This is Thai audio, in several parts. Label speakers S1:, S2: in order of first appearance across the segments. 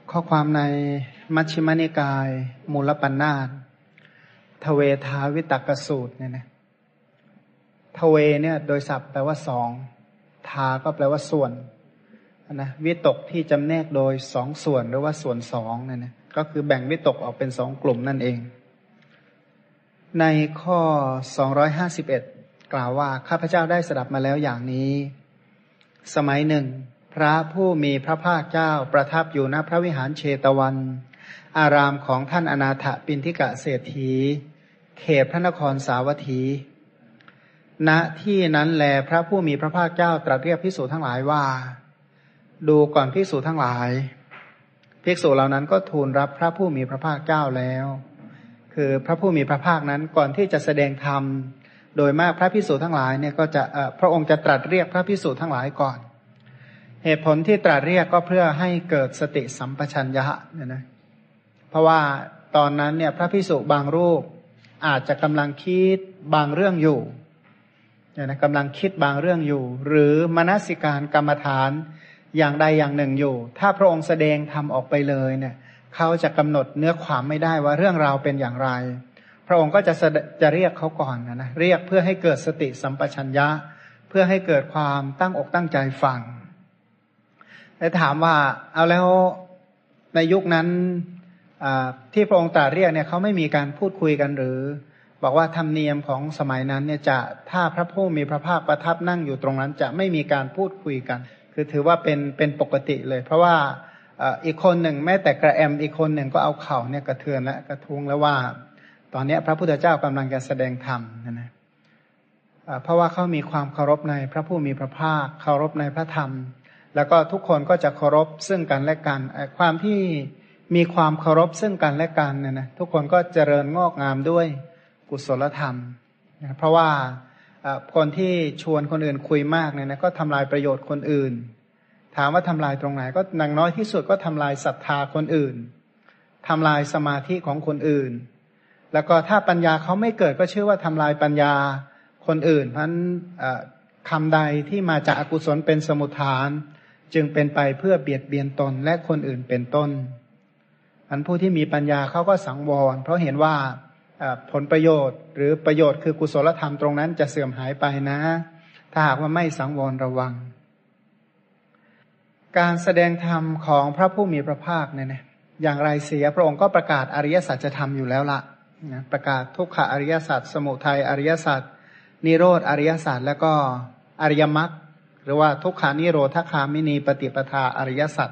S1: ข้อความในมัชฌิมนิกายมูลปัณณาสทเวทาวิตกสูตรเนี่ยนะทเวเนี่ยโดยศัพท์แปลว่าสองทาก็แปลว่าส่วนนะวิตกที่จำแนกโดยสองส่วนหรือว่าส่วนสองเนี่ยนะก็คือแบ่งวิตกออกเป็นสองกลุ่มนั่นเองในข้อ251กล่าวว่าข้าพเจ้าได้สดับมาแล้วอย่างนี้สมัยหนึ่งพระผู้มีพระภาคเจ้าประทับอยู่ณพระวิหารเชตวันอารามของท่านอนาถปิณฑิกเศรษฐีเขตพระนครสาวัตถีณที่นั้นแลพระผู้มีพระภาคเจ้าตรัสเรียกภิกษุทั้งหลายว่าดูก่อนภิกษุทั้งหลายภิกษุเหล่านั้นก็ทูลรับพระผู้มีพระภาคเจ้าแล้วคือพระผู้มีพระภาคนั้นก่อนที่จะแสดงธรรมโดยมากพระภิกษุทั้งหลายเนี่ยก็จะพระองค์จะตรัสเรียกพระภิกษุทั้งหลายก่อนเหตุผลที่ตรัสเรียกก็เพื่อให้เกิดสติสัมปชัญญะเนี่ยนะเพราะว่าตอนนั้นเนี่ยพระภิกษุบางรูปอาจจะกำลังคิดบางเรื่องอยู่เนี่ยนะกำลังคิดบางเรื่องอยู่หรือมนสิการกรรมฐานอย่างใดอย่างหนึ่งอยู่ถ้าพระองค์แสดงธรรมออกไปเลยเนี่ยเขาจะกำหนดเนื้อความไม่ได้ว่าเรื่องราวเป็นอย่างไรพระองค์ก็จะเรียกเขาก่อนนะเรียกเพื่อให้เกิดสติสัมปชัญญะเพื่อให้เกิดความตั้งอกตั้งใจฟังแต่ถามว่าเอาแล้วในยุคนั้นที่พระองค์ตรัสเรียกเนี่ยเขาไม่มีการพูดคุยกันหรือบอกว่าธรรมเนียมของสมัยนั้นเนี่ยจะถ้าพระผู้มีพระภาคประทับนั่งอยู่ตรงนั้นจะไม่มีการพูดคุยกันคือถือว่าเป็นปกติเลยเพราะว่าอีกคนหนึ่งแม้แต่กระแอมอีกคนหนึ่งก็เอาเข่าเนี่ยกระเทือนและกระทุ้งแล้วว่าตอนนี้พระพุทธเจ้ากำลังจะแสดงธรรมนะเพราะว่าเขามีความเคารพในพระผู้มีพระภาคเคารพในพระธรรมแล้วก็ทุกคนก็จะเคารพซึ่งกันและกันความที่มีความเคารพซึ่งกันและกันเนี่ยนะทุกคนก็เจริญงอกงามด้วยกุศลธรรมนะเพราะว่าคนที่ชวนคนอื่นคุยมากเนี่ยนะก็ทำลายประโยชน์คนอื่นถามว่าทำลายตรงไหนก็อย่างน้อยที่สุดก็ทำลายศรัทธาคนอื่นทำลายสมาธิของคนอื่นแล้วก็ถ้าปัญญาเขาไม่เกิดก็ชื่อว่าทำลายปัญญาคนอื่นเพราะฉะนั้นคำใดที่มาจากอกุศลเป็นสมุฏฐานจึงเป็นไปเพื่อเบียดเบียนตนและคนอื่นเป็นต้นอันผู้ที่มีปัญญาเขาก็สังวรเพราะเห็นว่าผลประโยชน์หรือประโยชน์คือกุศลธรรมตรงนั้นจะเสื่อมหายไปนะถ้าหากว่าไม่สังวรระวังการแสดงธรรมของพระผู้มีพระภาคเนี่ยนะอย่างไรเสียพระองค์ก็ประกาศอริยสัจธรรมอยู่แล้วละนะประกาศทุกขอริยสัจสมุทัยอริยสัจนิโรธอริยสัจแล้วก็อริยมรรคหรือว่าทุกขานิโรธคามินีปฏิปทาอริยสัจ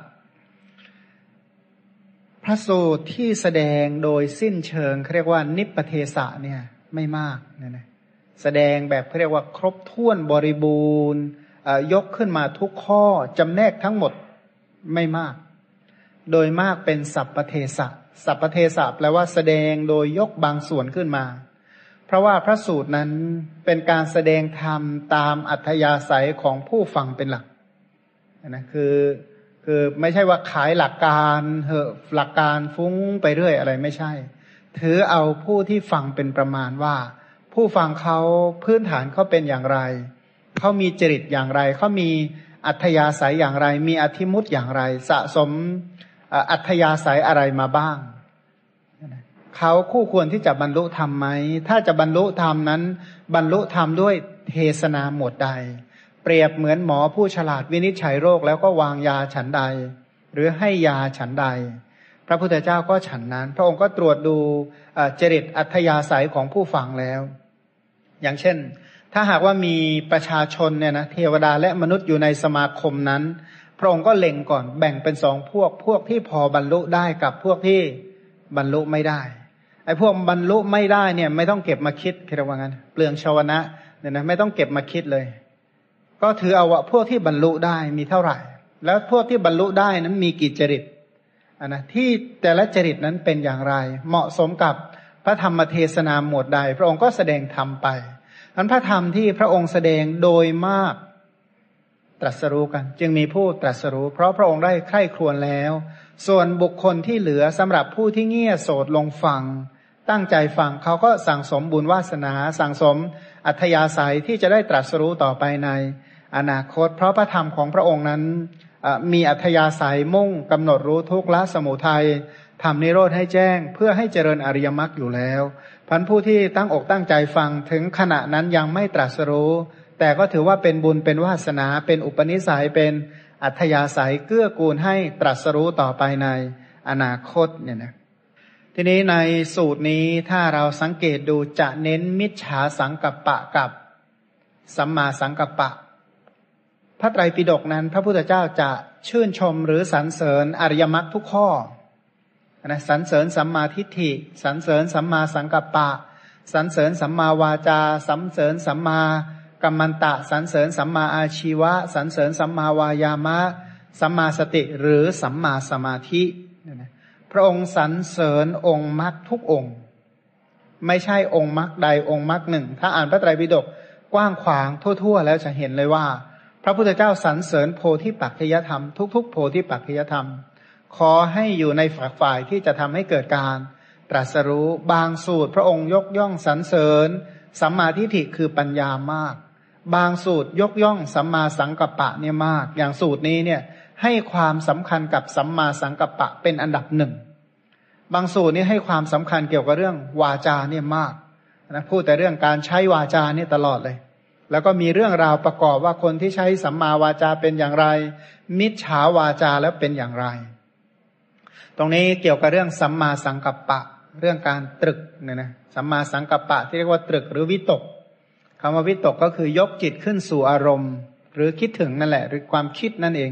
S1: พระสูตรที่แสดงโดยสิ้นเชิงเรียกว่านิพพเทศะเนี่ยไม่มากนะแสดงแบบเรียกว่าครบถ้วนบริบูรณ์ยกขึ้นมาทุกข้อจำแนกทั้งหมดไม่มากโดยมากเป็นสัพพเทศะสัพพเทศะแปลว่าแสดงโดยยกบางส่วนขึ้นมาเพราะว่าพระสูตรนั้นเป็นการแสดงธรรมตามอัธยาศัยของผู้ฟังเป็นหลักนะคือไม่ใช่ว่าขายหลักการหลักการฟุ้งไปเรื่อยอะไรไม่ใช่ถือเอาผู้ที่ฟังเป็นประมาณว่าผู้ฟังเขาพื้นฐานเขาเป็นอย่างไรเขามีจริตอย่างไรเขามีอัธยาศัยอย่างไรมีอธิมุตอย่างไรสะสมอัธยาศัยอะไรมาบ้างเขาคู่ควรที่จะบรรลุธรรมไหมถ้าจะบรรลุธรรมนั้นบรรลุธรรมด้วยเทศนาหมวดใดเปรียบเหมือนหมอผู้ฉลาดวินิจฉัยโรคแล้วก็วางยาฉันใดหรือให้ยาฉันใดพระพุทธเจ้าก็ฉันนั้นพระองค์ก็ตรวจดูจริตอัธยาศัยของผู้ฟังแล้วอย่างเช่นถ้าหากว่ามีประชาชนเนี่ยนะเทวดาและมนุษย์อยู่ในสมาคมนั้นพระองค์ก็เล็งก่อนแบ่งเป็นสองพวกที่พอบรรลุได้กับพวกที่บรรลุไม่ได้ไอ้พวกบรรลุไม่ได้เนี่ยไม่ต้องเก็บมาคิดคิดว่างั้นเปลืองชวนะเนี่ยนะไม่ต้องเก็บมาคิดเลยก็ถือเอาว่าพวกที่บรรลุได้มีเท่าไหร่แล้วพวกที่บรรลุได้นั้นมีกี่จริตนะที่แต่ละจริตนั้นเป็นอย่างไรเหมาะสมกับพระธรรมเทศนาหมวดใดพระองค์ก็แสดงธรรมไปอันพระธรรมที่พระองค์แสดงโดยมากตรัสรู้กันจึงมีผู้ตรัสรู้เพราะพระองค์ได้ใคร่ครวญแล้วส่วนบุคคลที่เหลือสำหรับผู้ที่เงี่ยโสดลงฟังตั้งใจฟังเขาก็สั่งสมบุญวาสนาสั่งสมอัธยาศัยที่จะได้ตรัสรู้ต่อไปในอนาคตเพราะพระธรรมของพระองค์นั้นมีอัธยาศัยมุ่งกำหนดรู้ทุกข์ละสมุทัยทำนิโรธให้แจ้งเพื่อให้เจริญอริยมรรคอยู่แล้วพันผู้ที่ตั้งอกตั้งใจฟังถึงขณะนั้นยังไม่ตรัสรู้แต่ก็ถือว่าเป็นบุญเป็นวาสนาเป็นอุปนิสัยเป็นอัธยาศัยเกื้อกูลให้ตรัสรู้ต่อไปในอนาคตเนี่ยนะทีนี้ในสูตรนี้ถ้าเราสังเกตดูจะเน้นมิจฉาสังกัปปะกับสัมมาสังกัปปะพระไตรปิฎกนั้นพระพุทธเจ้าจะชื่นชมหรือสรรเสริญอริยมรรคทุกข้อนะสรรเสริญสัมมาทิฏฐิสรรเสริญสัมมาสังกัปปะสรรเสริญสัมมาวาจาสรรเสริญสัมมากัมมันตะสรรเสริญสัมมาอาชีวะสรรเสริญสัมมาวายามะสัมมาสติหรือสัมมาสมาธิพระองค์สรรเสริญองค์มรรคทุกองค์ไม่ใช่องค์มรรคใดองค์มรรคหนึ่งถ้าอ่านพระไตรปิฎกกว้างขวางทั่วๆแล้วจะเห็นเลยว่าพระพุทธเจ้าสรรเสริญโพธิปักขิยธรรมทุกๆโพธิปักขิยธรรมขอให้อยู่ในฝักฝ่ายที่จะทำให้เกิดการตรัสรู้บางสูตรพระองค์ยกย่องสรรเสริญสัมมาทิฏฐิคือปัญญามากบางสูตรยกย่องสัมมาสังกัปปะเนี่ยมากอย่างสูตรนี้เนี่ยให้ความสำคัญกับสัมมาสังกัปปะเป็นอันดับหนึ่งบางสูตรนี้ให้ความสำคัญเกี่ยวกับเรื่องวาจาเนี่ยมากนะพูดแต่เรื่องการใช้วาจาเนี่ยตลอดเลยแล้วก็มีเรื่องราวประกอบว่าคนที่ใช้สัมมาวาจาเป็นอย่างไรมิจฉาวาจาแล้วเป็นอย่างไรตรงนี้เกี่ยวกับเรื่องสัมมาสังกัปปะเรื่องการตรึกเนี่ยนะสัมมาสังกัปปะที่เรียกว่าตรึกหรือวิตกคำว่าวิตกก็คือยกจิตขึ้นสู่อารมณ์หรือคิดถึงนั่นแหละหรือความคิดนั่นเอง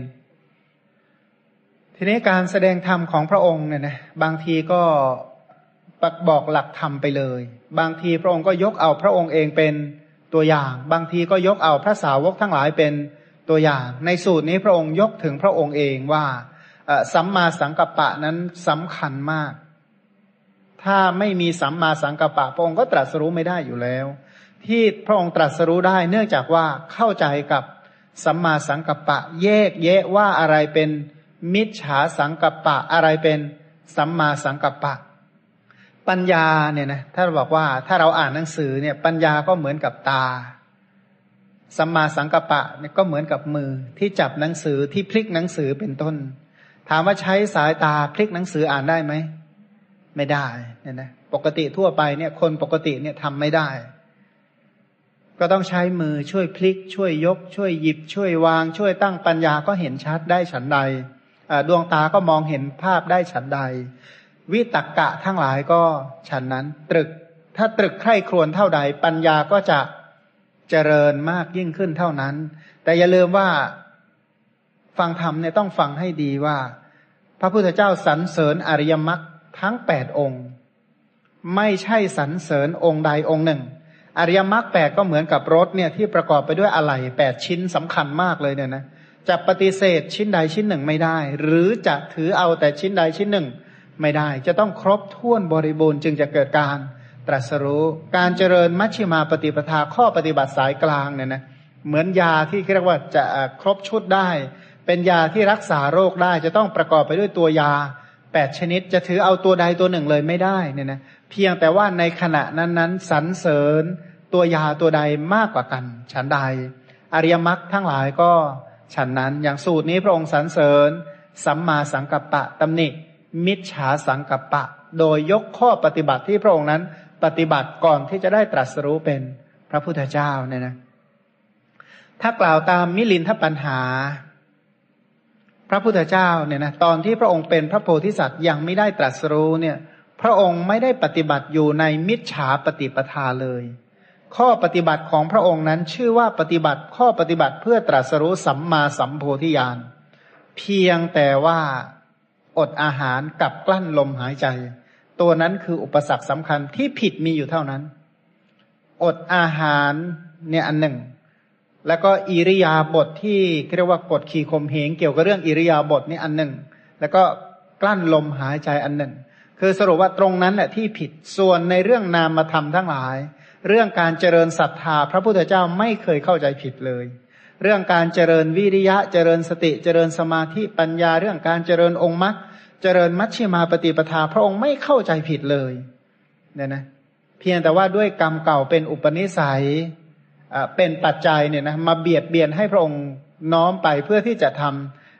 S1: ทีนี้การแสดงธรรมของพระองค์เนี่ยนะบางทีก็บอกหลักธรรมไปเลยบางทีพระองค์ก็ยกเอาพระองค์เองเป็นตัวอย่างบางทีก็ยกเอาพระสาวกทั้งหลายเป็นตัวอย่างในสูตรนี้พระองค์ยกถึงพระองค์เองว่าสัมมาสังกัปปะนั้นสำคัญมากถ้าไม่มีสัมมาสังกัปปะพระองค์ก็ตรัสรู้ไม่ได้อยู่แล้วที่พระองค์ตรัสรู้ได้เนื่องจากว่าเข้าใจกับสัมมาสังกัปปะแยกแยะว่าอะไรเป็นมิจฉาสังกัปปะอะไรเป็นสัมมาสังกัปปะปัญญาเนี่ยนะถ้าเราบอกว่าถ้าเราอ่านหนังสือเนี่ยปัญญาก็เหมือนกับตาสัมมาสังกัปปะเนี่ยก็เหมือนกับมือที่จับหนังสือที่พลิกหนังสือเป็นต้นถามว่าใช้สายตาพลิกหนังสืออ่านได้ไหมไม่ได้เนี่ยนะปกติทั่วไปเนี่ยคนปกติเนี่ยทำไม่ได้ก็ต้องใช้มือช่วยพลิกช่วยยกช่วยหยิบช่วยวางช่วยตั้งปัญญาก็เห็นชัดได้ฉันใดดวงตาก็มองเห็นภาพได้ฉันใดวิตกกะทั้งหลายก็ฉันนั้นตรึกถ้าตรึกใคร่ครวญเท่าใดปัญญาก็จะเจริญมากยิ่งขึ้นเท่านั้นแต่อย่าลืมว่าฟังธรรมเนี่ยต้องฟังให้ดีว่าพระพุทธเจ้าสรรเสริญอริยมรรคทั้ง8องค์ไม่ใช่สรรเสริญองค์ใดองค์หนึ่งอริยมรรค8ก็เหมือนกับรถเนี่ยที่ประกอบไปด้วยอะไหล่8ชิ้นสำคัญมากเลยเนี่ยนะจะปฏิเสธชิ้นใดชิ้นหนึ่งไม่ได้หรือจะถือเอาแต่ชิ้นใดชิ้นหนึ่งไม่ได้จะต้องครบถ้วนบริบูรณ์จึงจะเกิดการตรัสรู้การเจริญมัชฌิมาปฏิปทาข้อปฏิบัติสายกลางเนี่ยนะเหมือนยาที่เรียกว่าจะครบชุดได้เป็นยาที่รักษาโรคได้จะต้องประกอบไปด้วยตัวยา8ชนิดจะถือเอาตัวใดตัวหนึ่งเลยไม่ได้เนี่ยนะเพียงแต่ว่าในขณะนั้นๆสรรเสริญตัวยาตัวใดมากกว่ากันฉันใดอริยมรรคทั้งหลายก็ฉันนั้นอย่างสูตรนี้พระองค์สรรเสริญสัมมาสังกัปปะตำหนิมิจฉาสังกัปปะโดยยกข้อปฏิบัติที่พระองค์นั้นปฏิบัติก่อนที่จะได้ตรัสรู้เป็นพระพุทธเจ้าเนี่ยนะถ้ากล่าวตามมิลินทปัญหาพระพุทธเจ้าเนี่ยนะตอนที่พระองค์เป็นพระโพธิสัตว์ยังไม่ได้ตรัสรู้เนี่ยพระองค์ไม่ได้ปฏิบัติอยู่ในมิจฉาปฏิปทาเลยข้อปฏิบัติของพระองค์นั้นชื่อว่าปฏิบัติข้อปฏิบัติเพื่อตรัสรู้สัมมาสัมโพธิญาณเพียงแต่ว่าอดอาหารกับกลั้นลมหายใจตัวนั้นคืออุปสรรคสำคัญที่ผิดมีอยู่เท่านั้นอดอาหารเนี่ยอันหนึ่งแล้วก็อิริยาบถที่เรียกว่ากดขี่ข่มเหงเกี่ยวกับเรื่องอิริยาบถนี่อันหนึ่งแล้วก็กลั้นลมหายใจอันหนึ่งคือสรุปว่าตรงนั้นแหละที่ผิดส่วนในเรื่องนามธรรมทั้งหลายเรื่องการเจริญศรัทธาพระพุทธเจ้าไม่เคยเข้าใจผิดเลยเรื่องการเจริญวิริยะเจริญสติเจริญสมาธิปัญญาเรื่องการเจริญองค์มรรคเจริญมัชฌิมาปฏิปทาพระองค์ไม่เข้าใจผิดเลยเนี่ยนะเพียงแต่ว่าด้วยกรรมเก่าเป็นอุปนิสัยเป็นปัจจัยเนี่ยนะมาเบียดเบียนให้พระองค์น้อมไปเพื่อที่จะท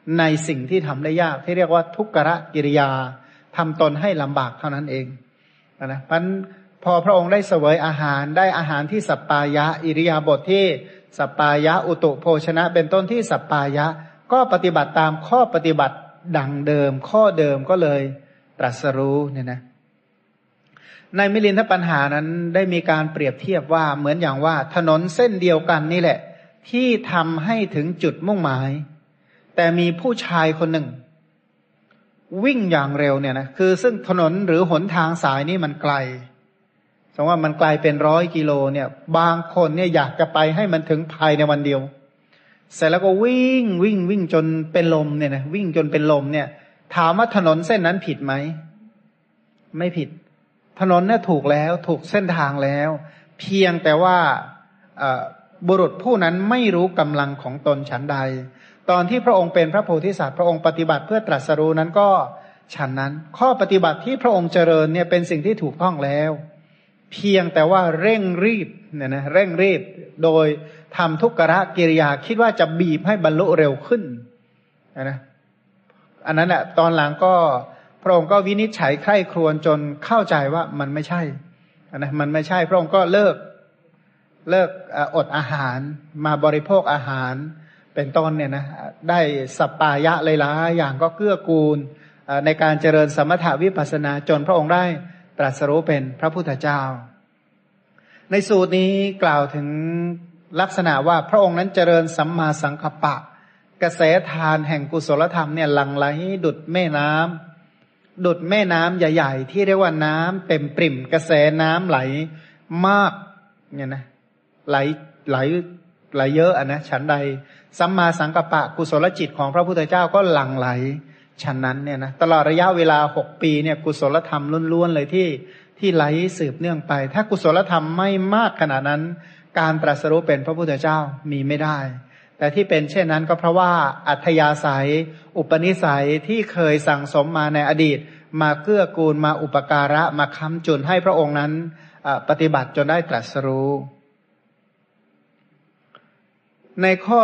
S1: ในสิ่งที่ทำได้ยากที่เรียกว่าทุกขกิริยาทำตนให้ลำบากเท่านั้นเองนะเพราะพอพระองค์ได้เสวยอาหารได้อาหารที่สัปปายะอิริยาบถที่สัปปายะอุตุโภชนะเป็นต้นที่สัปปายะก็ปฏิบัติตามข้อปฏิบัติดังเดิมข้อเดิมก็เลยตรัสรู้เนี่ยนะในมิลินทปัญหานั้นได้มีการเปรียบเทียบว่าเหมือนอย่างว่าถนนเส้นเดียวกันนี่แหละที่ทำให้ถึงจุดมุ่งหมายแต่มีผู้ชายคนหนึ่งวิ่งอย่างเร็วเนี่ยนะคือซึ่งถนนหรือหนทางสายนี้มันไกลสมมติว่ามันไกลเป็น100 กิโลเนี่ยบางคนเนี่ยอยากจะไปให้มันถึงภายในวันเดียวเสร็จแล้วก็วิ่งจนเป็นลมเนี่ยนะวิ่งจนเป็นลมเนี่ยถามว่าถนนเส้นนั้นผิดไหมไม่ผิดถนนเนี่ยถูกแล้วถูกเส้นทางแล้วเพียงแต่ว่าบุรุษผู้นั้นไม่รู้กำลังของตนฉันใดตอนที่พระองค์เป็นพระโพธิสัตว์พระองค์ปฏิบัติเพื่อตรัสรู้นั้นก็ฉันนั้นข้อปฏิบัติที่พระองค์เจริญเนี่ยเป็นสิ่งที่ถูกต้องแล้วเพียงแต่ว่าเร่งรีบเนี่ยนะเร่งรีบโดยทำทุกขกิริยาคิดว่าจะบีบให้บรรลุเร็วขึ้นนะอันนั้นแหละตอนหลังก็พระองค์ก็วินิจฉัยใคร่ครวญจนเข้าใจว่ามันไม่ใช่นะมันไม่ใช่พระองค์ก็เลิกอดอาหารมาบริโภคอาหารเป็นต้นเนี่ยนะได้สัปปายะหลายๆอย่างก็เกื้อกูลในการเจริญสมถะวิปัสสนาจนพระองค์ได้ตรัสรู้เป็นพระพุทธเจ้าในสูตรนี้กล่าวถึงลักษณะว่าพระองค์นั้นเจริญสัมมาสังกัปปะกระแสทานแห่งกุศลธรรมเนี่ยหลั่งไหลดุจแม่น้ำใหญ่ๆที่เรียกว่าน้ำเต็มปริ่มกระแสน้ำไหลมากเนี่ยนะไหลเยอะนะฉันใดสัมมาสังกัปปะกุศลจิตของพระพุทธเจ้าก็หลั่งไหลฉันนั้นเนี่ยนะตลอดระยะเวลา6 ปีเนี่ยกุศลธรรมล้วนๆเลยที่ไหลสืบเนื่องไปถ้ากุศลธรรมไม่มากขนาดนั้นการตรัสรู้เป็นพระพุทธเจ้ามีไม่ได้แต่ที่เป็นเช่นนั้นก็เพราะว่าอัธยาศัยอุปนิสัยที่เคยสั่งสมมาในอดีตมาเกื้อกูลมาอุปการะมาค้ำจุนให้พระองค์นั้นปฏิบัติจนได้ตรัสรู้ในข้อ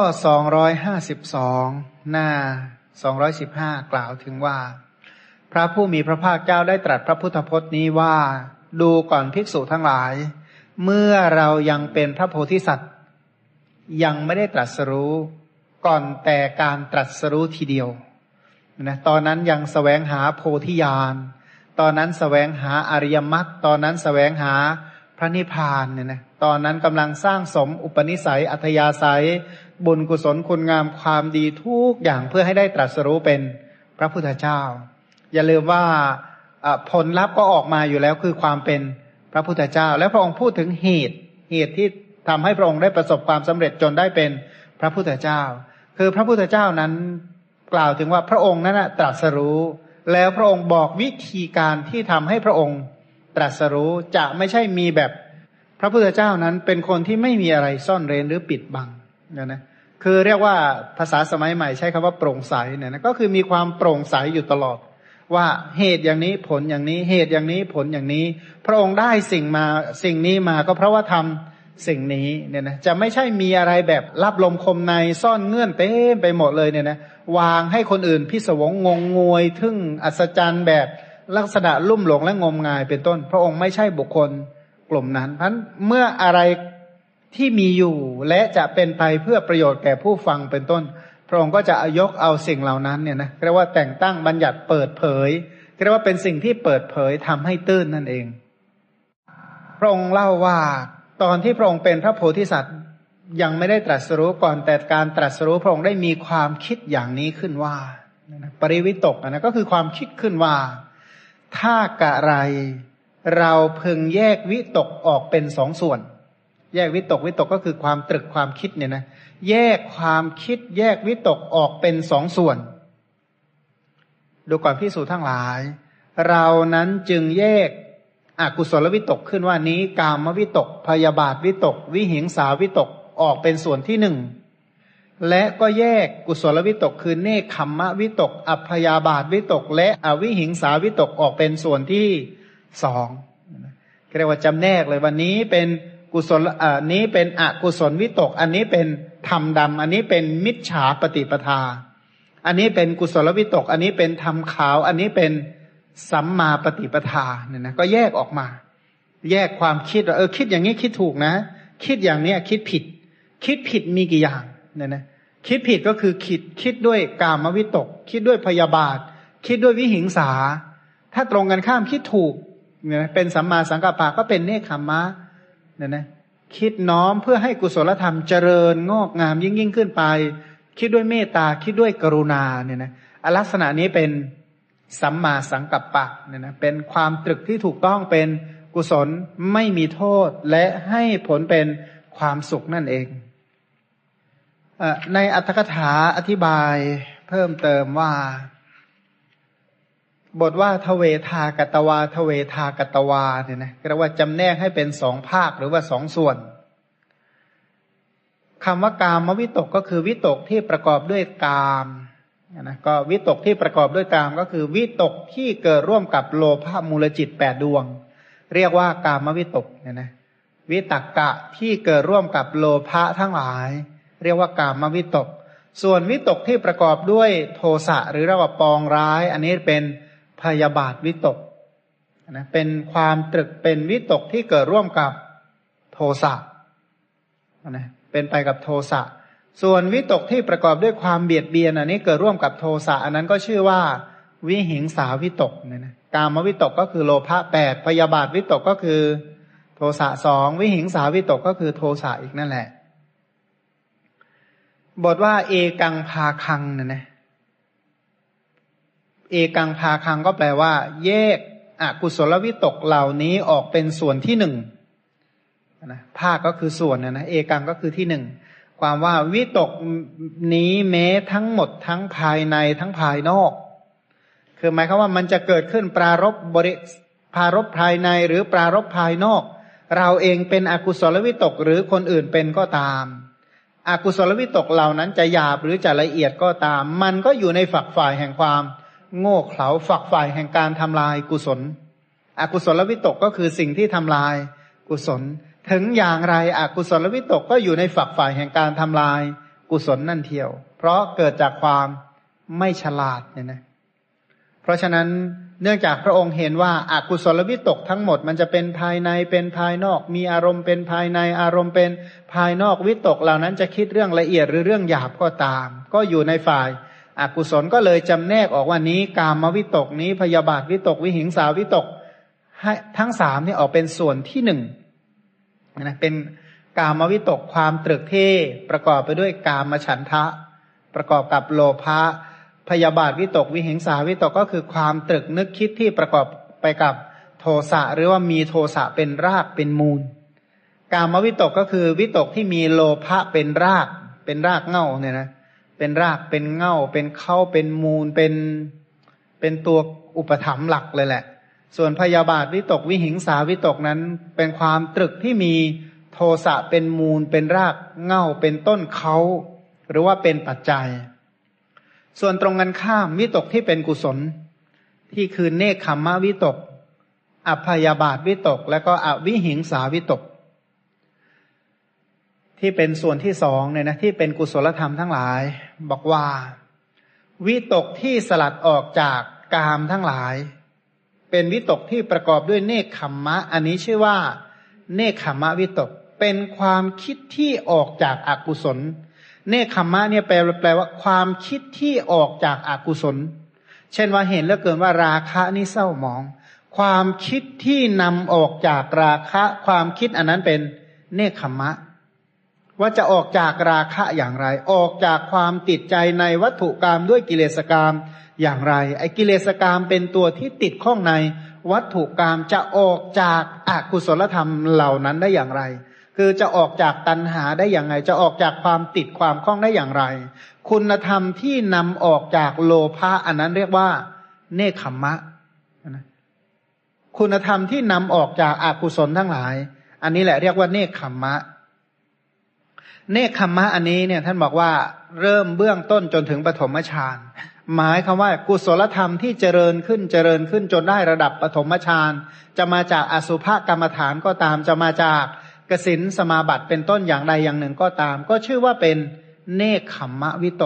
S1: 252หน้า215กล่าวถึงว่าพระผู้มีพระภาคเจ้าได้ตรัสพระพุทธพจน์นี้ว่าดูก่อนภิกษุทั้งหลายเมื่อเรายังเป็นพระโพธิสัตว์ยังไม่ได้ตรัสรู้ก่อนแต่การตรัสรู้ทีเดียวนะตอนนั้นยังแสวงหาโพธิญาณตอนนั้นแสวงหาอริยมรรคตอนนั้นแสวงหาพระนิพพานเนี่ยนะตอนนั้นกำลังสร้างสมอุปนิสัยอัธยาศัยบุญกุศลคุณงามความดีทุกอย่างเพื่อให้ได้ตรัสรู้เป็นพระพุทธเจ้าอย่าลืมว่าผลลัพธ์ก็ออกมาอยู่แล้วคือความเป็นพระพุทธเจ้าและพระองค์พูดถึงเหตุที่ทำให้พระองค์ได้ประสบความสำเร็จจนได้เป็นพระพุทธเจ้าคือพระพุทธเจ้านั้นกล่าวถึงว่าพระองค์นั้นตรัสรู้แล้วพระองค์บอกวิธีการที่ทำให้พระองค์ตรัสรู้จะไม่ใช่มีแบบพระพุทธเจ้านั้นเป็นคนที่ไม่มีอะไรซ่อนเร้นหรือปิดบังนะคือเรียกว่าภาษาสมัยใหม่ใช้คำว่าโปร่งใสเนี่ยนะก็คือมีความโปร่งใสอยู่ตลอดว่าเหตุอย่างนี้ผลอย่างนี้เหตุอย่างนี้ผลอย่างนี้พระองค์ได้สิ่งนี้มาก็เพราะว่าทำสิ่งนี้เนี่ยนะจะไม่ใช่มีอะไรแบบลับลมคมในซ่อนเงื่อนเต็มไปหมดเลยเนี่ยนะวางให้คนอื่นพิศวงงงวยทึ่งอัศจรรย์แบบลักษณะลุ่มหลงและงมงายเป็นต้นพระองค์ไม่ใช่บุคคลกลุ่มนั้นเพราะเมื่ออะไรที่มีอยู่และจะเป็นไปเพื่อประโยชน์แก่ผู้ฟังเป็นต้นพระองค์ก็จะยกเอาสิ่งเหล่านั้นเนี่ยนะเรียกว่าแต่งตั้งบัญญัติเปิดเผยเรียกว่าเป็นสิ่งที่เปิดเผยทำให้ตื้นนั่นเองพระองค์เล่าว่าตอนที่พระองค์เป็นพระโพธิสัตว์ยังไม่ได้ตรัสรู้ก่อนแต่การตรัสรู้พระองค์ได้มีความคิดอย่างนี้ขึ้นว่าปริวิตกนะก็คือความคิดขึ้นว่าถ้ากะไรเราพึงแยกวิตกออกเป็น2 ส่วนแยกวิตกก็คือความตรึกความคิดเนี่ยนะแยกความคิดแยกวิตกออกเป็น2 ส่วนดูก่อนภิกษุทั้งหลายเรานั้นจึงแยกอกุศลวิตกขึ้นว่านี้กามวิตกพยาบาทวิตกวิหิงสาวิตกออกเป็นส่วนที่1และก็แยกกุศลวิตกคือเนคขมมะวิตกอัพยาบาทวิตกและอวิหิงสาวิตกออกเป็นส่วนที่2เรียกว่าจำแนกเลยวันนี้เป็นกุศลนี้เป็นอกุศลวิตกอันนี้เป็นธรรมดำอันนี้เป็นมิจฉาปฏิปทาอันนี้เป็นกุศลวิตกอันนี้เป็นธรรมขาวอันนี้เป็นสัมมาปฏิปทาเนี่ยนะก็แยกออกมาแยกความคิดว่าคิดอย่างนี้คิดถูกนะคิดอย่างนี้คิดผิดคิดผิดมีกี่อย่างเนี่ยนะคิดผิดก็คือคิดด้วยกามวิตกคิดด้วยพยาบาทคิดด้วยวิหิงสาถ้าตรงกันข้ามคิดถูกเนี่ยนะเป็นสัมมาสังกัปปะก็เป็นเนคขมมะเนี่ยนะคิดน้อมเพื่อให้กุศลธรรมเจริญงอกงามยิ่งขึ้นไปคิดด้วยเมตตาคิดด้วยกรุณาเนี่ยนะลักษณะนี้เป็นสัมมาสังกัปปะเนี่ยนะเป็นความตรึกที่ถูกต้องเป็นกุศลไม่มีโทษและให้ผลเป็นความสุขนั่นเองในอรรถกถาอธิบายเพิ่มเติมว่าบทว่าทเวทากตวาทเวทากตวาเนี่ยนะเรียกว่าจำแนกให้เป็นสองภาคหรือว่าสองส่วนคำว่ากามวิตกก็คือวิตกที่ประกอบด้วยกามนะก็วิตกที่ประกอบด้วยกามก็คือวิตกที่เกิดร่วมกับโลภะมูลจิต8ดวงเรียกว่ากามวิตกเนี่ยนะวิตกะที่เกิดร่วมกับโลภะทั้งหลายเรียกว่ากามวิตกส่วนวิตกที่ประกอบด้วยโทสะหรือเรียกว่าปองร้ายอันนี้เป็นพยาบาทวิตกนะเป็นความตรึกเป็นวิตกที่เกิดร่วมกับโทสะนะเป็นไปกับโทสะส่วนวิตกที่ประกอบด้วยความเบียดเบียนอันนี้เกิดร่วมกับโทสะอันนั้นก็ชื่อว่าวิหิงสาวิตกเนี่ยนะกามวิตกก็คือโลภะ8พยาบาทวิตกก็คือโทสะ2วิหิงสาวิตกก็คือโทสะอีกนั่นแหละบทว่าเอกังพาคังเนี่ยนะเอกังพาคังก็แปลว่าแยกอกุศลวิตกเหล่านี้ออกเป็นส่วนที่หนึ่งนะภาคก็คือส่วนนะเอกังก็คือที่หนึ่งความว่าวิตกนี้แม้ทั้งหมดทั้งภายในทั้งภายนอกคือหมายความว่ามันจะเกิดขึ้นปรารภภายในหรือปรารภภายนอกเราเองเป็นอกุศลวิตกหรือคนอื่นเป็นก็ตามอกุศลวิตกเหล่านั้นจะหยาบหรือจะละเอียดก็ตามมันก็อยู่ในฝักฝ่ายแห่งความโง่เขลาฝักฝ่ายแห่งการทำลายกุศลอกุศลวิตกก็คือสิ่งที่ทำลายกุศลถึงอย่างไรอกุศลวิตกก็อยู่ในฝักฝ่ายแห่งการทำลายกุศลนั่นเทียวเพราะเกิดจากความไม่ฉลาดเนี่ยนะเพราะฉะนั้นเนื่องจากพระองค์เห็นว่าอกุศลวิตกทั้งหมดมันจะเป็นภายในเป็นภายนอกมีอารมณ์เป็นภายในอารมณ์เป็นภายนอกวิตกเหล่านั้นจะคิดเรื่องละเอียดหรือเรื่องหยาบก็ตามก็อยู่ในฝ่ายอกุศลก็เลยจำแนกออกว่านี้กามวิตกนี้พยาบาทวิตกวิหิงสาวิตกให้ทั้ง3นี่ออกเป็นส่วนที่1นะเป็นกามวิตกความตรึกที่ประกอบไปด้วยกามฉันทะประกอบกับโลภะพยาบาทวิตกวิหิงสาวิตกก็คือความตรึกนึกคิดที่ประกอบไปกับโทสะหรือว่ามีโทสะเป็นรากเป็นมูลกามวิตกก็คือวิตกที่มีโลภะเป็นรากเง่าเนี่ยนะเป็นรากเป็นเง่าเป็นเข้าเป็นมูลเป็นตัวอุปถัมภ์หลักเลยแหละส่วนพยาบาทวิตกวิหิงสาวิตกนั้นเป็นความตรึกที่มีโทสะเป็นมูลเป็นรากเง่าเป็นต้นเขาหรือว่าเป็นปัจจัยส่วนตรงกันข้ามวิตกที่เป็นกุศลที่คือเนคขมมะวิตกอพยาบาทวิตกและก็อวิหิงสาวิตกที่เป็นส่วนที่2เนี่ยนะที่เป็นกุศลธรรมทั้งหลายบอกว่าวิตกที่สลัดออกจากกามทั้งหลายเป็นวิตกที่ประกอบด้วยเนคขมมะอันนี้ชื่อว่าเนคขมมะวิตกเป็นความคิดที่ออกจากอกุศลเนคขมมะเนี่ยแปลว่าความคิดที่ออกจากอกุศลเช่นว่าเห็นเหลือเกินว่าราคะนี่เศร้าหมองความคิดที่นำออกจากราคะความคิดอันนั้นเป็นเนคขมมะว่าจะออกจากราคะอย่างไรออกจากความติดใจในวัตถุกรรมด้วยกิเลสกรรมอย่างไรไอ้กิเลสกรรมเป็นตัวที่ติดข้องในวัตถุกรรมจะออกจากอกุศลธรรมเหล่านั้นได้อย่างไรคือจะออกจากตัณหาได้อย่างไรจะออกจากความติดความข้องได้อย่างไรคุณธรรมที่นำออกจากโลภะอันนั้นเรียกว่าเนคขมมะคุณธรรมที่นำออกจากอกุศลทั้งหลายอันนี้แหละเรียกว่าเนคขมมะเนคขมมะอันนี้เนี่ยท่านบอกว่าเริ่มเบื้องต้นจนถึงปฐมฌานหมายคำว่ากุศลธรรมที่เจริญขึ้นจนได้ระดับปฐมฌานจะมาจากอสุภกรรมฐานก็ตามจะมาจากกสิณสมาบัติเป็นต้นอย่างใดอย่างหนึ่งก็ตามก็ชื่อว่าเป็นเนคขมมะวิตก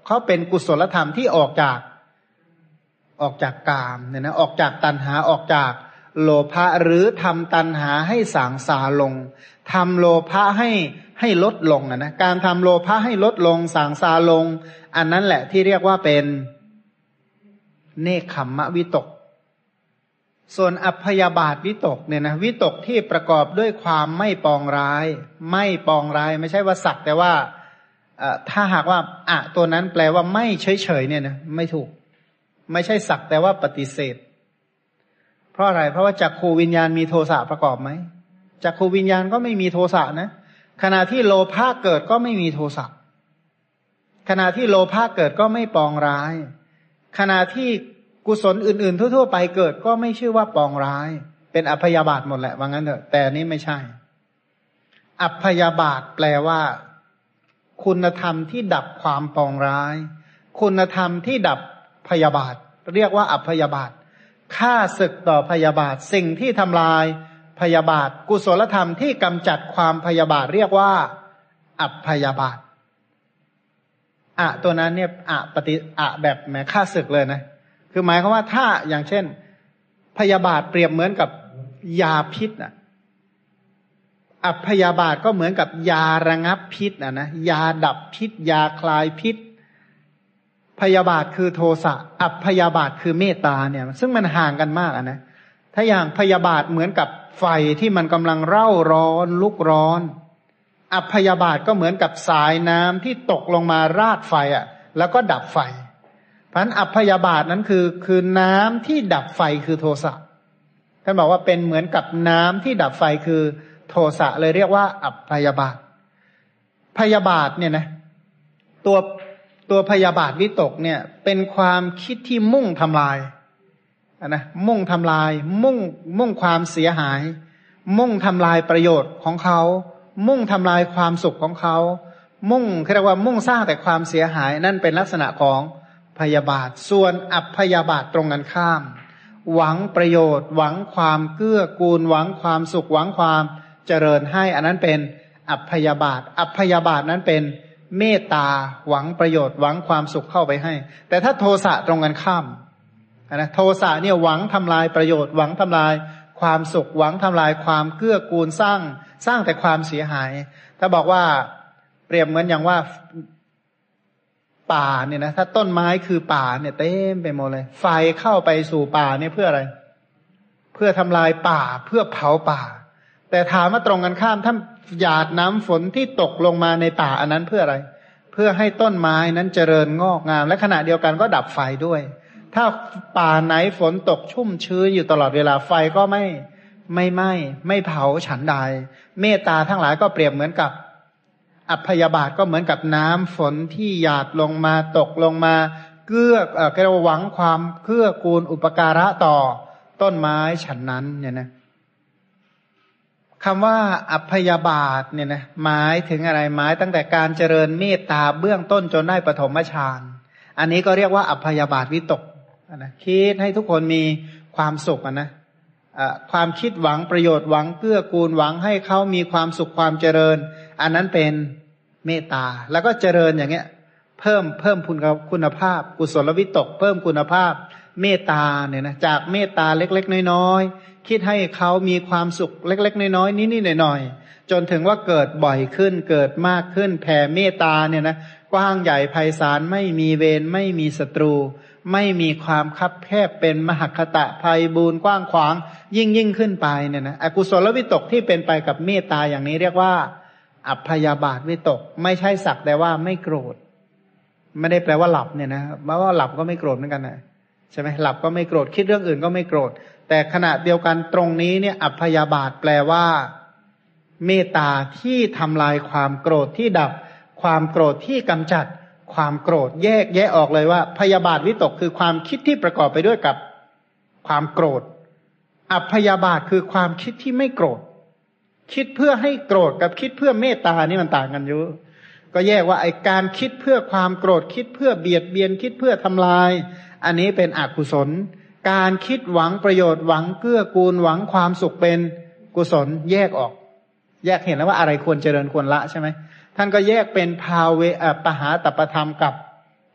S1: เขาเป็นกุศลธรรมที่ออกจากกามเนี่ยนะออกจากตัณหาออกจากโลภะหรือทำตัณหาให้สางสาลงทำโลภะให้ลดลงนะการทำโลภะให้ลดลงสางสาลงอันนั้นแหละที่เรียกว่าเป็นเนคขมมะวิตกส่วนอัพยาบาทวิตกเนี่ยนะวิตกที่ประกอบด้วยความไม่ปองร้ายไม่ปองร้ายไม่ใช่ว่าสักแต่ว่าถ้าหากว่าตัวนั้นแปลว่าไม่เฉยๆเนี่ยนะไม่ถูกไม่ใช่สักแต่ว่าปฏิเสธเพราะอะไรเพราะว่าจักขูวิญญาณมีโทสะประกอบไหมจักขูวิญญาณก็ไม่มีโทสะนะขณะที่โลภะเกิดก็ไม่มีโทสะขณะที่โลภะเกิดก็ไม่ปองร้ายขณะที่กุศลอื่นๆทั่วๆไปเกิดก็ไม่ชื่อว่าปองร้ายเป็นอัพยาบาทหมดแหละว่างั้นเถอะแต่นี้ไม่ใช่อัพยาบาทแปลว่าคุณธรรมที่ดับความปองร้ายคุณธรรมที่ดับพยาบาทเรียกว่าอัพยาบาทฆ่าศึกต่อพยาบาทสิ่งที่ทำลายพยาบาทกุศลธรรมที่กำจัดความพยาบาทเรียกว่าอัพยาบาทตัวนั้นเนี่ยแบบแหมฆ่าศึกเลยนะคือหมายความว่าถ้าอย่างเช่นพยาบาทเปรียบเหมือนกับยาพิษอัพยาบาทก็เหมือนกับยาระงับพิษนะยาดับพิษยาคลายพิษพยาบาทคือโทสะอัพยาบาทคือเมตตาเนี่ยซึ่งมันห่างกันมากนะถ้าอย่างพยาบาทเหมือนกับไฟที่มันกำลังเร่าร้อนลุกร้อนอัพยาบาทก็เหมือนกับสายน้ำที่ตกลงมาราดไฟแล้วก็ดับไฟเพราะฉะนั้นอัพยาบาทนั้นคือน้ำที่ดับไฟคือโทสะท่านบอกว่าเป็นเหมือนกับน้ำที่ดับไฟคือโทสะเลยเรียกว่าอัพยาบาทพยาบาทเนี่ยนะตัวพยาบาทวิตกเนี่ยเป็นความคิดที่มุ่งทำลายนะมุ่งทำลายมุ่งความเสียหายมุ่งทำลายประโยชน์ของเขามุ่งทำลายความสุขของเขามุ่งเรียกว่ามุ่งสร้างแต่ความเสียหายนั่นเป็นลักษณะของพยาบาทส่วนอัพยาบาทตรงกันข้ามหวังประโยชน์หวังความเกื้อกูลหวังความสุขหวังความเจริญให้อันนั้นเป็นอัพยาบาทอัพยาบาทนั้นเป็นเมตตาหวังประโยชน์หวังความสุขเข้าไปให้แต่ถ้าโทสะตรงกันข้ามนะโทสะเนี่ยหวังทำลายประโยชน์หวังทำลายความสุขหวังทำลายความเกื้อกูลสร้างแต่ความเสียหายถ้าบอกว่าเปรียบเหมือนอย่างว่าป่าเนี่ยนะถ้าต้นไม้คือป่าเนี่ยเต็มไปหมดเลยไฟเข้าไปสู่ป่าเนี่ยเพื่ออะไรเพื่อทำลายป่าเพื่อเผาป่าแต่ถามว่าตรงกันข้ามถ้าหยาดน้ำฝนที่ตกลงมาในป่าอันนั้นเพื่ออะไรเพื่อให้ต้นไม้นั้นเจริญงอกงามและขณะเดียวกันก็ดับไฟด้วยถ้าป่าไหนฝนตกชุ่มชื้นอยู่ตลอดเวลาไฟก็ไม่ไหม้ไม่เผาฉันใดเมตตาทั้งหลายก็เปรียบเหมือนกับอัพยาบาทก็เหมือนกับน้ำฝนที่หยาดลงมาตกลงมาเกื้อหวังความเกื้อกูลอุปการะต่อต้นไม้ฉันนั้นเนี่ยนะคำว่าอัพยาบาทเนี่ยนะหมายถึงอะไรหมายตั้งแต่การเจริญเมตตาเบื้องต้นจนได้ปฐมฌานอันนี้ก็เรียกว่าอัพยาบาทวิตกนะคิดให้ทุกคนมีความสุขนะความคิดหวังประโยชน์หวังเกื้อกูลหวังให้เขามีความสุขความเจริญอันนั้นเป็นเมตตาแล้วก็เจริญอย่างเงี้ยเพิ่มคุณภาพกุศลวิตกเพิ่มคุณภาพเมตตาเนี่ยนะจากเมตตาเล็กๆน้อยๆคิดให้เขามีความสุขเล็กๆน้อยๆนิดๆหน่อยๆจนถึงว่าเกิดบ่อยขึ้นเกิดมากขึ้นแผ่เมตตาเนี่ยนะกว้างใหญ่ไพศาลไม่มีเวรไม่มีศัตรูไม่มีความคับแคบเป็นมหคตะไพบูลย์กว้างขวางยิ่งขึ้นไปเนี่ยนะอกุศลวิตกที่เป็นไปกับเมตตาอย่างนี้เรียกว่าอัพยาบาทวิตกไม่ใช่สักแต่ว่าไม่โกรธไม่ได้แปลว่าหลับเนี่ยนะเพราะว่าหลับก็ไม่โกรธเหมือนกันนะใช่ไหมหลับก็ไม่โกรธคิดเรื่องอื่นก็ไม่โกรธแต่ขณะเดียวกันตรงนี้เนี่ยอัพยาบาทแปลว่าเมตตาที่ทำลายความโกรธที่ดับความโกรธที่กำจัดความโกรธแยกออกเลยว่าพยาบาทวิตกคือความคิดที่ประกอบไปด้วยกับความโกรธอัพยาบาทคือความคิดที่ไม่โกรธคิดเพื่อให้โกรธกับคิดเพื่อเมตตานี่มันต่างกันเยอะก็แยกว่าไอ้การคิดเพื่อความโกรธคิดเพื่อเบียดเบียนคิดเพื่อทำลายอันนี้เป็นอกุศลการคิดหวังประโยชน์หวังเกื้อกูลหวังความสุขเป็นกุศลแยกออกแยกเห็นแล้วว่าอะไรควรเจริญควรละใช่ไหมท่านก็แยกเป็นภาเวปหาตัปปธรรมกับ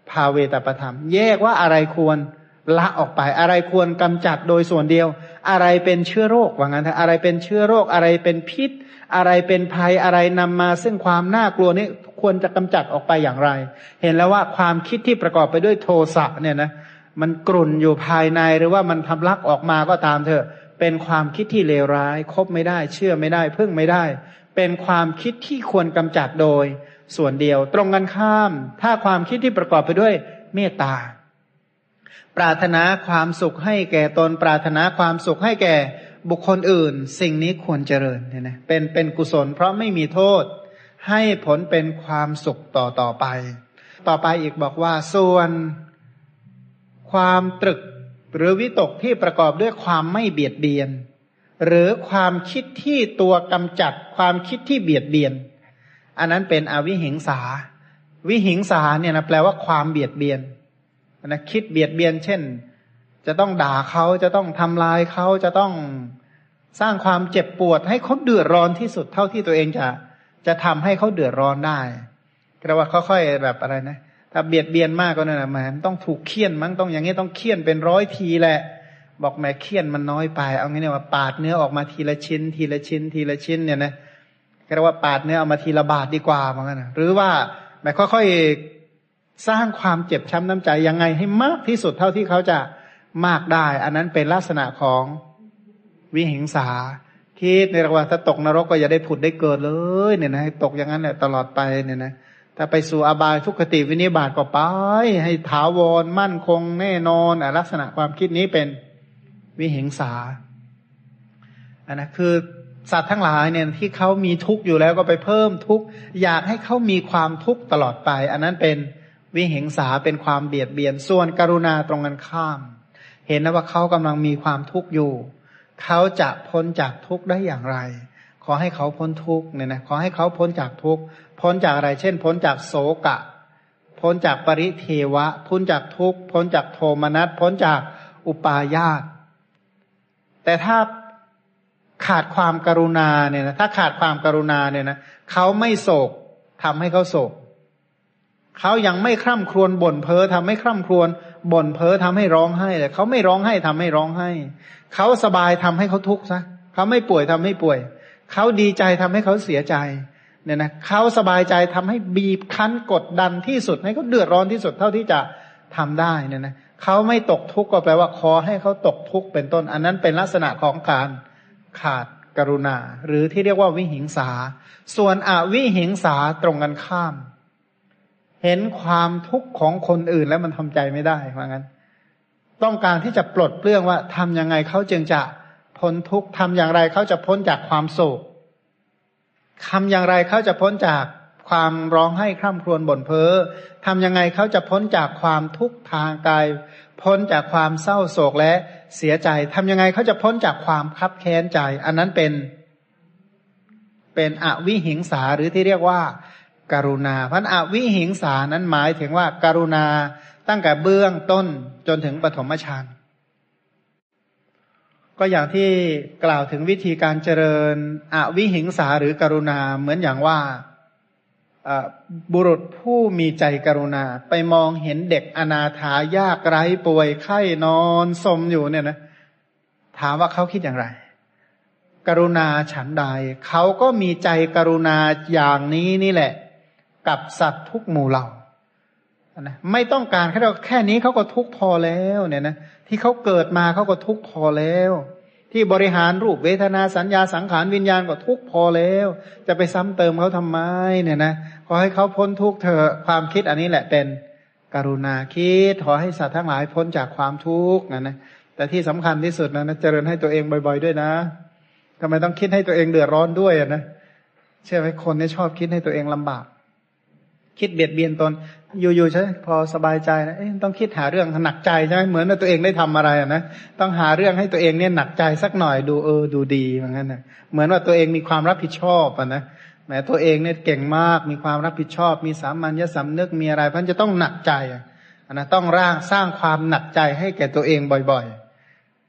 S1: ภาเวตประธรรมแยกว่าอะไรควรละออกไปอะไรควรกำจัดโดยส่วนเดียวอะไรเป็นเชื้อโรคว่างั้นอะไรเป็นเชื้อโรคอะไรเป็นพิษอะไรเป็นภัยอะไรนำมาซึ่งความน่ากลัวนี่ควรจะกำจัดออกไปอย่างไรเห็นแล้วว่าความคิดที่ประกอบไปด้วยโทสะเนี่ยนะมันกรุ่นอยู่ภายในหรือว่ามันทำลักออกมาก็ตามเถอะเป็นความคิดที่เลวร้ายคบไม่ได้เชื่อไม่ได้พึ่งไม่ได้เป็นความคิดที่ควรกำจัดโดยส่วนเดียวตรงกันข้ามถ้าความคิดที่ประกอบไปด้วยเมตตาปรารถนาความสุขให้แก่ตนปรารถนาความสุขให้แก่บุคคลอื่นสิ่งนี้ควรเจริญเนี่ยนะเป็นกุศลเพราะไม่มีโทษให้ผลเป็นความสุขต่อไปอีกบอกว่าส่วนความตรึกหรือวิตกที่ประกอบด้วยความไม่เบียดเบียนหรือความคิดที่ตัวกำจัดความคิดที่เบียดเบียนอันนั้นเป็นอวิหิงสาวิหิงสาเนี่ยนะแปลว่าความเบียดเบียนนะคิดเบียดเบียนเช่นจะต้องด่าเขาจะต้องทำลายเขาจะต้องสร้างความเจ็บปวดให้เขาเดือดร้อนที่สุดเท่าที่ตัวเองจะทำให้เขาเดือดร้อนได้แต่ว่าค่อยๆแบบอะไรนะถ้าเบียดเบียนมากก็นั่นแหละมันต้องถูกเคี่ยนมั้งต้องอย่างนี้ต้องเคี่ยนเป็น100 ทีแหละบอกแม่เคี่ยนมันน้อยไปเอางี้เนี่ยว่าปาดเนื้อออกมาทีละชิ้นทีละชิ้นทีละชิ้นเนี่ยนะเรียกว่าปาดเนื้อเอามาทีละบาทดีกว่าเหมือนกันนะหรือว่าแม่ค่อยๆสร้างความเจ็บช้ำน้ำใจยังไงให้มากที่สุดเท่าที่เขาจะมากได้อันนั้นเป็นลักษณะของวิหิงสาคิดในระหว่างถ้าตกนรกก็อย่าได้ผุดได้เกิดเลยเนี่ยนะให้ตกอย่างนั้นแหละตลอดไปเนี่ยนะถ้าไปสู่อบายทุกขติวินิบาตก็ไปให้ถาวรมั่นคงแน่นอนลักษณะความคิดนี้เป็นวิหิงสาอันนะคือสัตว์ทั้งหลายเนี่ยที่เขามีทุกข์อยู่แล้วก็ไปเพิ่มทุกข์อยากให้เขามีความทุกข์ตลอดไปอันนั้นเป็นวิหิงสาเป็นความเบียดเบียนส่วนกรุณาตรงกันข้ามเห็นนะว่าเขากำลังมีความทุกข์อยู่เขาจะพ้นจากทุกข์ได้อย่างไรขอให้เขาพ้นทุกข์เนี่ยนะขอให้เขาพ้นจากทุกข์พ้นจากอะไรเช่นพ้นจากโศกะพ้นจากปริเทวะพ้นจากทุกข์พ้นจากโทมนัสพ้นจากอุปาญาตแต่ถ้าขาดความกรุณาเนี่ยนะถ้าขาดความกรุณาเนี่ยนะเขาไม่โศกทำให้เขาโศกเขายังไม่คร่ำครวญบ่นเพ้อทำให้คร่ำครวญบ่นเพ้อทำให้ร้องไห้แต่เขาไม่ร้องไห้ทำให้ร้องไห้เขาสบายทำให้เขาทุกข์ซะเขาไม่ป่วยทำให้ป่วยเขาดีใจทำให้เขาเสียใจเนี่ยนะเขาสบายใจทำให้บีบคั้นกดดันที่สุดให้เขาเดือดร้อนที่สุดเท่าที่จะทำได้เนี่ยนะเขาไม่ตกทุกข์ก็แปลว่าขอให้เขาตกทุกข์เป็นต้นอันนั้นเป็นลักษณะของการขาดกรุณาหรือที่เรียกว่าวิหิงสาส่วนอวิหิงสาตรงกันข้ามเห็นความทุกข์ของคนอื่นแล้วมันทำใจไม่ได้ว่างั้นต้องการที่จะปลดเปลื้องว่าทำยังไงเขาจึงจะพ้นทุกข์ทำอย่างไรเขาจะพ้นจากความโศกทำอย่างไรเขาจะพ้นจากความร้องไห้คร่ำครวญบ่นเพ้อทำยังไงเขาจะพ้นจากความทุกข์ทางกายพ้นจากความเศร้าโศกและเสียใจทำยังไงเขาจะพ้นจากความคับแค้นใจอันนั้นเป็นอวิหิงสาหรือที่เรียกว่ากรุณาเพราะอวิหิงสานั้นหมายถึงว่าการุณาตั้งแต่เบื้องต้นจนถึงปฐมฌานก็อย่างที่กล่าวถึงวิธีการเจริญอวิหิงสาหรือกรุณาเหมือนอย่างว่าบุรุษผู้มีใจกรุณาไปมองเห็นเด็กอนาถายากไร้ป่วยไข้นอนสมอยู่เนี่ยนะถามว่าเขาคิดอย่างไรกรุณาฉันใดเขาก็มีใจกรุณาอย่างนี้นี่แหละกับสัตว์ทุกหมู่เหล่านะไม่ต้องการแค่นี้เขาก็ทุกข์พอแล้วเนี่ยนะที่เขาเกิดมาเขาก็ทุกข์พอแล้วที่บริหารรูปเวทนาสัญญาสังขารวิญญาณก็ทุกข์พอแล้วจะไปซ้ำเติมเขาทำไมเนี่ยนะขอให้เขาพ้นทุกข์เถอะความคิดอันนี้แหละเป็นกรุณาคิดขอให้สัตว์ทั้งหลายพ้นจากความทุกข์นะแต่ที่สำคัญที่สุดนะเจริญให้ตัวเองบ่อยๆด้วยนะทำไมต้องคิดให้ตัวเองเดือดร้อนด้วยนะเชื่อไหมคนที่ชอบคิดให้ตัวเองลำบากคิดเบียดเบียนตนอยู่ๆใช่พอสบายใจนะต้องคิดหาเรื่องหนักใจใช่ไหมเหมือนว่าตัวเองได้ทำอะไรนะต้องหาเรื่องให้ตัวเองเนี่ยหนักใจสักหน่อยดูดูดีเหมือนกันนะเหมือนว่าตัวเองมีความรับผิดชอบนะแหมตัวเองเนี่ยเก่งมากมีความรับผิดชอบมีสามัญญสำนึกมีอะไรเพราะจะต้องหนักใจนะต้องสร้างความหนักใจให้แก่ตัวเองบ่อยๆ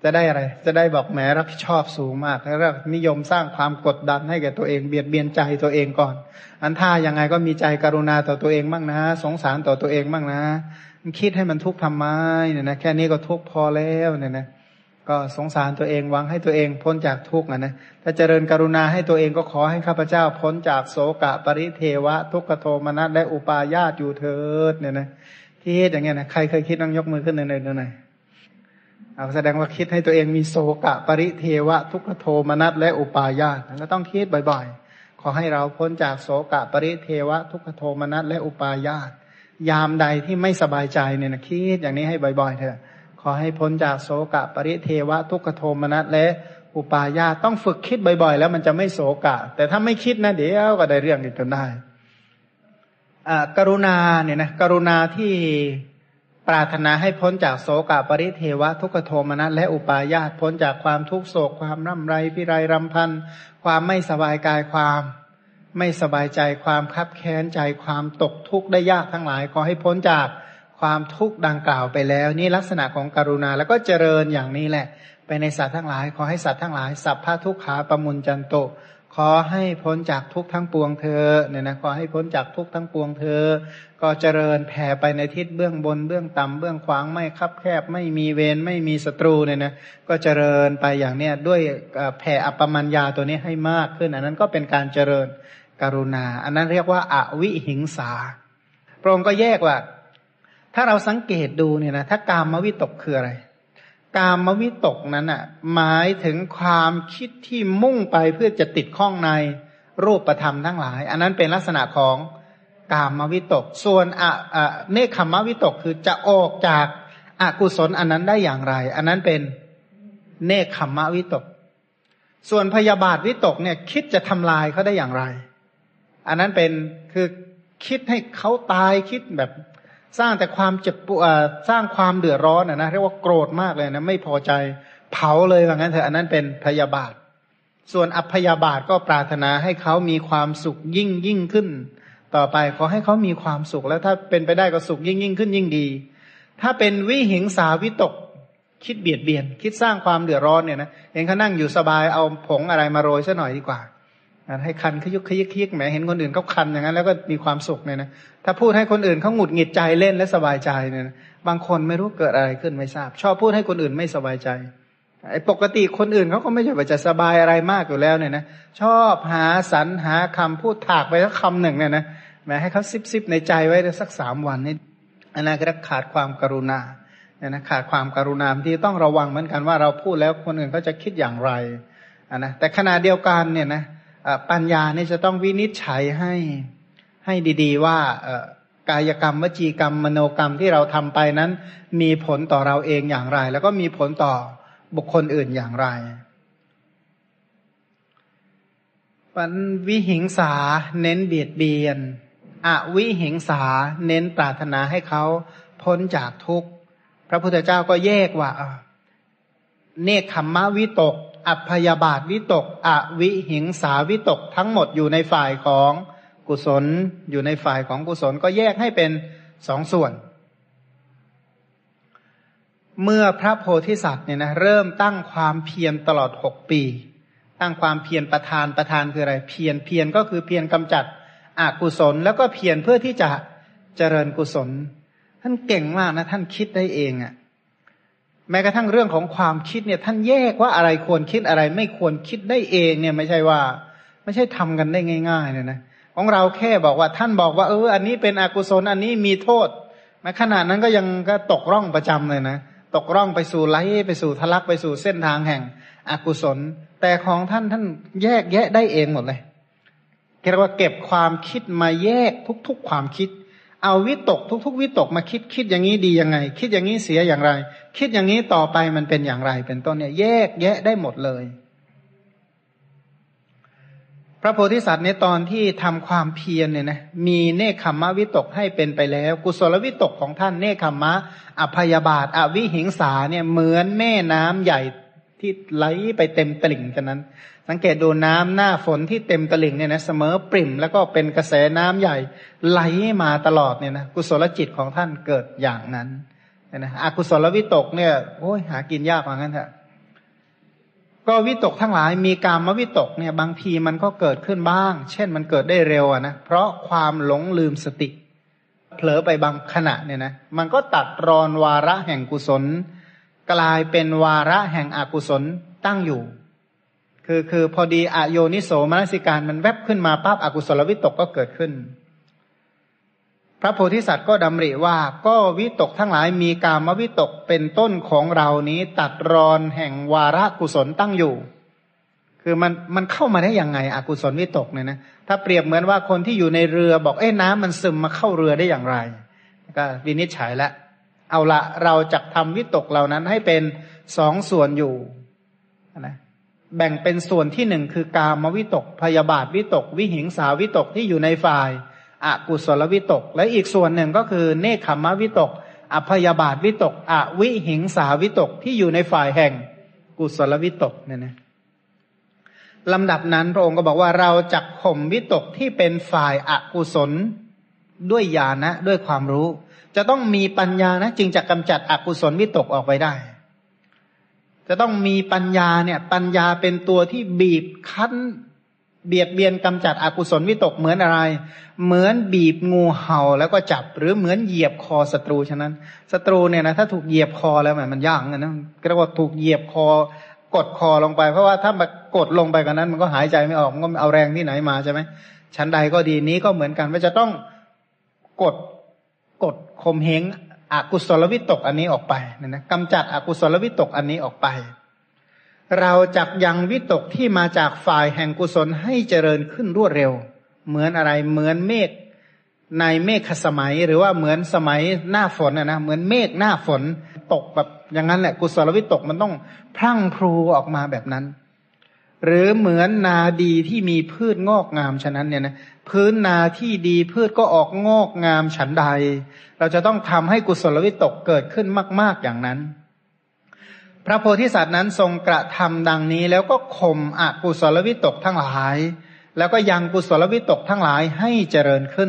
S1: จะได้อะไรจะได้บอกแหมรับผิดชอบสูงมากแล้วนิยมสร้างความกดดันให้แก่ตัวเองเบียดเบียนใจตัวเองก่อนอันถ้ายังไงก็มีใจกรุณาต่อตัวเองบ้างนะสงสารต่อตัวเองบ้างนะคิดให้มันทุกข์ทำไมเนี่ยนะแค่นี้ก็ทุกข์พอแล้วเนี่ยนะก็สงสารตัวเองหวังให้ตัวเองพ้นจากทุกข์นะถ้าเจริญกรุณาให้ตัวเองก็ขอให้ข้าพเจ้าพ้นจากโศกะปริเทวะทุกขโทมนัสและอุปาญาตอยู่เถิดเนี่ยนะคิดอย่างเงี้ยนะใครเคยคิดต้องยกมือขึ้นหน่อยเอาแสดงว่าคิดให้ตัวเองมีโศกะปริเทวะทุกขโทมนัสและอุปาญาตแล้วต้องคิดบ่อยๆขอให้เราพ้นจากโศกะปริเทวะทุกขโทมนัสและอุปาญาตยามใดที่ไม่สบายใจเนี่ยนะคิดอย่างนี้ให้บ่อยๆเถอะขอให้พ้นจากโศกะปริเทวะทุกขโทมนัสและอุปาญาตต้องฝึกคิดบ่อยๆแล้วมันจะไม่โศกะแต่ถ้าไม่คิดนะเดี๋ยวก็ได้เรื่องอีกจนได้กรุณาเนี่ยนะกรุณาที่ปรารถนาให้พ้นจากโศกะปริเทวะทุกขโทมนัสและอุปาญาตพ้นจากความทุกโศกความร่ำไรพิไรรำพันความไม่สบายกายความไม่สบายใจความคับแค้นใจความตกทุกข์ได้ยากทั้งหลายขอให้พ้นจากความทุกข์ดังกล่าวไปแล้วนี่ลักษณะของกรุณาแล้วก็เจริญอย่างนี้แหละไปในสัตว์ทั้งหลายขอให้สัตว์ทั้งหลายสัพพะทุกขาปมุญจันโตขอให้พ้นจากทุกข์ทั้งปวงเธอเนี่ยนะขอให้พ้นจากทุกข์ทั้งปวงเธอก็เจริญแผ่ไปในทิศเบื้องบนเบื้องต่ำเบื้องขวางไม่คับแคบไม่มีเวรไม่มีศัตรูเนี่ยนะก็เจริญไปอย่างเนี้ยด้วยแผ่อัปปมัญญาตัวนี้ให้มากขึ้นอันนั้นก็เป็นการเจริญกรุณาอันนั้นเรียกว่าอวิหิงสาพระองค์ก็แยกว่าถ้าเราสังเกตดูเนี่ยนะถ้ากามวิตกคืออะไรกามวิตกนั้นอ่ะหมายถึงความคิดที่มุ่งไปเพื่อจะติดข้องในรูปธรรมทั้งหลายอันนั้นเป็นลักษณะของกามวิตกส่วนเนคขมวิตกคือจะออกจากอกุศลอันนั้นได้อย่างไรอันนั้นเป็นเนคขมวิตกส่วนพยาบาทวิตกเนี่ยคิดจะทำลายเขาได้อย่างไรอันนั้นเป็นคือคิดให้เขาตายคิดแบบสร้างแต่ความเจ็บปวดสร้างความเดือดร้อนนะเรียกว่าโกรธมากเลยนะไม่พอใจเผาเลยว่างั้นเถอะอันนั้นเป็นพยาบาทส่วนอัพยาบาทก็ปรารถนาให้เขามีความสุขยิ่งขึ้นต่อไปขอให้เขามีความสุขแล้วถ้าเป็นไปได้ก็สุขยิ่งขึ้นยิ่งดีถ้าเป็นวิหิงสาวิตกคิดเบียดเบียนคิดสร้างความเดือดร้อนเนี่ยนะเห็นเขานั่งอยู่สบายเอาผงอะไรมาโรยซะหน่อยดีกว่าให้คันขยุกขยิกแหมเห็นคนอื่นเขาคันอย่างนั้นแล้วก็มีความสุขเนี่ยนะถ้าพูดให้คนอื่นเขาหงุดหงิดใจเล่นและสบายใจเนี่ยนะบางคนไม่รู้เกิดอะไรขึ้นไม่ทราบชอบพูดให้คนอื่นไม่สบายใจไอ้ปกติคนอื่นเขาก็ไม่ใช่ว่าจะสบายอะไรมากอยู่แล้วเนี่ยนะชอบหาสรรหาคำพูดถากไปสักคำหนึ่งเนี่ยนะแหมให้เขาซิบในใจไว้สัก3 วันนี่อันนั้นก็ขาดความกรุณาเนี่ยนะขาดความกรุณาที่ต้องระวังเหมือนกันว่าเราพูดแล้วคนอื่นเขาจะคิดอย่างไรนะแต่ขณะเดียวกันเนี่ยนะปัญญาเนี่ยจะต้องวินิจฉัยให้ดีๆว่ากายกรรมวจีกรรมมโนกรรมที่เราทำไปนั้นมีผลต่อเราเองอย่างไรแล้วก็มีผลต่อบุคคลอื่นอย่างไรปัญวิหิงสาเน้นเบียดเบียนอวิหิงสาเน้นปรารถนาให้เขาพ้นจากทุกข์พระพุทธเจ้าก็แยกว่าเนคขมวิตกอัพยาบาทวิตกอวิหิงสาวิตกทั้งหมดอยู่ในฝ่ายของกุศลอยู่ในฝ่ายของกุศลก็แยกให้เป็น2 ส่วนเมื่อพระโพธิสัตว์เนี่ยนะเริ่มตั้งความเพียรตลอด6 ปีตั้งความเพียรประธานคืออะไรเพียรก็คือเพียรกำจัดอกุศลแล้วก็เพียรเพื่อที่จะเจริญกุศลท่านเก่งมากนะท่านคิดได้เองแม้กระทั่งเรื่องของความคิดเนี่ยท่านแยกว่าอะไรควรคิดอะไรไม่ควรคิดได้เองเนี่ยไม่ใช่ทำกันได้ง่ายๆเลยนะของเราแค่บอกว่าท่านบอกว่าอันนี้เป็นอกุศลอันนี้มีโทษแม้ขนาดนั้นก็ยังก็ตกร่องประจำเลยนะตกร่องไปสู่ไหลไปสู่ทะลักไปสู่เส้นทางแห่งอกุศลแต่ของท่านแยกแยะได้เองหมดเลยเรียกว่าเก็บความคิดมาแยกทุกๆความคิดเอาวิตกทุกๆวิตกมาคิดอย่างนี้ดียังไงคิดอย่างนี้เสียอย่างไรคิดอย่างนี้ต่อไปมันเป็นอย่างไรเป็นต้นเนี่ยแยกแยะได้หมดเลยพระโพธิสัตว์ในตอนที่ทำความเพียรเนี่ยนะมีเนคขมวิตกให้เป็นไปแล้วกุศลวิตกของท่านเนคขมะอพยาบาทอวิหิงสาเนี่ยเหมือนแม่น้ำใหญ่ที่ไหลไปเต็มตลิ่งฉะนั้นสังเกตดูน้ำหน้าฝนที่เต็มตลิ่งเนี่ยนะเสมอปริ่มแล้วก็เป็นกระแสน้ำใหญ่ไหลมาตลอดเนี่ยนะกุศลจิตของท่านเกิดอย่างนั้นนะอกุศลวิตกเนี่ยโอ้ยหากินยากเหมือนกันเถอะก็วิตกทั้งหลายมีกามวิตกเนี่ยบางทีมันก็เกิดขึ้นบ้างเช่นมันเกิดได้เร็วนะเพราะความหลงลืมสติเผลอไปบางขณะเนี่ยนะมันก็ตัดรอนวาระแห่งกุศลกลายเป็นวาระแห่งอกุศลตั้งอยู่คือพอดีอโยนิโสมนสิการมันแวบขึ้นมาปั๊บอกุศลวิตกก็เกิดขึ้นพระโพธิสัตว์ก็ดำริว่าก็วิตกทั้งหลายมีกามวิตกเป็นต้นของเรานี้ตัดรอนแห่งวาระกุศลตั้งอยู่คือมันเข้ามาได้ยังไงอกุศลวิตกเนี่ยนะถ้าเปรียบเหมือนว่าคนที่อยู่ในเรือบอกน้ำมันซึมมาเข้าเรือได้อย่างไรก็วินิจฉัยแล้วเอาละเราจะทำวิตกเหล่านั้นให้เป็นสองส่วนอยู่นะแบ่งเป็นส่วนที่หนึ่งคือกามวิตกพยาบาทวิตกวิหิงสาวิตกที่อยู่ในฝ่ายอกุศลวิตกและอีกส่วนหนึ่งก็คือเนคขมวิตกอพยาบาทวิตกอวิหิงสาวิตกที่อยู่ในฝ่ายแห่งกุศลวิตกเนี่ยนะลำดับนั้นพระองค์ก็บอกว่าเราจักข่มวิตกที่เป็นฝ่ายอกุศลด้วยญาณะด้วยความรู้จะต้องมีปัญญานะจึงจะกำจัดอกุศลวิตกออกไปได้จะต้องมีปัญญาเนี่ยปัญญาเป็นตัวที่บีบคั้นเบียดเบียนกำจัดอกุศลวิตกเหมือนอะไรเหมือนบีบงูเห่าแล้วก็จับหรือเหมือนเหยียบคอศัตรูฉะนั้นศัตรูเนี่ยนะถ้าถูกเหยียบคอแล้วมันยากนะก็เรียกว่าถูกเหยียบคอกดคอลงไปเพราะว่าถ้ามากดลงไปกันนั้นมันก็หายใจไม่ออกมันก็เอาแรงที่ไหนมาใช่ไหมชั้นใดก็ดีนี้ก็เหมือนกันว่าจะต้องกดข่มเหงอกุศลวิตกอันนี้ออกไปนะกำจัดอกุศลวิตกอันนี้ออกไปเราจักยังวิตกที่มาจากฝ่ายแห่งกุศลให้เจริญขึ้นรวดเร็วเหมือนอะไรเหมือนเมฆในเมฆสมัยหรือว่าเหมือนสมัยหน้าฝนนะเหมือนเมฆหน้าฝนตกแบบอย่างนั้นแหละกุศลวิตกมันต้องพรั่งพรูออกมาแบบนั้นหรือเหมือนนาดีที่มีพืชงอกงามฉะนั้นเนี่ยนะพื้นนาที่ดีพืชก็ออกงอกงามฉันใดเราจะต้องทำให้กุศลวิตกเกิดขึ้นมากๆอย่างนั้นพระโพธิสัตว์นั้นทรงกระทำดังนี้แล้วก็ข่มอกุศลวิตกทั้งหลายแล้วก็ยังกุศลวิตกทั้งหลายให้เจริญขึ้น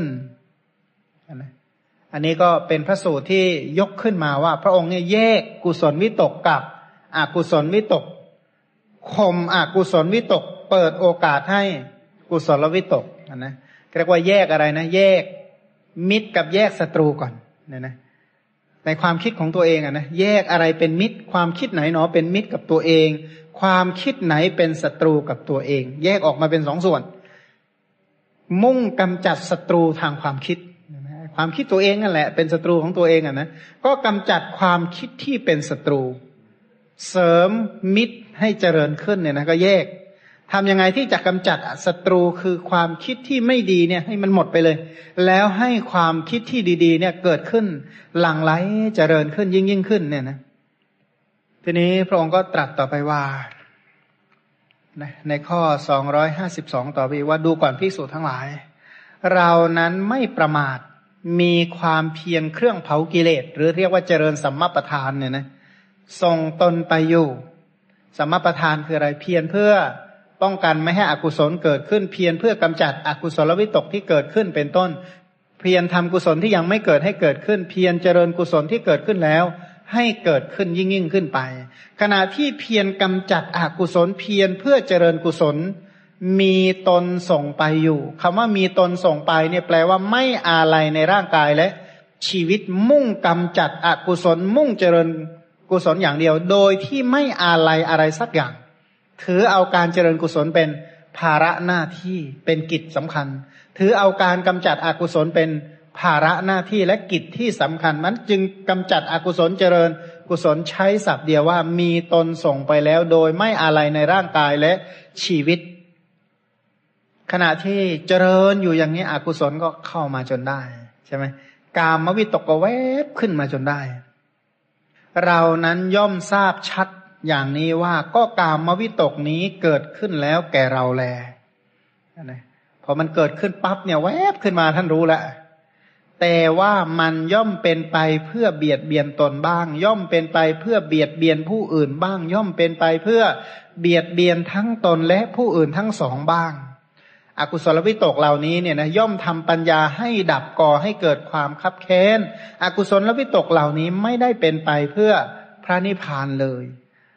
S1: อันนี้ก็เป็นพระสูตรที่ยกขึ้นมาว่าพระองค์เนี่ยแยกกุศลวิตกกับอกุศลวิตกข่มอกุศลวิตกเปิดโอกาสให้กุศลวิตกนะเรียกว่าแยกอะไรนะแยกมิตรกับแยกศัตรูก่อนเนี่ยนะในความคิดของตัวเองนะแยกอะไรเป็นมิตรความคิดไหนหนอเป็นมิตรกับตัวเองความคิดไหนเป็นศัตรูกับตัวเองแยกออกมาเป็นสองส่วนมุ่งกำจัดศัตรูทางความคิดความคิดตัวเองนั่นแหละเป็นศัตรูของตัวเองนะก็กำจัดความคิดที่เป็นศัตรูเสริมมิตรให้เจริญขึ้นเนี่ยนะก็แยกทำยังไงที่จะกำจัดศัตรูคือความคิดที่ไม่ดีเนี่ยให้มันหมดไปเลยแล้วให้ความคิดที่ดีๆเนี่ยเกิดขึ้นหลั่งไหลเจริญขึ้นยิ่งขึ้นเนี่ยนะทีนี้พระองค์ก็ตรัสต่อไปว่าในข้อ252ต่อไปว่าดูก่อนภิกษุทั้งหลายเรานั้นไม่ประมาทมีความเพียรเครื่องเผากิเลสหรือเรียกว่าเจริญสัมมาประธานเนี่ยนะส่งตนไปอยู่สัมมาประธานคืออะไรเพียรเพื่อป้องกันไม่ให้อกุศลเกิดขึ้นเพียรเพื่อกำจัดอกุศลวิตกที่เกิดขึ้นเป็นต้นเพียรทำกุศลที่ยังไม่เกิดให้เกิดขึ้นเพียรเจริญกุศลที่เกิดขึ้นแล้วให้เกิดขึ้นยิ่งขึ้นไปขณะที่เพียรกำจัดอกุศลเพียรเพื่อเจริญกุศลมีตนส่งไปอยู่คำว่ามีตนส่งไปเนี่ยแปลว่าไม่อาลัยในร่างกายและชีวิตมุ่งกำจัดอกุศลมุ่งเจริญกุศลอย่างเดียวโดยที่ไม่อาลัยอะไรสักอย่างถือเอาการเจริญกุศลเป็นภาระหน้าที่เป็นกิจสำคัญถือเอาการกำจัดอกุศลเป็นภาระหน้าที่และกิจที่สำคัญมันจึงกำจัดอกุศลเจริญกุศลใช้ศัพท์เดียวว่ามีตนส่งไปแล้วโดยไม่อาลัยในร่างกายและชีวิตขณะที่เจริญอยู่อย่างนี้อกุศลก็เข้ามาจนได้ใช่ไหมกามวิตกก็แวบขึ้นมาจนได้เรานั้นย่อมทราบชัดอย่างนี้ว่าก็กามวิตกนี้เกิดขึ้นแล้วแก่เราแลนะพอมันเกิดขึ้นปั๊บเนี่ยแวบขึ้นมาท่านรู้แล้วแต่ว่ามันย่อมเป็นไปเพื่อเบียดเบียนตนบ้างย่อมเป็นไปเพื่อเบียดเบียนผู้อื่นบ้างย่อมเป็นไปเพื่อเบียดเบียนทั้งตนและผู้อื่นทั้งสองบ้างอกุศลวิตกเหล่านี้เนี่ยนะย่อมทำปัญญาให้ดับก่อให้เกิดความคับแค้นอกุศลวิตกเหล่านี้ไม่ได้เป็นไปเพื่อพระนิพพานเลย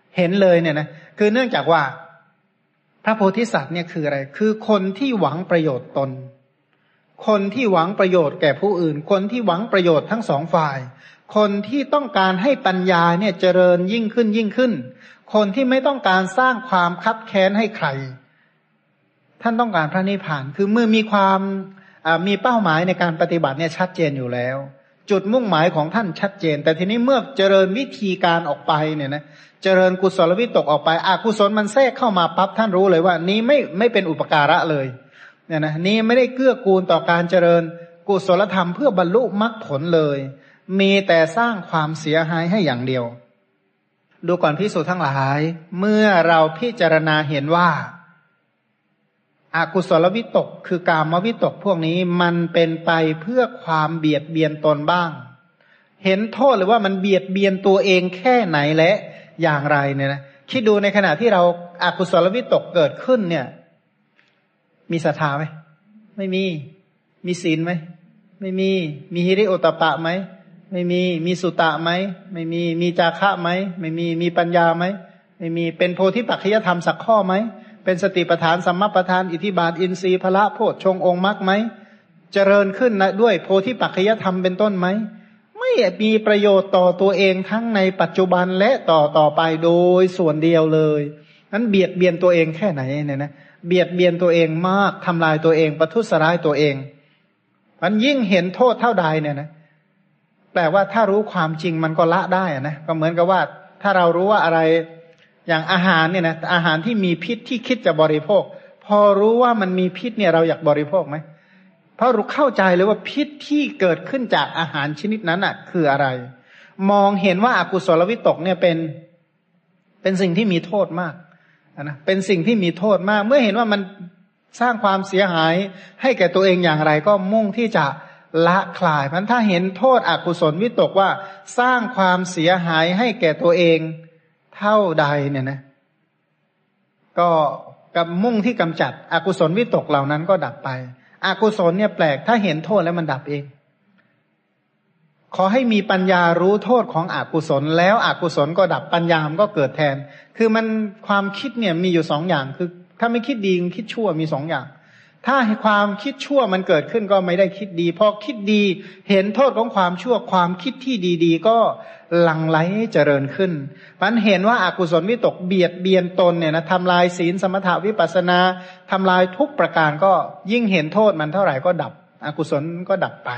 S1: เห็นเลยเนี่ยนะคือเนื่องจากว่าพระโพธิสัตว์เนี่ยคืออะไรคือคนที่หวังประโยชน์ตนคนที่หวังประโยชน์แก่ผู้อื่นคนที่หวังประโยชน์ทั้งสองฝ่ายคนที่ต้องการให้ปัญญาเนี่ยเจริญยิ่งขึ้นคนที่ไม่ต้องการสร้างความคับแค้นให้ใครท่านต้องการพระนิพพานคือเมื่อมีความมีเป้าหมายในการปฏิบัติเนี่ยชัดเจนอยู่แล้วจุดมุ่งหมายของท่านชัดเจนแต่ทีนี้เมื่อเจริญวิธีการออกไปเนี่ยนะเจริญกุศลวิตกออกไปอกุศลมันแทรกเข้ามาปั๊บท่านรู้เลยว่านี้ไม่เป็นอุปการะเลยเนี่ยนะนี้ไม่ได้เกื้อกูลต่อการเจริญกุศลธรรมเพื่อบรรลุมรรคผลเลยมีแต่สร้างความเสียหายให้อย่างเดียวดูก่อนภิกษุทั้งหลายเมื่อเราพิจารณาเห็นว่าอกุศลวิตกคือกามวิตกพวกนี้มันเป็นไปเพื่อความเบียดเบียนตนบ้างเห็นโทษหรือว่ามันเบียดเบียนตัวเองแค่ไหนและอย่างไรเนี่ยนะคิดดูในขณะที่เราอกุศลวิตกเกิดขึ้นเนี่ยมีศรัทธาไหมไม่มีศีลไหมไม่มีหิริโอตตัปปะไหมไม่มีสุตะไหมไม่มีจาคะไหมไม่มีปัญญาไหมไม่มีเป็นโพธิปัจจยธรรมสักข้อไหมเป็นสติปัฏฐานสัมมาปัฏฐานอิทธิบาทอินทรีย์พละโพชฌงค์องค์มรรคไหมเจริญขึ้นนะด้วยโพธิปัจจยธรรมเป็นต้นไหมไม่มีประโยชน์ต่อตัวเองทั้งในปัจจุบันและต่อไปโดยส่วนเดียวเลยนั้นเบียดเบียนตัวเองแค่ไหนเนี่ยนะเบียดเบียนตัวเองมากทำลายตัวเองประทุษร้ายตัวเองมันยิ่งเห็นโทษเท่าใดเนี่ยนะแปลว่าถ้ารู้ความจริงมันก็ละได้นะก็เหมือนกับว่าถ้าเรารู้ว่าอะไรอย่างอาหารเนี่ยนะอาหารที่มีพิษที่คิดจะบริโภคพอรู้ว่ามันมีพิษเนี่ยเราอยากบริโภคไหมเพราะรู้เข้าใจเลยว่าพิษที่เกิดขึ้นจากอาหารชนิดนั้นอ่ะคืออะไรมองเห็นว่าอกุศลวิตกเนี่ยเป็นสิ่งที่มีโทษมากนะเป็นสิ่งที่มีโทษมากเมื่อเห็นว่ามันสร้างความเสียหายให้แก่ตัวเองอย่างไรก็มุ่งที่จะละคลายเพราะถ้าเห็นโทษอกุศลวิตกว่าสร้างความเสียหายให้แก่ตัวเองเท่าใดเนี่ยนะก็กับมุ่งที่กำจัดอกุศลวิตกเหล่านั้นก็ดับไปอกุศลเนี่ยแปลกถ้าเห็นโทษแล้วมันดับเองขอให้มีปัญญารู้โทษของอกุศลแล้วอกุศลก็ดับปัญญามก็เกิดแทนคือมันความคิดเนี่ยมีอยู่สองอย่างคือถ้าไม่คิดดีคิดชั่วมีสองอย่างถ้าความคิดชั่วมันเกิดขึ้นก็ไม่ได้คิดดีพอคิดดีเห็นโทษของความชั่วความคิดที่ดีๆก็หลั่งไหลเจริญขึ้นมันเห็นว่าอกุศลวิตกเบียดเบียนตนเนี่ยนะทำลายศีลสมถะวิปัสสนาทำลายทุกประการก็ยิ่งเห็นโทษมันเท่าไหร่ก็ดับอกุศลก็ดับไป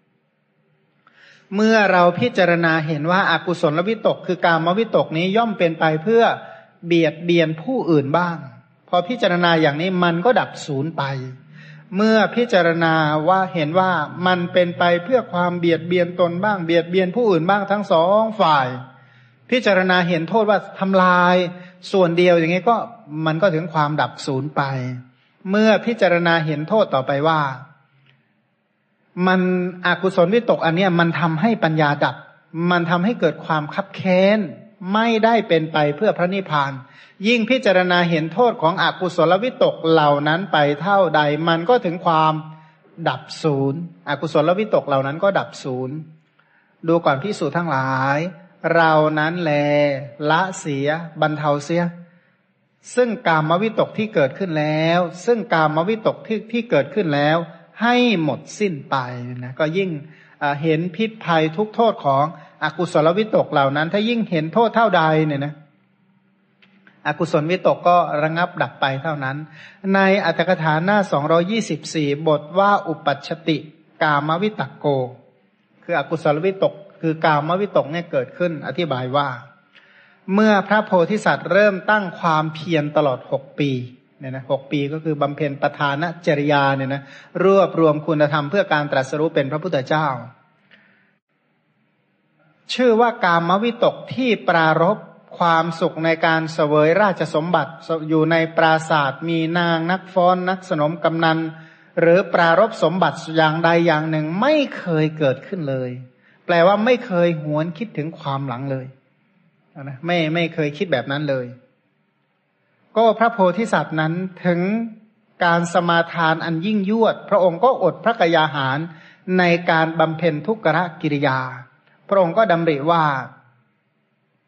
S1: เมื่อเราพิจารณาเห็นว่าอากุศลวิตกคือกามวิตกนี้ย่อมเป็นไปเพื่อเบียดเบียนผู้อื่นบ้างพอพิจารณาอย่างนี้มันก็ดับสูญไปเมื่อพิจารณาว่าเห็นว่ามันเป็นไปเพื่อความเบียดเบียนตนบ้างเบียดเบียนผู้อื่นบ้างทั้งสองฝ่ายพิจารณาเห็นโทษว่าทำลายส่วนเดียวอย่างนี้ก็มันก็ถึงความดับสูญไปเมื่อพิจารณาเห็นโทษต่อไปว่ามันอกุศลวิตกอันเนี้ยมันทำให้ปัญญาดับมันทำให้เกิดความคับแค้นไม่ได้เป็นไปเพื่อพระนิพพานยิ่งพิจารณาเห็นโทษของอกุศลวิตกเหล่านั้นไปเท่าใดมันก็ถึงความดับศูนย์อกุศลวิตกเหล่านั้นก็ดับศูนย์ดูก่อนภิกษุทั้งหลายเรานั้นแลละเสียบรรเทาเสียซึ่งกามวิตกที่เกิดขึ้นแล้วซึ่งกามวิตกที่เกิดขึ้นแล้วให้หมดสิ้นไปนะก็ยิ่งเห็นพิษภัยทุกโทษของอกุศลวิตกเหล่านั้นถ้ายิ่งเห็นโทษเท่าใดเนี่ยนะอกุศลวิตกก็ระงับดับไปเท่านั้นในอรรถกถาหน้า224บทว่าอุปัชชติกามวิตกโกคืออกุศลวิตกคือกามวิตกเนี่ยเกิดขึ้นอธิบายว่าเมื่อพระโพธิสัตว์เริ่มตั้งความเพียรตลอด6 ปีเนี่ยนะ6 ปีก็คือบำเพ็ญปทานจริยาเนี่ยนะรวบรวมคุณธรรมเพื่อการตรัสรู้เป็นพระพุทธเจ้าชื่อว่ากามวิตกที่ปรารภความสุขในการเสวยราชสมบัติอยู่ในปราสาทมีนางนักฟ้อนนักสนมกำนันหรือปรารภสมบัติอย่างใดอย่างหนึ่งไม่เคยเกิดขึ้นเลยแปลว่าไม่เคยหวนคิดถึงความหลังเลยนะไม่เคยคิดแบบนั้นเลยก็พระโพธิสัตว์นั้นถึงการสมาทานอันยิ่งยวดพระองค์ก็อดพระกยาหารในการบำเพ็ญทุกขกิริยาพระองค์ก็ดำริว่า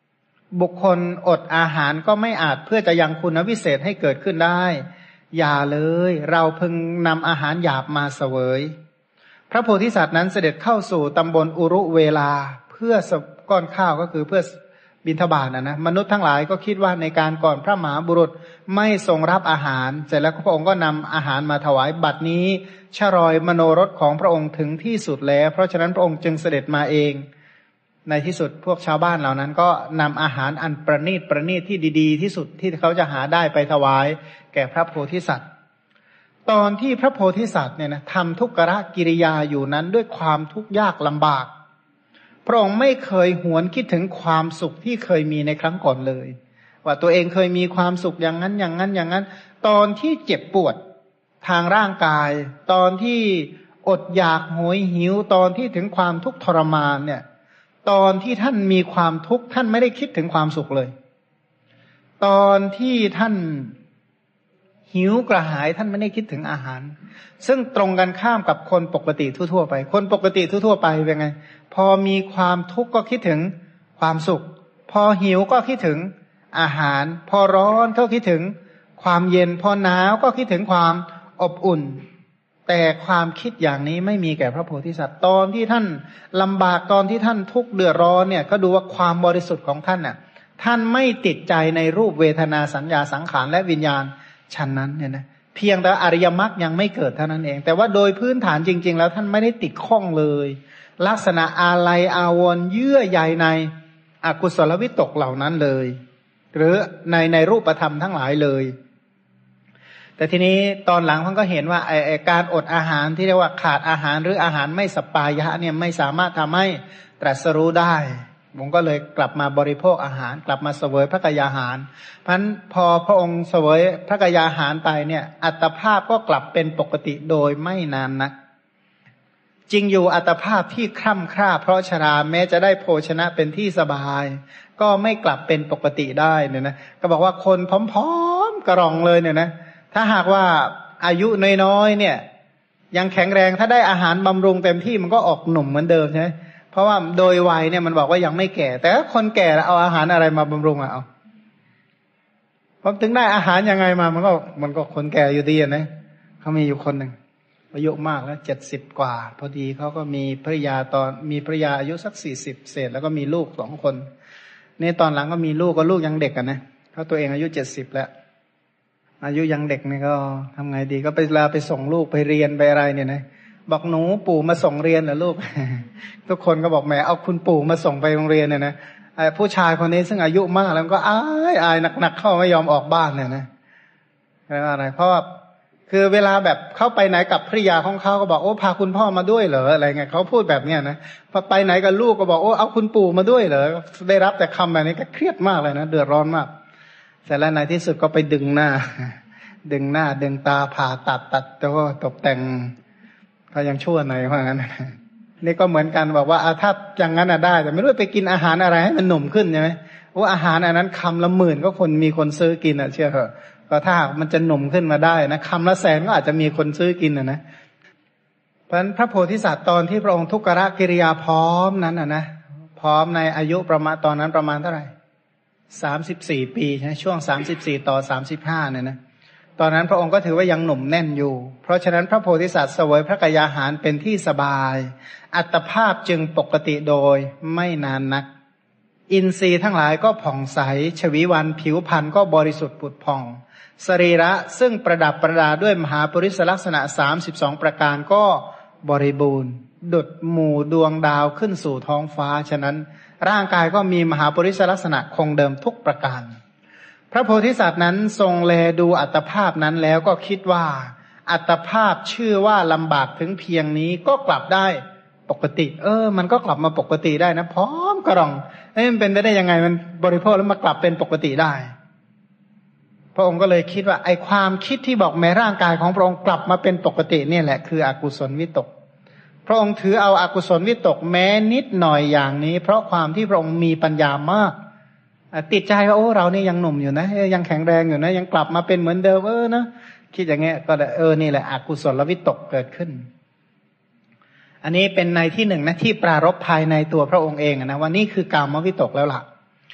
S1: บุคคลอดอาหารก็ไม่อาจเพื่อจะยังคุณวิเศษให้เกิดขึ้นได้อย่าเลยเราพึงนำอาหารหยาบมาเสวยพระโพธิสัตว์นั้นเสด็จเข้าสู่ตำบลอุรุเวลาเพื่อก้อนข้าวก็คือเพื่อบิณฑบาตนะมนุษย์ทั้งหลายก็คิดว่าในการก่อนพระมหาบุรุษไม่ทรงรับอาหารเสร็จแล้วพระองค์ก็นำอาหารมาถวายบัดนี้ชรอยมโนรสของพระองค์ถึงที่สุดแล้วเพราะฉะนั้นพระองค์จึงเสด็จมาเองในที่สุดพวกชาวบ้านเหล่านั้นก็นำอาหารอันประณีตที่ดีๆที่สุดที่เขาจะหาได้ไปถวายแก่พระโพธิสัตว์ตอนที่พระโพธิสัตว์เนี่ยนะทำทุกขกิริยาอยู่นั้นด้วยความทุกข์ยากลำบากพระองค์ไม่เคยหวนคิดถึงความสุขที่เคยมีในครั้งก่อนเลยว่าตัวเองเคยมีความสุขอย่างนั้นอย่างนั้นตอนที่เจ็บปวดทางร่างกายตอนที่อดอยากโหยหิวตอนที่ถึงความทุกข์ทรมานเนี่ยตอนที่ท่านมีความทุกข์ท่านไม่ได้คิดถึงความสุขเลยตอนที่ท่านหิวกระหายท่านไม่ได้คิดถึงอาหารซึ่งตรงกันข้ามกับคนปกติทั่วๆไปคนปกติทั่วๆไปเป็นไงพอมีความทุกข์ก็คิดถึงความสุขพอหิวก็คิดถึงอาหารพอร้อนก็คิดถึงความเย็นพอหนาวก็คิดถึงความอบอุ่นแต่ความคิดอย่างนี้ไม่มีแก่พระโพธิสัตว์ตอนที่ท่านลำบากตอนที่ท่านทุกข์เดือดร้อนเนี่ยก็ดูว่าความบริสุทธิ์ของท่านน่ะท่านไม่ติดใจในรูปเวทนาสัญญาสังขารและวิญญาณฉันนั้นเนี่ยนะเพียงแต่อริยมรรคยังไม่เกิดเท่านั้นเองแต่ว่าโดยพื้นฐานจริงๆแล้วท่านไม่ได้ติดข้องเลยลักษณะอาลัยอาวรณ์เยื่อใยในอกุศลวิตกเหล่านั้นเลยหรือในรูปธรรมทั้งหลายเลยแต่ทีนี้ตอนหลังท่านก็เห็นว่าการอดอาหารที่เรียกว่าขาดอาหารหรืออาหารไม่สปายะเนี่ยไม่สามารถทำให้ตรัสรู้ได้ผมก็เลยกลับมาบริโภคอาหารกลับมาเสวยพระกยาหารเพราะฉะนั้นพอพระองค์เสวยพระกยาหารไปเนี่ยอัตภาพก็กลับเป็นปกติโดยไม่นานนักจริงอยู่อัตภาพที่คร่ำคร่าเพราะชราแม้จะได้โภชนะเป็นที่สบายก็ไม่กลับเป็นปกติได้เนี่ยนะก็บอกว่าคนผอมๆกระรองเลยเนี่ยนะถ้าหากว่าอายุน้อยๆเนี่ยยังแข็งแรงถ้าได้อาหารบำรุงเต็มที่มันก็ออกหนุ่มเหมือนเดิมใช่ไหมเพราะว่าโดยวัยเนี่ยมันบอกว่ายังไม่แก่แต่ถ้าคนแก่เอาอาหารอะไรมาบำรุงเอาพอถึงได้อาหารยังไงมามันก็คนแก่อยู่ดีนะเขามีอยู่คนหนึ่งอายุมากแล้ว70 กว่าพอดีเขาก็มีภรรยามีภรรยาอายุสัก40เศษแล้วก็มีลูก2 คนนี่ตอนหลังก็มีลูกก็ลูกยังเด็กกันนะเขาตัวเองอายุ70แล้วอายุยังเด็กนี่ก็ทำไงดีก็ไปลาไปส่งลูกไปเรียนไปอะไรเนี่ยนะบอกหนูปู่มาส่งเรียนเหรอลูก ทุกคนก็บอกแหมเอาคุณปู่มาส่งไปโรงเรียนเนี่ยนะผู้ชายคนนี้ซึ่งอายุมากแล้วก็อายหนักเข้าไม่ยอมออกบ้านเนี่ยนะอะไรเพราะว่าคือเวลาแบบเข้าไปไหนกับภรรยาของเขาก็บอกโอ้พาคุณพ่อมาด้วยเหรออะไรเงี้ยเขาพูดแบบเนี้ยนะพอไปไหนกับลูกก็บอกโอ้เอาคุณปู่มาด้วยเหรอได้รับแต่คำแบบนี้ก็เครียดมากเลยนะเดือดร้อนมากเสร็จแล้วในที่สุดก็ไปดึงหน้าดึงตาผ่าตัดแล้วก็ตกแต่งก็ยังชั่วหน่อยว่างั้นนี่ก็เหมือนกันบอกว่าถ้าอย่างนั้นได้แต่ไม่รู้ไปกินอาหารอะไรให้มันหนุ่มขึ้นใช่ไหมว่าอาหารอันนั้นคำละหมื่นก็มีคนซื้อกินเชื่อเถอะก็ถ้าหากมันจะหนุ่มขึ้นมาได้นะคำละแสนก็อาจจะมีคนซื้อกินนะเพราะฉะนั้นพระโพธิสัตว์ตอนที่พระองค์ทุกขกิริยาพร้อมนั้นนะพร้อมในอายุประมาณตอนนั้นประมาณเท่าไหร่34 ปีใช่ช่วง34ต่อ35เนี่ยนะตอนนั้นพระองค์ก็ถือว่ายังหนุ่มแน่นอยู่เพราะฉะนั้นพระโพธิสัตว์เสวยพระกยาหารเป็นที่สบายอัตภาพจึงปกติโดยไม่นานนักอินทรีย์ทั้งหลายก็ผ่องใสชวีวันผิวพรรณก็บริสุทธิ์ผุดผ่องสรีระซึ่งประดับประดาด้วยมหาปริศลักษณะ32ประการก็บริบูรณ์ดุจหมู่ดวงดาวขึ้นสู่ท้องฟ้าฉะนั้นร่างกายก็มีมหาปริศลักษณะคงเดิมทุกประการพระโพธิสัตว์นั้นทรงแลดูอัตภาพนั้นแล้วก็คิดว่าอัตภาพชื่อว่าลำบากถึงเพียงนี้ก็กลับได้ปกติมันก็กลับมาปกติได้นะพร้อมกระรองมันเป็นไปได้ยังไงมันบริโภคแล้วมากลับเป็นปกติได้พระองค์ก็เลยคิดว่าไอ้ความคิดที่บอกแม้ร่างกายของพระองค์กลับมาเป็นปกติเนี่ยแหละคืออกุศลวิตกพระองค์ถือเอาอกุศลวิตกแม้นิดหน่อยอย่างนี้เพราะความที่พระองค์มีปัญญามากติดใจว่าเรานี่ยังหนุ่มอยู่นะยังแข็งแรงอยู่นะยังกลับมาเป็นเหมือนเดิมนะคิดอย่างเงี้ยก็นี่แหละอกุศลวิตกเกิดขึ้นอันนี้เป็นในที่หนึ่งนะที่ปรารภภายในตัวพระองค์เองนะว่านี่คือกามวิตกแล้วล่ะพ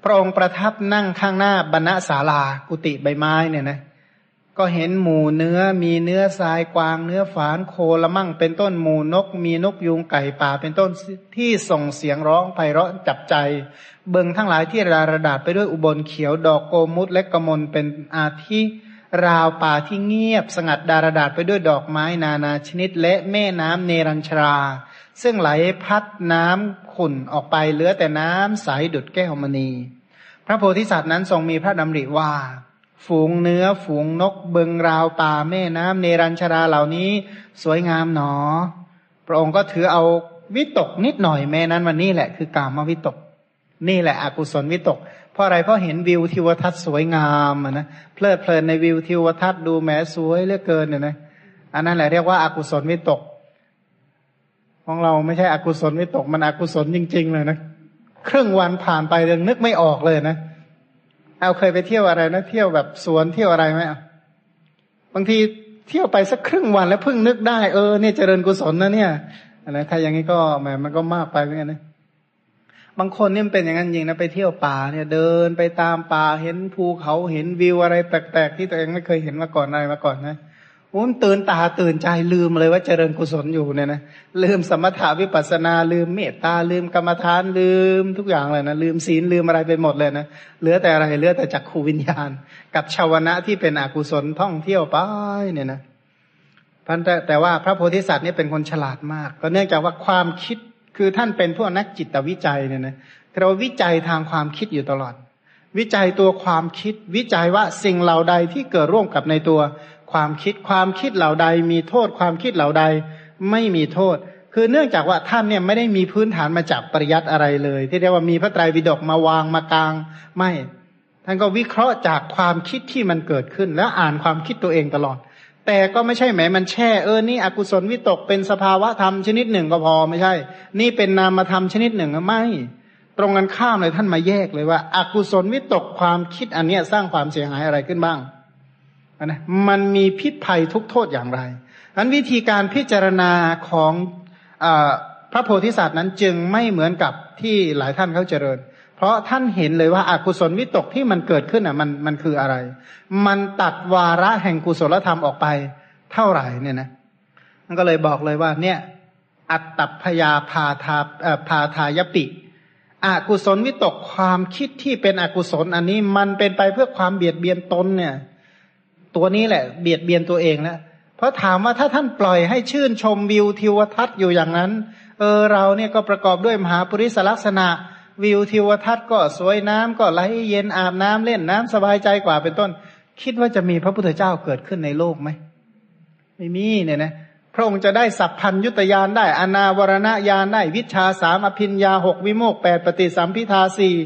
S1: ระองค์ประทับนั่งข้างหน้าบรรณศาลากุฏิใบไม้เนี่ยนะก็เห็นหมู่เนื้อมีเนื้อทรายกวางเนื้อฝานโคละมั่งเป็นต้นหมู่นกมีนกยูงไก่ป่าเป็นต้นที่ส่งเสียงร้องไพเราะจับใจเบิ่งทั้งหลายที่ระดาษไปด้วยอุบลเขียวดอกโกมุตและกมลเป็นอาทิราวป่าที่เงียบสงัดดารดาษไปด้วยดอกไม้นานาชนิดและแม่น้ำเนรัญชราซึ่งไหลพัดน้ำขุ่นออกไปเหลือแต่น้ำใสดุจแก้วมณีพระโพธิสัตว์นั้นทรงมีพระดำริว่าฝูงเนื้อฝูงนกเบิงราวป่าแม่น้ำเนรัญชราเหล่านี้สวยงามหนอพระองค์ก็ถือเอาวิตกนิดหน่อยแม้นั้นวันนี้แหละคือกามวิตกนี่แหละอกุศลวิตกเพราะอะไรเพราะเห็นวิวทิวทัศน์สวยงามนะเพลิดเพลินในวิวทิวทัศน์ดูแหมสวยเหลือเกินเนี่ยนะอันนั้นแหละเรียกว่าอกุศลวิตกของเราไม่ใช่อกุศลวิตกมันอกุศลจริงๆเลยนะครึ่งวันผ่านไปยังนึกไม่ออกเลยนะเอาเคยไปเที่ยวอะไรนะเที่ยวแบบสวนเที่ยวอะไรไหมบางทีเที่ยวไปสักครึ่งวันแล้วเพิ่งนึกได้เนี่ยเจริญกุศลนะเนี่ยอะไรถ้าอย่างนี้ก็แหมมันก็มากไปเหมือนกันนะบางคนนี่มันเป็นอย่างนั้นจริงนะไปเที่ยวป่าเนี่ยเดินไปตามป่าเห็นภูเขาเห็นวิวอะไรแปลกๆที่ตัวเองไม่เคยเห็นมาก่อนอะไรมาก่อนนะมันตื่นตาตื่นใจลืมเลยว่าเจริญกุศลอยู่เนี่ยนะลืมสมถะวิปัสสนาลืมเมตตาลืมกรรมฐานลืมทุกอย่างเลยนะลืมศีลลืมอะไรไปหมดเลยนะเหลือแต่อะไรเหลือแต่จักขูวิญญาณกับชาวนะที่เป็นอกุศลท่องเที่ยวไปเนี่ยนะแต่ว่าพระโพธิสัตว์นี่เป็นคนฉลาดมากก็เนื่องจากว่าความคิดคือท่านเป็นพวกนักจิตวิจัยเนี่ยนะเราวิจัยทางความคิดอยู่ตลอดวิจัยตัวความคิดวิจัยว่าสิ่งเหล่าใดที่เกิดร่วมกับในตัวความคิดเหล่าใดมีโทษความคิดเหล่าใดไม่มีโทษคือเนื่องจากว่าท่านเนี่ยไม่ได้มีพื้นฐานมาจากปริยัติอะไรเลยที่เรียกว่ามีพระไตรปิฎกมาวางมากลางไม่ท่านก็วิเคราะห์จากความคิดที่มันเกิดขึ้นแล้วอ่านความคิดตัวเองตลอดแต่ก็ไม่ใช่แหมมันแช่นี่อกุศลวิตกเป็นสภาวะธรรมชนิดหนึ่งก็พอไม่ใช่นี่เป็นนามธรรมชนิดหนึ่งไม่ตรงกันข้ามเลยท่านมาแยกเลยว่าอกุศลวิตกความคิดอันเนี้ยสร้างความเสียหายอะไรขึ้นบ้างนะมันมีพิษภัยทุกโทษอย่างไรอันวิธีการพิจารณาของพระโพธิสัตว์นั้นจึงไม่เหมือนกับที่หลายท่านเขาเจริญเพราะท่านเห็นเลยว่าอกุศลวิตกที่มันเกิดขึ้นมันคืออะไรมันตัดวาระแห่งกุศลธรรมออกไปเท่าไหร่เนี่ยนะมันก็เลยบอกเลยว่าเนี่ยอัตตัพยาพาทายปิอกุศลวิตกความคิดที่เป็นอกุศลอันนี้มันเป็นไปเพื่อความเบียดเบียนตนเนี่ยตัวนี้แหละเบียดเบียนตัวเองแล้วเพราะถามว่าถ้าท่านปล่อยให้ชื่นชมวิวทิวทัศน์อยู่อย่างนั้นเราเนี่ยก็ประกอบด้วยมหาปริศลักษณะวิวทิวทัศน์ก็สวยน้ำก็ไหลเย็นอาบน้ำเล่นน้ำสบายใจกว่าเป็นต้นคิดว่าจะมีพระพุทธเจ้าเกิดขึ้นในโลกไหมไม่มีเนี่ยนะพระองค์จะได้สัพพัญญุตญาณได้อนาวรณญาณได้วิชชา3อภิญญา6วิโมกข์8ปฏิสัมภิทา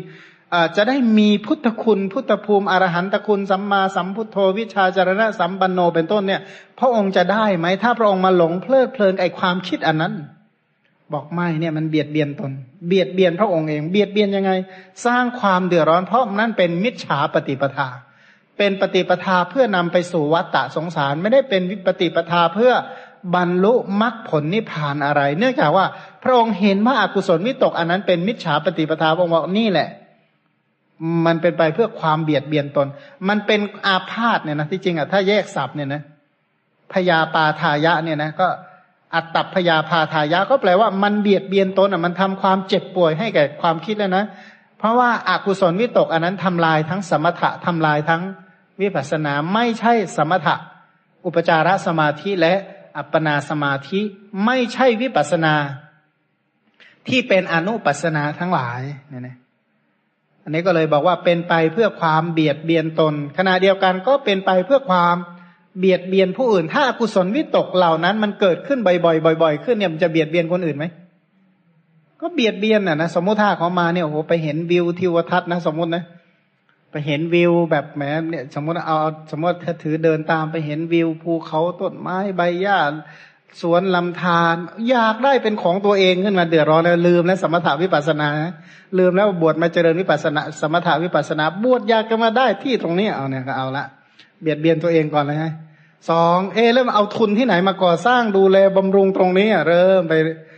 S1: 4จะได้มีพุทธคุณพุทธภูมิอรหันตคุณสัมมาสัมพุทโธวิชชาจารณะสัมปันโนเป็นต้นเนี่ยพระองค์จะได้ไหมถ้าพระองค์มาหลงเพลิดเพลินไอ้ความคิดอันนั้นบอกไม่เนี่ยมันเบียดเบียนตนเบียดเบียนพระองค์เองเบียดเบียนยังไงสร้างความเดือดร้อนเพราะนั่นเป็นมิจฉาปฏิปทาเป็นปฏิปทาเพื่อนำไปสู่วัฏฏะสงสารไม่ได้เป็นปฏิปทาเพื่อบรรลุมรรคผลนิพพานอะไรเนื่องจากว่าพระองค์เห็นว่าอกุศลวิตกอันนั้นเป็นมิจฉาปฏิปทาพระองค์บอกนี่แหละมันเป็นไปเพื่อความเบียดเบียนตนมันเป็นอาพาธเนี่ยนะที่จริงถ้าแยกศัพท์เนี่ยนะพยาปาทายะเนี่ยนะก็อัตตัพยาพาทายะก็แปลว่ามันเบียดเบียนตนมันทำความเจ็บป่วยให้แก่ความคิดแล้วนะเพราะว่าอกุศลวิตกอันนั้นทำลายทั้งสมถะทำลายทั้งวิปัสสนาไม่ใช่สมถะอุปจารสมาธิและอัปปนาสมาธิไม่ใช่วิปัสสนาที่เป็นอนุปัสสนาทั้งหลายเนี่ยนะอันนี้ก็เลยบอกว่าเป็นไปเพื่อความเบียดเบียนตนขณะเดียวกันก็เป็นไปเพื่อความเบียดเบียนผู้อื่นถ้าอกุศลวิตกเหล่านั้นมันเกิดขึ้นบ่อยๆขึ้นเนี่ยมันจะเบียดเบียนคนอื่นไหมก็เบียดเบียนนะสมมติถ้าเขามาเนี่ยโอ้โหไปเห็นวิวทิวทัศน์นะสมมตินะไปเห็นวิวแบบแหมเนี่ยสมมติสมมติถ้าถือเดินตามไปเห็นวิวภูเขาต้นไม้ใบหญ้าสวนลำธารอยากได้เป็นของตัวเองขึ้นมาเดือดร้อนแล้วลืมแล้วสมถะวิปัสสนาลืมแล้วบวชมาเจริญวิปัสสนาสมถะวิปัสสนาบวชอยากจะมาได้ที่ตรงนี้เอาเนี่ยก็เอาละเบียดเบียนตัวเองก่อนเลยไง2เริ่มเอาทุนที่ไหนมาก่อสร้างดูแลบำรุงตรงนี้เริ่มไป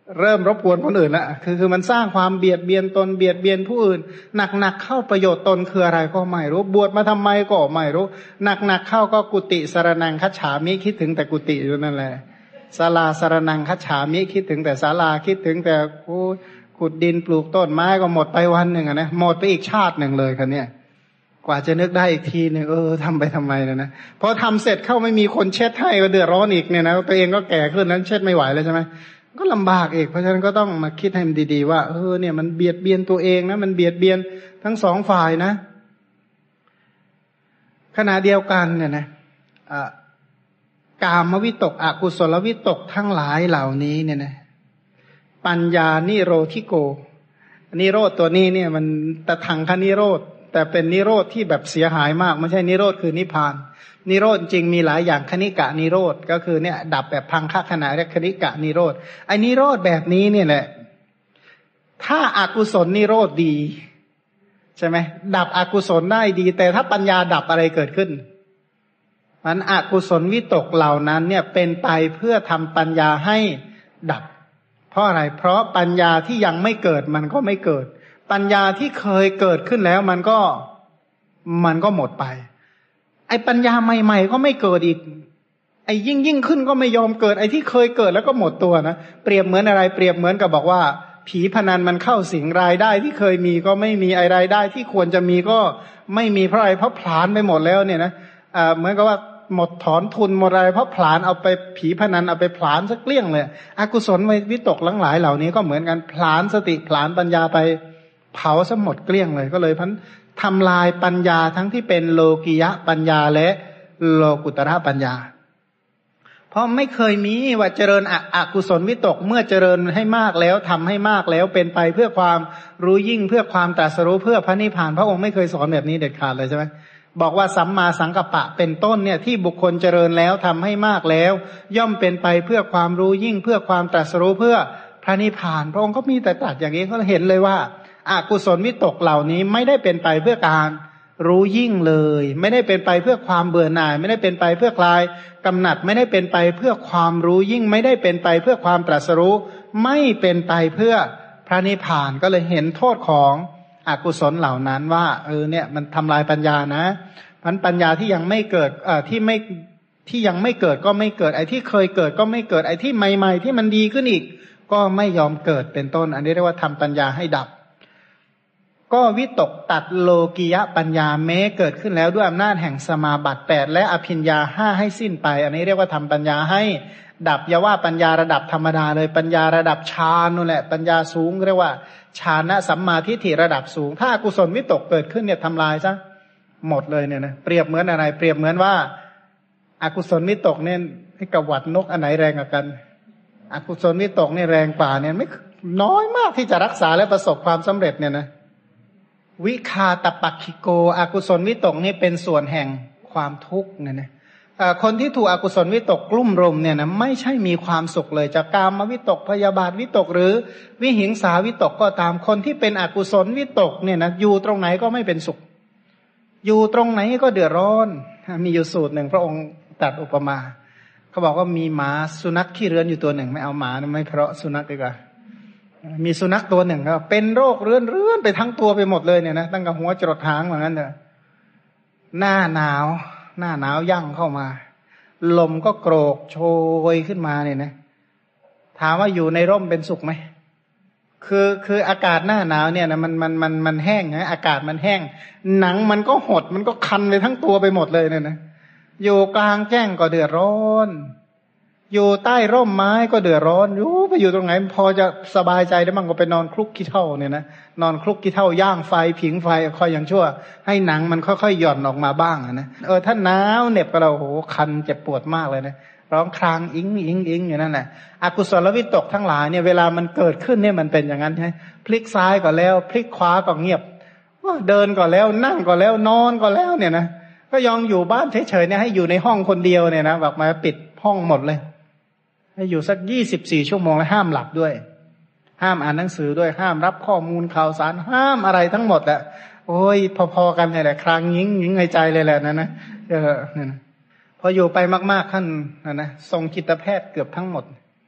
S1: เริ่มรบกวนคนอื่นละคือมันสร้างความเบียดเบียนตนเบียดเบียนผู้อื่นหนักๆเข้าประโยชน์ตนคืออะไรก็ไม่รู้บวชมาทำไมก็ไม่รู้หนักๆเข้าก็กุฏิสรนังคัจฉามิคิดถึงแต่กุฏิอยู่นั่นแหละศาลาสรนังคัจฉามิคิดถึงแต่ศาลาคิดถึงแต่ขุดดินปลูกต้นไม้ก็หมดไปวันหนึ่งนะหมดไปอีกชาติหนึ่งเลยครับเนี่ยกว่าจะนึกได้อีกทีหนึ่งทำไปทำไมนะพอทำเสร็จเข้าไม่มีคนเช็ดให้ก็เดือดร้อนอีกเนี่ยนะตัวเองก็แก่ขึ้นนั้นเช็ดไม่ไหวแล้วใช่ไหมก็ลำบากอีกเพราะฉะนั้นก็ต้องมาคิดให้มันดีๆว่าเนี่ยมันเบียดเบียนตัวเองนะมันเบียดเบียนทั้งสองฝ่ายนะขณะเดียวกันเนี่ยนะกามวิตกอกุศลวิตกทั้งหลายเหล่านี้เนี่ยนะปัญญานิโรธิโกนิโรธตัวนี้เนี่ยมันตะถังคนิโรธแต่เป็นนิโรธที่แบบเสียหายมากไม่ใช่นิโรธคือนิพพานนิโรธจริงมีหลายอย่างคณิกะนิโรธก็คือเนี่ยดับแบบพังคขณะเรียกคณิกะนิโรธไอ้นิโรธแบบนี้เนี่ยแหละถ้าอากุศลนิโรธดีใช่ไหมดับอกุศลได้ดีแต่ถ้าปัญญาดับอะไรเกิดขึ้นมันอกุศลวิตกเหล่านั้นเนี่ยเป็นไปเพื่อทำปัญญาให้ดับเพราะอะไรเพราะปัญญาที่ยังไม่เกิดมันก็ไม่เกิดปัญญาที่เคยเกิดขึ้นแล้วมันก็หมดไปไอ้ปัญญาใหม่ๆก็ไม่เกิดอีกไอ้ยิ่งขึ้นก็ไม่ยอมเกิดไอ้ที่เคยเกิดแล้วก็หมดตัวนะเปรียบเหมือนอะไรเปรียบเหมือนกับบอกว่าผีพนันมันเข้าสิงรายได้ที่เคยมีก็ไม่มีไอ้รายได้ที่ควรจะมีก็ไม่มีเพราะอะไรเพราะผลาญไปหมดแล้วเนี่ยนะเหมือนกับว่าหมดถอนทุนหมดอะไรเพราะผลาญเอาไปผีพนันเอาไปผลาญสักเกลี้ยงเลยอกุศลวิตกทั้งหลายเหล่านี้ก็เหมือนกันผลาญสติผลาญปัญญาไปเผาซะหมดเกลี้ยงเลยก็เลยพันทำลายปัญญาทั้งที่เป็นโลกิยะปัญญาและโลกุตระปัญญาเพราะไม่เคยมีว่าเจริญอกุศลวิตกเมื่อเจริญให้มากแล้วทำให้มากแล้วเป็นไปเพื่อความรู้ยิ่งเพื่อความตรัสรู้เพื่อพระนิพพานพระองค์ไม่เคยสอนแบบนี้เด็ดขาดเลยใช่ไหมบอกว่าสัมมาสังกัปปะเป็นต้นเนี่ยที่บุคคลเจริญแล้วทำให้มากแล้วย่อมเป็นไปเพื่อความรู้ยิ่งเพื่อความตรัสรู้เพื่อพระนิพพานพระองค์ก็มีแต่ตรัสอย่างนี้ก็เห็นเลยว่าอกุศลวิตกเหล่านี้ไม่ได้เป็นไปเพื่อการรู้ยิ่งเลยไม่ได้เป็นไปเพื่อความเบื่อหน่ายไม่ได้เป็นไปเพื่อคลายกำหนัดไม่ได้เป็นไปเพื่อความรู้ยิ่งไม่ได้เป็นไปเพื่อความตรัสรู้ไม่เป็นไปเพื่อพระนิพพานก็เลยเห็นโทษของอกุศลเหล่านั้นว่าเนี่ยมันทำลายปัญญานะพันปัญญาที่ยังไม่เกิดที่ยังไม่เกิดก็ไม่เกิดไอ้ที่เคยเกิดก็ไม่เกิดไอ้ที่ใหม่ๆที่มันดีขึ้นอีกก็ไม่ยอมเกิดเป็นต้นอันนี้เรียกว่าทำปัญญาให้ดับก็วิตกตัดโลกิยะปัญญาแม้เกิดขึ้นแล้วด้วยอำนาจแห่งสมาบัติ8และอภิญญา5ให้สิ้นไปอันนี้เรียกว่าทำปัญญาให้ดับอย่าว่าปัญญาระดับธรรมดาเลยปัญญาระดับฌานนั่นแหละปัญญาสูงเรียกว่าฌานสัมมาทิฏฐิระดับสูงถ้าอกุศลวิตกเกิดขึ้นเนี่ยทำลายซะหมดเลยเนี่ยนะเปรียบเหมือนอะไรเปรียบเหมือนว่าอกุศลวิตกเนี่ยให้กับหวัดนกอันไหนแรงกว่ากันอกุศลวิตกเนี่ยแรงกว่าเนี่ยไม่น้อยมากที่จะรักษาและประสบความสำเร็จเนี่ยนะวิคาตปักขิโกอกุศลวิตกนี่เป็นส่วนแห่งความทุกข์เนี่ยนะคนที่ถูกอกุศลวิตกกลุ่มรุมเนี่ยนะไม่ใช่มีความสุขเลยจากกามวิตกพยาบาทวิตกหรือวิหิงสาวิตกก็ตามคนที่เป็นอกุศลวิตกเนี่ยนะอยู่ตรงไหนก็ไม่เป็นสุขอยู่ตรงไหนก็เดือดร้อนมีอยู่สูตรหนึ่งพระองค์ตรัสอุปมาเขาบอกว่ามีหมาสุนัขขี้เรื้อนอยู่ตัวหนึ่งไม่เอาหมาไม่เพราะสุนัขดีกว่ามีสุนัขตัวหนึ่งครับเป็นโรคเรื้อนไปทั้งตัวไปหมดเลยเนี่ยนะตั้งแต่หัวจรดหางเหมือนกันเลยหน้าหนาวยั่งเข้ามาลมก็โกรกโชยขึ้นมาเนี่ยนะถามว่าอยู่ในร่มเป็นสุขไหมคืออากาศหน้าหนาวเนี่ยนะมันแห้งนะอากาศมันแห้งหนังมันก็หดมันก็คันไปทั้งตัวไปหมดเลยเนี่ยนะอยู่กลางแจ้งก็เดือดร้อนอยู่ใต้ร่มไม้ก็เดือดร้อนไปอยู่ตรงไหนพอจะสบายใจได้บ้างก็ไปนอนคลุกขี้เถ้าเนี่ยนะนอนคลุกขี้เถ้าย่างไฟผิงไฟคอยอย่างชั่วให้หนังมันค่อยๆหย่อนออกมาบ้างนะถ้าหนาวเหน็บก็เราโหคันเจ็บปวดมากเลยนะร้องครางอิงอยู่นั่นแหละอกุศลวิตกทั้งหลายเนี่ยเวลามันเกิดขึ้นเนี่ยมันเป็นอย่างนั้นใช่ไหมพลิกซ้ายก็แล้วพลิกขวาก็เงียบเดินก็แล้วนั่งก็แล้วนอนก็แล้วเนี่ยนะก็ยอมอยู่บ้านเฉยๆเนี่ยให้อยู่ในห้องคนเดียวเนี่ยนะแบบมาปิดห้องหมดเลยให้อยู่สัก24 ชั่วโมงแล้วห้ามหลับด้วยห้ามอ่านหนังสือด้วยห้ามรับข้อมูลข่าวสารห้ามอะไรทั้งหมดแหละโอ้ยพอๆกันเนี่ยแหละครางยิงในใจเลยแหละนะเนี่ยพออยู่ไปมากๆขั้นนะทรงจิตแพทย์เกือบทั้งหมด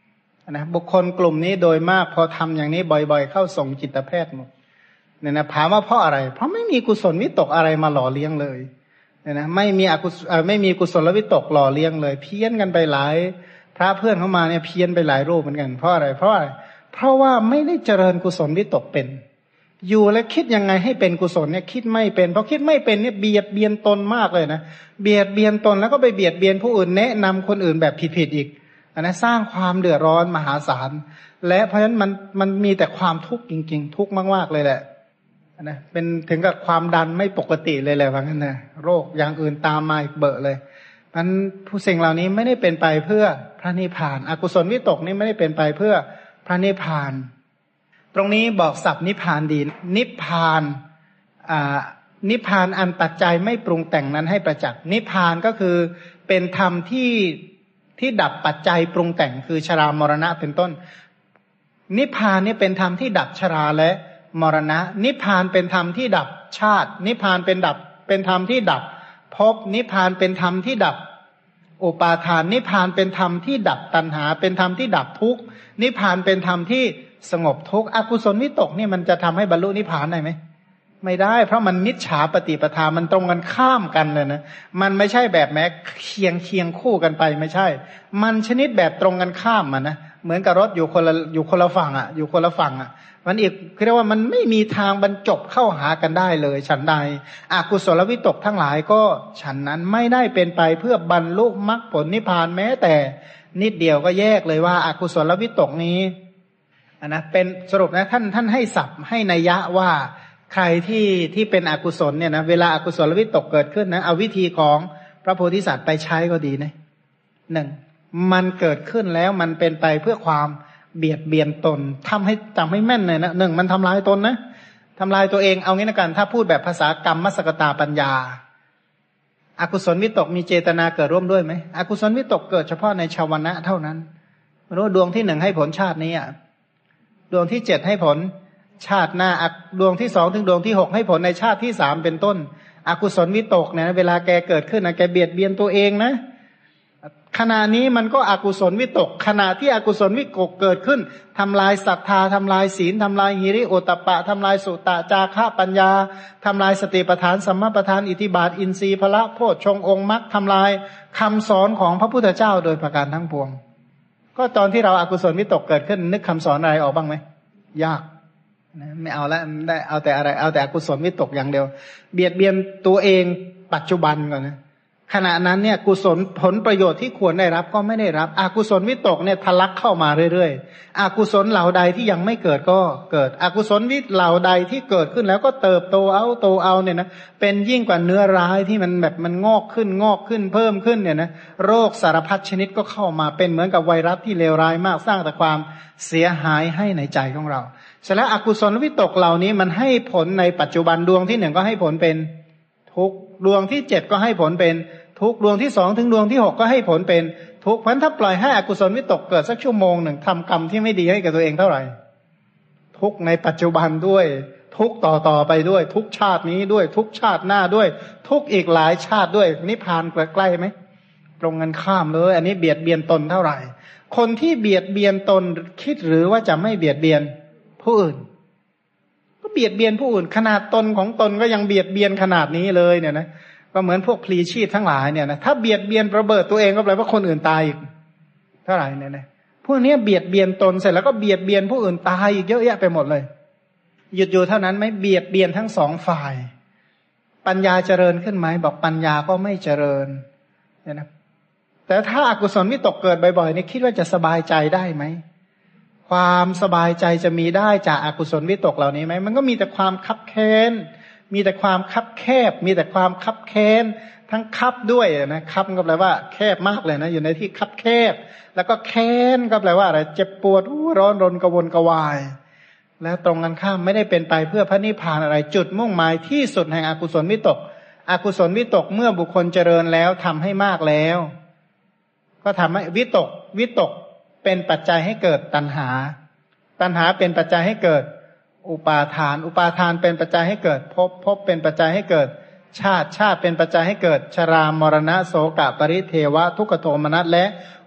S1: นะบุคคลกลุ่มนี้โดยมากพอทำอย่างนี้บ่อยๆเข้าส่งจิตแพทย์หมดเนี่ยนะถามว่าเพราะอะไรเพราะไม่มีกุศลวิตกอะไรมาหล่อเลี้ยงเลยเนี่ยนะไม่มีกุศลวิตกหล่อเลี้ยงเลยเพี้ยนกันไปหลายพระเพื่อนเข้ามาเนี่ยเพี้ยนไปหลายรูปเหมือนกันเพราะอะไรเพราะว่าไม่ได้เจริญกุศลวิตกเป็นอยู่แล้วคิดยังไงให้เป็นกุศลเนี่ยคิดไม่เป็นเพราะคิดไม่เป็นเนี่ยเบียดเบียนตนมากเลยนะเบียดเบียนตนแล้วก็ไปเบียดเบียนผู้อื่นแนะนำคนอื่นแบบผิดๆอีกนะสร้างความเดือดร้อนมหาศาลและเพราะฉะนั้นมันมีแต่ความทุกข์จริงๆทุกข์มากๆเลยแหละนะเป็นถึงกับความดันไม่ปกติเลยแหละว่างั้นนะโรคอย่างอื่นตามมาอีกเบอะเลยมันผู้สิ่งเหล่านี้ไม่ได้เป็นไปเพื่อพระนิพพานอกุศลวิตกนี้ไม่ได้เป็นไปเพื่อพระนิพพานตรงนี้บอกศัพท์นิพพานดีนิพพานนิพพานอันปัจจัยไม่ปรุงแต่งนั้นให้ประจักษ์นิพพานก็คือเป็นธรรมที่ดับปัจจัยปรุงแต่งคือชรามรณะเป็นต้นนิพพานนี่เป็นธรรมที่ดับชราและมรณะนิพพานเป็นธรรมที่ดับชาตินิพพานเป็นธรรมที่ดับภพนิพพานเป็นธรรมที่ดับอุปาทานนิพพานเป็นธรรมที่ดับตัณหาเป็นธรรมที่ดับทุกข์นิพพานเป็นธรรมที่สงบทุกข์อกุศลวิตกนี่มันจะทำให้บรรลุนิพพานได้ไหมไม่ได้เพราะมันมิจฉาปฏิปทามันตรงกันข้ามกันเลยนะมันไม่ใช่แบบแม้เคียงคู่กันไปไม่ใช่มันชนิดแบบตรงกันข้ามนะเหมือนกับรถอยู่คนละฝั่งอยู่คนละฝั่งมันอีกเรียกว่ามันไม่มีทางบรรจบเข้าหากันได้เลยฉันใดอกุศลวิตกทั้งหลายก็ฉันนั้นไม่ได้เป็นไปเพื่อบรรลุมรรคผลนิพพานแม้แต่นิดเดียวก็แยกเลยว่าอกุศลวิตกนี้นะเป็นสรุปนะท่านให้ศัพท์ให้นัยยะว่าใครที่เป็นอกุศลเนี่ยนะเวลาอกุศลวิตกเกิดขึ้นนะเอาวิธีของพระโพธิสัตว์ไปใช้ก็ดีนะหนึ่งมันเกิดขึ้นแล้วมันเป็นไปเพื่อความเบียดเบียนตนทำให้จำให้แม่นเลยนะหนึ่งมันทำลายตนนะทำลายตัวเองเอางี้นะกันถ้าพูดแบบภาษากรรมมสกตาปัญญาอกุศลวิตกมีเจตนาเกิดร่วมด้วยไหมอกุศลวิตกเกิดเฉพาะในชาวนะเท่านั้นรู้ดวงที่หนึ่งให้ผลชาตินี้ดวงที่เจ็ดให้ผลชาติหน้าดวงที่สองถึงดวงที่หกให้ผลในชาติที่สามเป็นต้นอกุศลวิตกเนี่ยเวลาแกเกิดขึ้นนะแกเบียดเบียนตัวเองนะขณะนี้มันก็อกุศลวิตกขณะที่อกุศลวิตกเกิดขึ้นทำลายศรัทธาทำลายศีลทำลายหิริโอตตัปปะทำลายสุตตะจาคะปัญญาทำลายสติปัฏฐานสัมมาปัฏฐานอิทธิบาทอินทรีย์พละโพชฌงค์องค์มรรคทำลายคำสอนของพระพุทธเจ้าโดยประการทั้งปวงก็ตอนที่เราอกุศลวิตกเกิดขึ้นนึกคำสอนอะไรออกบ้างไหมยากไม่เอาแล้วได้เอาแต่อะไรเอาแต่อกุศลวิตกอย่างเดียวเบียดเบียนตัวเองปัจจุบันก่อนนะขณะนั้นเนี่ยกุศลผลประโยชน์ที่ควรได้รับก็ไม่ได้รับอกุศลวิตกเนี่ยทะลักเข้ามาเรื่อยๆอกุศลเหล่าใดที่ยังไม่เกิดก็เกิดอกุศลวิเหล่าใดที่เกิดขึ้นแล้วก็เติบโตเอาเนี่ยนะเป็นยิ่งกว่าเนื้อร้ายที่มันแบบมันงอกขึ้นเพิ่มขึ้นเนี่ยนะโรคสารพัดชนิดก็เข้ามาเป็นเหมือนกับไวรัสที่เลวร้ายมากสร้างแต่ความเสียหายให้ในใจของเราเสร็จแล้วอกุศลวิตกเหล่านี้มันให้ผลในปัจจุบันดวงที่หนึ่งก็ให้ผลเป็นทุกข์ดวงที่เจ็ดก็ให้ผลเป็นทุกดวงที่สองถึงดวงที่หกก็ให้ผลเป็นทุกเพราะถ้าปล่อยให้อกุศลวิตกเกิดสักชั่วโมงหนึ่งทำกรรมที่ไม่ดีให้กับตัวเองเท่าไหร่ทุกในปัจจุบันด้วยทุกต่อไปด้วยทุกชาตินี้ด้วยทุกชาติหน้าด้วยทุกอีกหลายชาติด้วยนิพพานใกล้ไหมตรงกันข้ามเลยอันนี้เบียดเบียนตนเท่าไหร่คนที่เบียดเบียนตนคิดหรือว่าจะไม่เบียดเบียนผู้อื่นก็เบียดเบียนผู้อื่นขนาดตนของตนก็ยังเบียดเบียนขนาดนี้เลยเนี่ยนะก็เหมือนพวกพลีชีพทั้งหลายเนี่ยนะถ้าเบียดเบียนระเบิดตัวเองก็แปลว่าคนอื่นตายอีกเท่าไหร่เนี่ยนะพวกนี้เบียดเบียนตนเสร็จแล้วก็เบียดเบียนผู้อื่นตายอีกเยอะแยะไปหมดเลยหยุดอยู่เท่านั้นไหมเบียดเบียนทั้งสองฝ่ายปัญญาเจริญขึ้นไหมบอกปัญญาก็ไม่เจริญเนี่ยนะแต่ถ้าอกุศลวิตกเกิดบ่อยๆนี่คิดว่าจะสบายใจได้ไหมความสบายใจจะมีได้จากอกุศลวิตกเหล่านี้ไหมมันก็มีแต่ความคับแค้นมีแต่ความคับแคบมีแต่ความคับแค้นทั้งคับด้วยนะคับก็แปลว่าแคบมากเลยนะอยู่ในที่คับแคบแล้วก็แค้นก็แปลว่าอะไรเจ็บปวดร้อนรนกระวนกระวายแล้วตรงกันข้ามไม่ได้เป็นไปเพื่อพระนิพพานอะไรจุดมุ่งหมายที่สุดแห่งอกุศลวิตกอกุศลวิตกเมื่อบุคคลเจริญแล้วทำให้มากแล้วก็ทำให้วิตกเป็นปัจจัยให้เกิดตัณหาเป็นปัจจัยให้เกิดอุปาทานเป็นปัจจัยให้เกิดภพเป็นปัจจัยให้เกิดชาติเป็นปัจจัยให้เกิดชรามรณะโสกะปริเทวะทุกขโทมนัสและ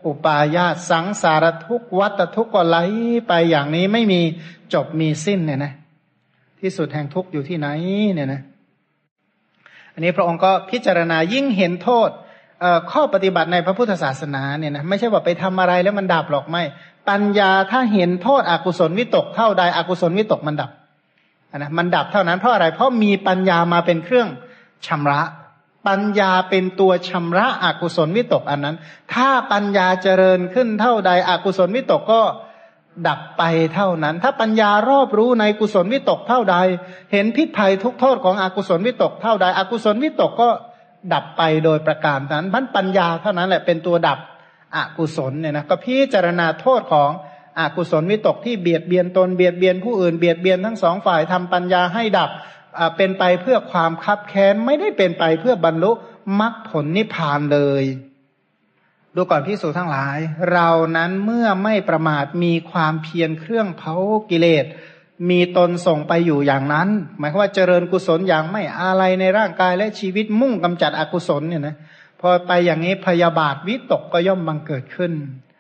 S1: อุปาญาตสังสารทุกข์วัฏทุกข์ก็ไหลไปอย่างนี้ไม่มีจบมีสิ้นเนี่ยนะที่สุดแห่งทุกข์อยู่ที่ไหนเนี่ยนะอันนี้พระองค์ก็พิจารณายิ่งเห็นโทษข้อปฏิบัติในพระพุทธศาสนาเนี่ยนะไม่ใช่ว่าไปทำอะไรแล้วมันดับหรอกไม่ปัญญาถ้าเห็นโทษอกุศลวิตกเท่าใดอกุศลวิตกมันดับนะมันดับเท่านั้นเพราะอะไรเพราะมีปัญญามาเป็นเครื่องชำระปัญญาเป็นตัวชำระอกุศลวิตกอันนั้นถ้าปัญญาเจริญขึ้นเท่าใดอกุศลวิตกก็ดับไปเท่านั้นถ้าปัญญารอบรู้ในกุศลวิตกเท่าใดเห็นพิษภัยทุกโทษของอกุศลวิตกเท่าใดอกุศลวิตกก็ดับไปโดยประการนั้นพันปัญญาเท่านั้นแหละเป็นตัวดับอกุศลเนี่ยนะก็พิจารณาโทษของอกุศลวิตกที่เบียดเบียนตนเบียดเบียนผู้อื่นเบียดเบียนทั้งสองฝ่ายทำปัญญาให้ดับเป็นไปเพื่อความคับแค้นไม่ได้เป็นไปเพื่อบรรลุมรรคผลนิพพานเลยดูก่อนภิกษุทั้งหลายเรานั้นเมื่อไม่ประมาทมีความเพียรเครื่องเผากิเลสมีตนส่งไปอยู่อย่างนั้นหมายความว่าเจริญกุศลอย่างไม่อาลัยในร่างกายและชีวิตมุ่งกำจัดอกุศลเนี่ยนะพอไปอย่างนี้พยาบาทวิตกก็ย่อมบังเกิดขึ้น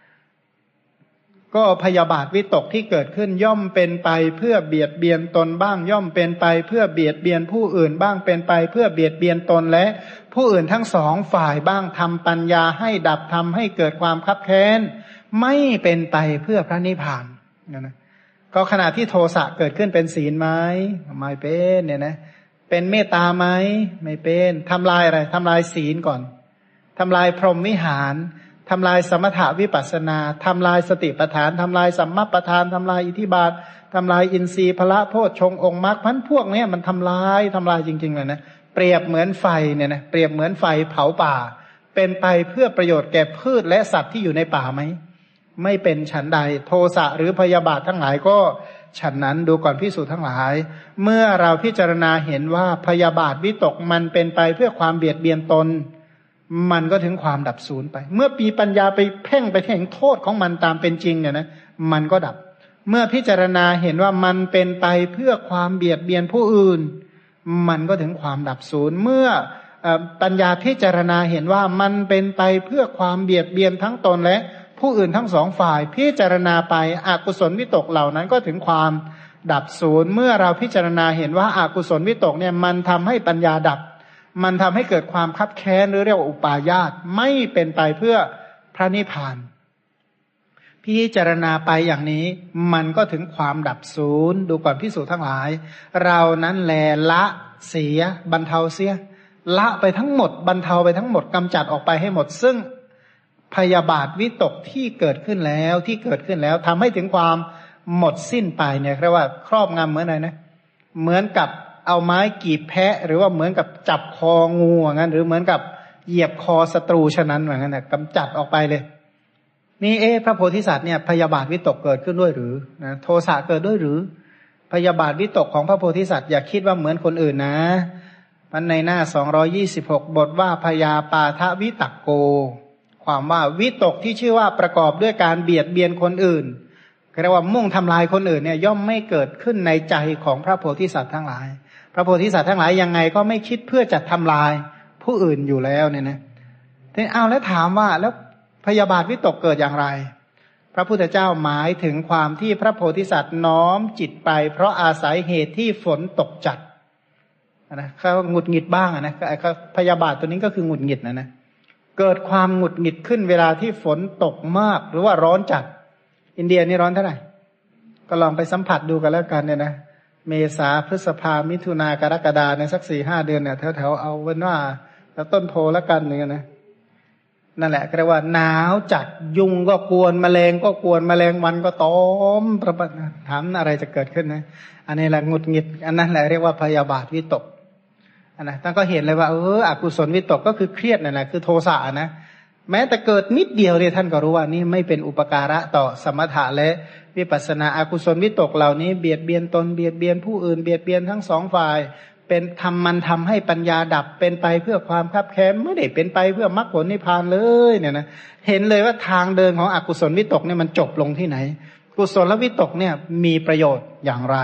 S1: ก็พยาบาทวิตกที่เกิดขึ้นย่อมเป็นไปเพื่อเบียดเบียนตนบ้างย่อมเป็นไปเพื่อเบียดเบียนผู้อื่นบ้างเป็นไปเพื่อเบียดเบียนตนและผู้อื่นทั้งสองฝ่ายบ้างทำปัญญาให้ดับทำให้เกิดความคับแค้นไม่เป็นไปเพื่อพระนิพพานนะก็ขณะที่โทสะเกิดขึ้นเป็นศีลไหมไม่เป็นเนี่ยนะเป็นเมตตาไหมไม่เป็นทำลายอะไรทำลายศีลก่อนทำลายพรหมวิหารทำลายสมถะวิปัสสนาทำลายสติปัฏฐานทำลายสัมมัปปทานทำลายอิทธิบาททำลายอินทรีย์พละโพชฌงค์องค์มรรคพันพวกนี้มันทำลายจริงๆเลยนะเปรียบเหมือนไฟเนี่ยนะเปรียบเหมือนไฟเผาป่าเป็นไปเพื่อประโยชน์แก่พืชและสัตว์ที่อยู่ในป่าไหมไม่เป็นฉันใดโทสะหรือพยาบาททั้งหลายก็ฉันนั้นดูก่อนภิกษุทั้งหลายเมื่อเราพิจารณาเห็นว่าพยาบาทวิตกมันเป็นไปเพื่อความเบียดเบียนตนมันก็ถึงความดับสูญไปเมื่อปีปัญญาไปเพ่งไปเห็นโทษของมันตามเป็นจริงเนี่ยนะมันก็ดับเมื่อพิจารณาเห็นว่ามันเป็นไปเพื่อความเบียดเบียนผู้อื่นมันก็ถึงความดับสูญเมื่อปัญญาพิจารณาเห็นว่ามันเป็นไปเพื่อความเบียดเบียนทั้งตนและผู้อื่นทั้งสองฝ่ายพิจารณาไปอกุศลวิตกเหล่านั้นก็ถึงความดับสูญเมื่อเราพิจารณาเห็นว่าอกุศลวิตกเนี่ยมันทำให้ปัญญาดับมันทำให้เกิดความคับแค้นหรือเรียกว่าอุปาญาตไม่เป็นไปเพื่อพระนิพพานพิจารณาไปอย่างนี้มันก็ถึงความดับสูญดูก่อนภิกษุทั้งหลายเรานั้นแลละเสียบรรเทาเสียละไปทั้งหมดบรรเทาไปทั้งหมดกำจัดออกไปให้หมดซึ่งพยาบาทวิตกที่เกิดขึ้นแล้วทำให้ถึงความหมดสิ้นไปเนี่ยเรียกว่าครอบงำเหมือนอะไรนะเหมือนกับเอาไม้กีบแพะหรือว่าเหมือนกับจับคองูอย่างนั้นหรือเหมือนกับเหยียบคอศัตรูฉะนั้นอย่างนั้นนะกำจัดออกไปเลยนี่พระโพธิสัตว์เนี่ยพยาบาทวิตกเกิดขึ้นด้วยหรือนะโทสะเกิดด้วยหรือพยาบาทวิตกของพระโพธิสัตว์อย่าคิดว่าเหมือนคนอื่นนะมันในหน้า226บทว่าพยาปาทวิตกโกความว่าวิตกที่ชื่อว่าประกอบด้วยการเบียดเบียนคนอื่นเรียกว่ามุ่งทำลายคนอื่นเนี่ยย่อมไม่เกิดขึ้นในใจของพระโพธิสัตว์ทั้งหลายพระโพธิสัตว์ทั้งหลายยังไงก็ไม่คิดเพื่อจะทำลายผู้อื่นอยู่แล้วเนี่ยนะทีนี้เอาแล้วถามว่าแล้วพยาบาทวิตกเกิดอย่างไรพระพุทธเจ้าหมายถึงความที่พระโพธิสัตว์น้อมจิตไปเพราะอาศัยเหตุที่ฝนตกจัดนะเขาหงุดหงิดบ้างนะพยาบาทตัวนี้ก็คือหงุดหงิดนะเกิดความหงุดหงิดขึ้นเวลาที่ฝนตกมากหรือว่าร้อนจัดอินเดียนี่ร้อนเท่าไหร่ก็ลองไปสัมผัสดูกันแล้วกันเนี่ยนะเมษาพฤษภามิถุนากรกฎาในสัก 4-5 เดือนเนี่ยแถวๆเอาไว้ว่าแล้วต้นโพแล้วกันเนี่ยนะนั่นแหละก็เรียกว่าหนาวจัดยุงก็กวนแมลงก็กวนแมลงวันก็ตอมประบัดถามอะไรจะเกิดขึ้นนะอันนี้แหละหงุดหงิดอันนั้นแหละเรียกว่าพยาบาทวิตกนะท่านก็เห็นเลยว่าอกุศลวิตกก็คือเครียดนั่นแหละคือโทสะนะแม้แต่เกิดนิดเดียวเนี่ยท่านก็รู้ว่านี่ไม่เป็นอุปการะต่อสมถะและวิปัสสนาอกุศลวิตกเหล่านี้เบียดเบียนตนเบียดเบียนผู้อื่นเบียดเบียนทั้งสองฝ่ายเป็นมันทำให้ปัญญาดับเป็นไปเพื่อความคับแค้นไม่ได้เป็นไปเพื่อมรรคผลนิพพานเลยเนี่ยนะเห็นเลยว่าทางเดินของอกุศลวิตกเนี่ยมันจบลงที่ไหนกุศลวิตกเนี่ยมีประโยชน์อย่างไร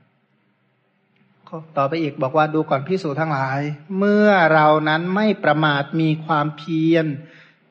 S1: ต่อไปอีกบอกว่าดูก่อนภิกษุทั้งหลายเมื่อเรานั้นไม่ประมาทมีความเพียร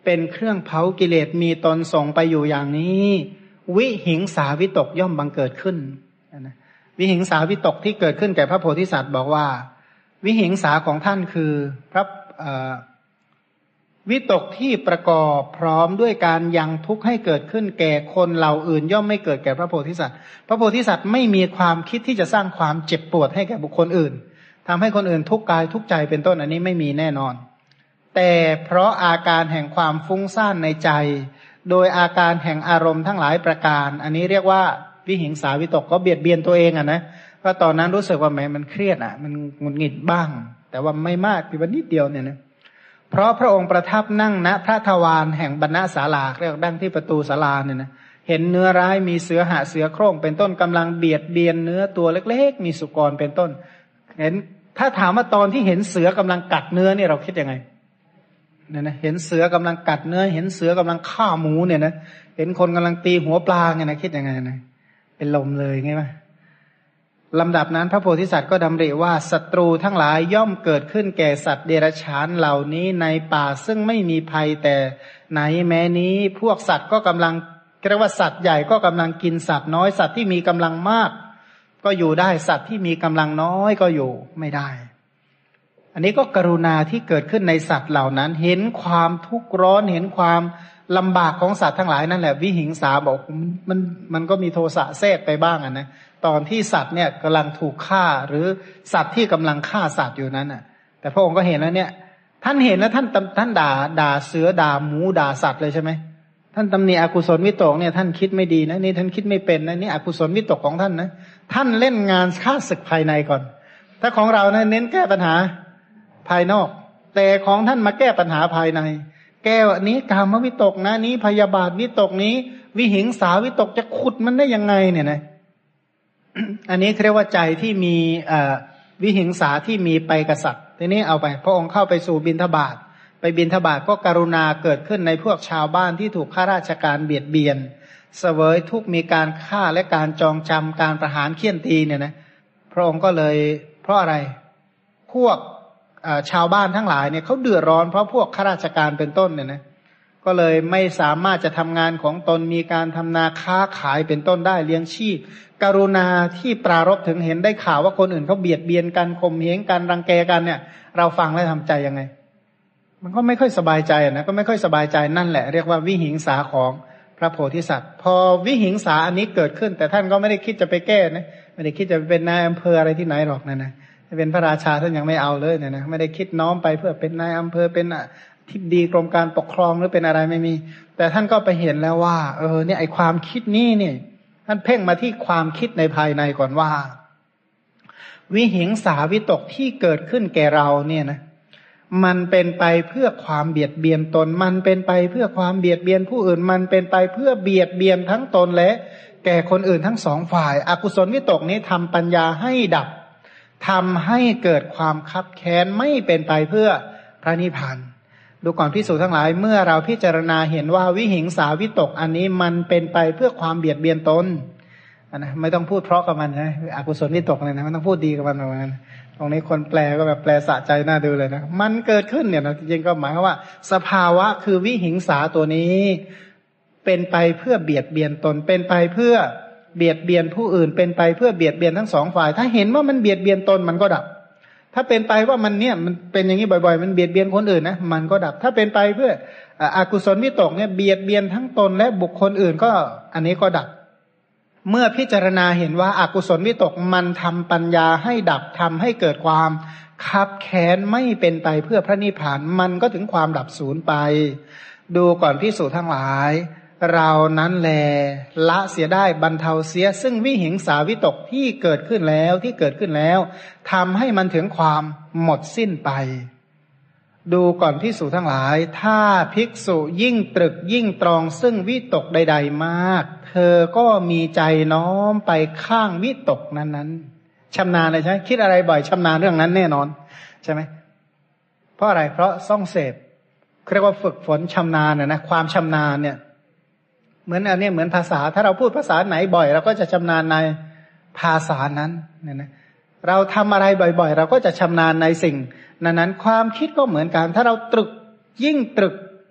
S1: เป็นเครื่องเผากิเลสมีตนส่งไปอยู่อย่างนี้วิหิงสาวิตกย่อมบังเกิดขึ้นนะวิหิงสาวิตกที่เกิดขึ้นแก่พระโพธิสัตว์บอกว่าวิหิงสาของท่านคือพระวิตกที่ประกอบพร้อมด้วยการยังทุกข์ให้เกิดขึ้นแก่คนเหล่าอื่นย่อมไม่เกิดแก่พระโพธิสัตว์พระโพธิสัตว์ไม่มีความคิดที่จะสร้างความเจ็บปวดให้แก่บุคคลอื่นทำให้คนอื่นทุกข์กายทุกข์ใจเป็นต้นอันนี้ไม่มีแน่นอนแต่เพราะอาการแห่งความฟุ้งซ่านในใจโดยอาการแห่งอารมณ์ทั้งหลายประการอันนี้เรียกว่าวิหิงสาวิตกก็เบียดเบียนตัวเองนะเพราะตอนนั้นรู้สึกว่าแหมมันเครียดมันหงุดหงิดบ้างแต่ว่าไม่มากเพียงนิดเดียวเนี่ยนะเพราะพระองค์ประทับนั่งณพระทวารแห่งบรรณศาลาเรียกดั้งที่ประตูศาลาเนี่ยนะเห็นเนื้อร้ายมีเสือหะเสือโคร่งเป็นต้นกำลังเบียดเบียนเนื้อตัวเล็กๆมีสุกรเป็นต้นเห็นถ้าถามว่าตอนที่เห็นเสือกำลังกัดเนื้อนี่เราคิดยังไงเนี่ยนะเห็นเสือกำลังกัดเนื้อเห็นเสือกำลังฆ่าหมูเนี่ยนะเห็นคนกำลังตีหัวปลาเนี่ยนะคิดยังไงนะเป็นลมเลยไงวะลำดับนั้นพระโพธิสัตว์ก็ดำริว่าศัตรูทั้งหลายย่อมเกิดขึ้นแก่สัตว์เดรัจฉานเหล่านี้ในป่าซึ่งไม่มีภัยแต่ไหนแม้นี้พวกสัตว์ก็กำลังเรียกว่าสัตว์ใหญ่ก็กำลังกินสัตว์น้อยสัตว์ที่มีกำลังมากก็อยู่ได้สัตว์ที่มีกำลังน้อยก็อยู่ไม่ได้อันนี้ก็กรุณาที่เกิดขึ้นในสัตว์เหล่านั้นเห็นความทุกข์ร้อนเห็นความลำบากของสัตว์ทั้งหลายนั่นแหละวิหิงสาบอกมันก็มีโทสะแทรกไปบ้างนะตอนที่สัตว์เนี่ยกำลังถูกฆ่าหรือสัตว์ที่กำลังฆ่าสัตว์อยู่นั้นน่ะแต่พระองค์ก็เห็นแล้วเนี่ยท่านเห็นแล้วท่านด่าเสือด่าหมูด่าสัตว์เลยใช่ไหมท่านตำหนิอกุศลวิตกเนี่ยท่านคิดไม่ดีนะนี่ท่านคิดไม่เป็นนะนี่อกุศลวิตกของท่านนะท่านเล่นงานฆ่าศึกภายในก่อนถ้าของเรานะเน้นแก้ปัญหาภายนอกแต่ของท่านมาแก้ปัญหาภายในแก้นี้กามวิตกนะนี้พยาบาทวิตกนี้วิหิงสาวิตกจะขุดมันได้ยังไงเนี่ยนะ อันนี้เรียกว่าใจที่มีวิหิงสาที่มีไปกษัตริย์ทีนี้เอาไปพระองค์เข้าไปสู่บิณฑบาตไปบิณฑบาตก็กรุณาเกิดขึ้นในพวกชาวบ้านที่ถูกข้าราชการเบียดเบียนเสวยทุกมีการฆ่าและการจองจำการประหารเฆี่ยนตีเนี่ยนะพระองค์ก็เลยเพราะอะไรพวกชาวบ้านทั้งหลายเนี่ยเขาเดือดร้อนเพราะพวกข้าราชการเป็นต้นเนี่ยนะก็เลยไม่สามารถจะทำงานของตนมีการทำนาค้าขายเป็นต้นได้เลี้ยงชีพกรุณาที่ปรารภถึงเห็นได้ข่าวว่าคนอื่นเขาเบียดเบียนกันข่มเหงกันรังแกกันเนี่ยเราฟังแล้วทำใจยังไงมันก็ไม่ค่อยสบายใจนะก็ไม่ค่อยสบายใจนั่นแหละเรียกว่าวิหิงสาของพระโพธิสัตว์พอวิหิงสาอันนี้เกิดขึ้นแต่ท่านก็ไม่ได้คิดจะไปแก้นะไม่ได้คิดจะเป็นนายอำเภออะไรที่ไหนหรอกนะเป็นพระราชาท่านยังไม่เอาเลยเนี่ยนะไม่ได้คิดน้อมไปเพื่อเป็นนายอำเภอเป็นทิบดีกรมการปกครองหรือเป็นอะไรไม่มีแต่ท่านก็ไปเห็นแล้วว่าเนี่ยไอความคิดนี้เนี่ยท่านเพ่งมาที่ความคิดในภายในก่อนว่าวิหิงสาวิตกที่เกิดขึ้นแก่เราเนี่ยนะมันเป็นไปเพื่อความเบียดเบียนตนมันเป็นไปเพื่อความเบียดเบียนผู้อื่นมันเป็นไปเพื่อเบียดเบียนทั้งตนและแก่คนอื่นทั้งสองฝ่ายอกุศลวิตกนี้ทำปัญญาให้ดับทำให้เกิดความคับแค้นไม่เป็นไปเพื่อพระนิพพานดูก่อนภิกษุทั้งหลายเมื่อเราพิจารณาเห็นว่าวิหิงสาวิตกอันนี้มันเป็นไปเพื่อความเบียดเบียนตนนะไม่ต้องพูดเพราะกับมันนะอกุศลวิตกเลยนะไม่ต้องพูดดีกับมันเหมือนกันตรงนี้คนแปลก็แบบแปลสะใจน่าดูเลยนะมันเกิดขึ้นเนี่ยนะจริงๆก็หมายว่าสภาวะคือวิหิงสาตัวนี้เป็นไปเพื่อเบียดเบียนตนเป็นไปเพื่อเบียดเบียนผู้อื่นเป็นไปเพื่อเบียดเบียนทั้งสองฝ่ายถ้าเห็นว่ามันเบียดเบียนตนมันก็ดับถ้าเป็นไปว่ามันเนี่ยมันเป็นอย่างนี้บ่อยๆมันเบียดเบียนคนอื่นนะมันก็ดับถ้าเป็นไปเพื่ออกุศลวิตกเนี่ยเบียดเบียนทั้งตนและบุคคลอื่นก็อันนี้ก็ดับเมื่อพิจารณาเห็นว่าอกุศลวิตกมันทำปัญญาให้ดับทำให้เกิดความคับแค้นไม่เป็นไปเพื่อพระนิพพานมันก็ถึงความดับสูญไปดูก่อนภิกษุทั้งหลายเรานั้นแลละเสียได้บรรเทาเสียซึ่งวิหิงสาวิตกที่เกิดขึ้นแล้วทำให้มันถึงความหมดสิ้นไปดูก่อนภิกษุทั้งหลายถ้าภิกษุยิ่งตรึกยิ่งตรองซึ่งวิตกใดๆมากเธอก็มีใจน้อมไปข้างวิตกนั้นๆชำนาญเลยใช่ไหมคิดอะไรบ่อยชำนาญเรื่องนั้นแน่นอนใช่ไหมเพราะอะไรเพราะซ่องเสพเรียกว่าฝึกฝนชำนาญนะความชำนาญเนี่ยเหมือนอันนี้เหมือนภาษาถ้าเราพูดภาษาไหนบ่อยเราก็จะชำนาญในภาษานั้นเนี่ยนะเราทำอะไรบ่อยๆเราก็จะชำนาญในสิ่งนั้นความคิดก็เหมือนกันถ้าเราตรึกยิ่งตรึก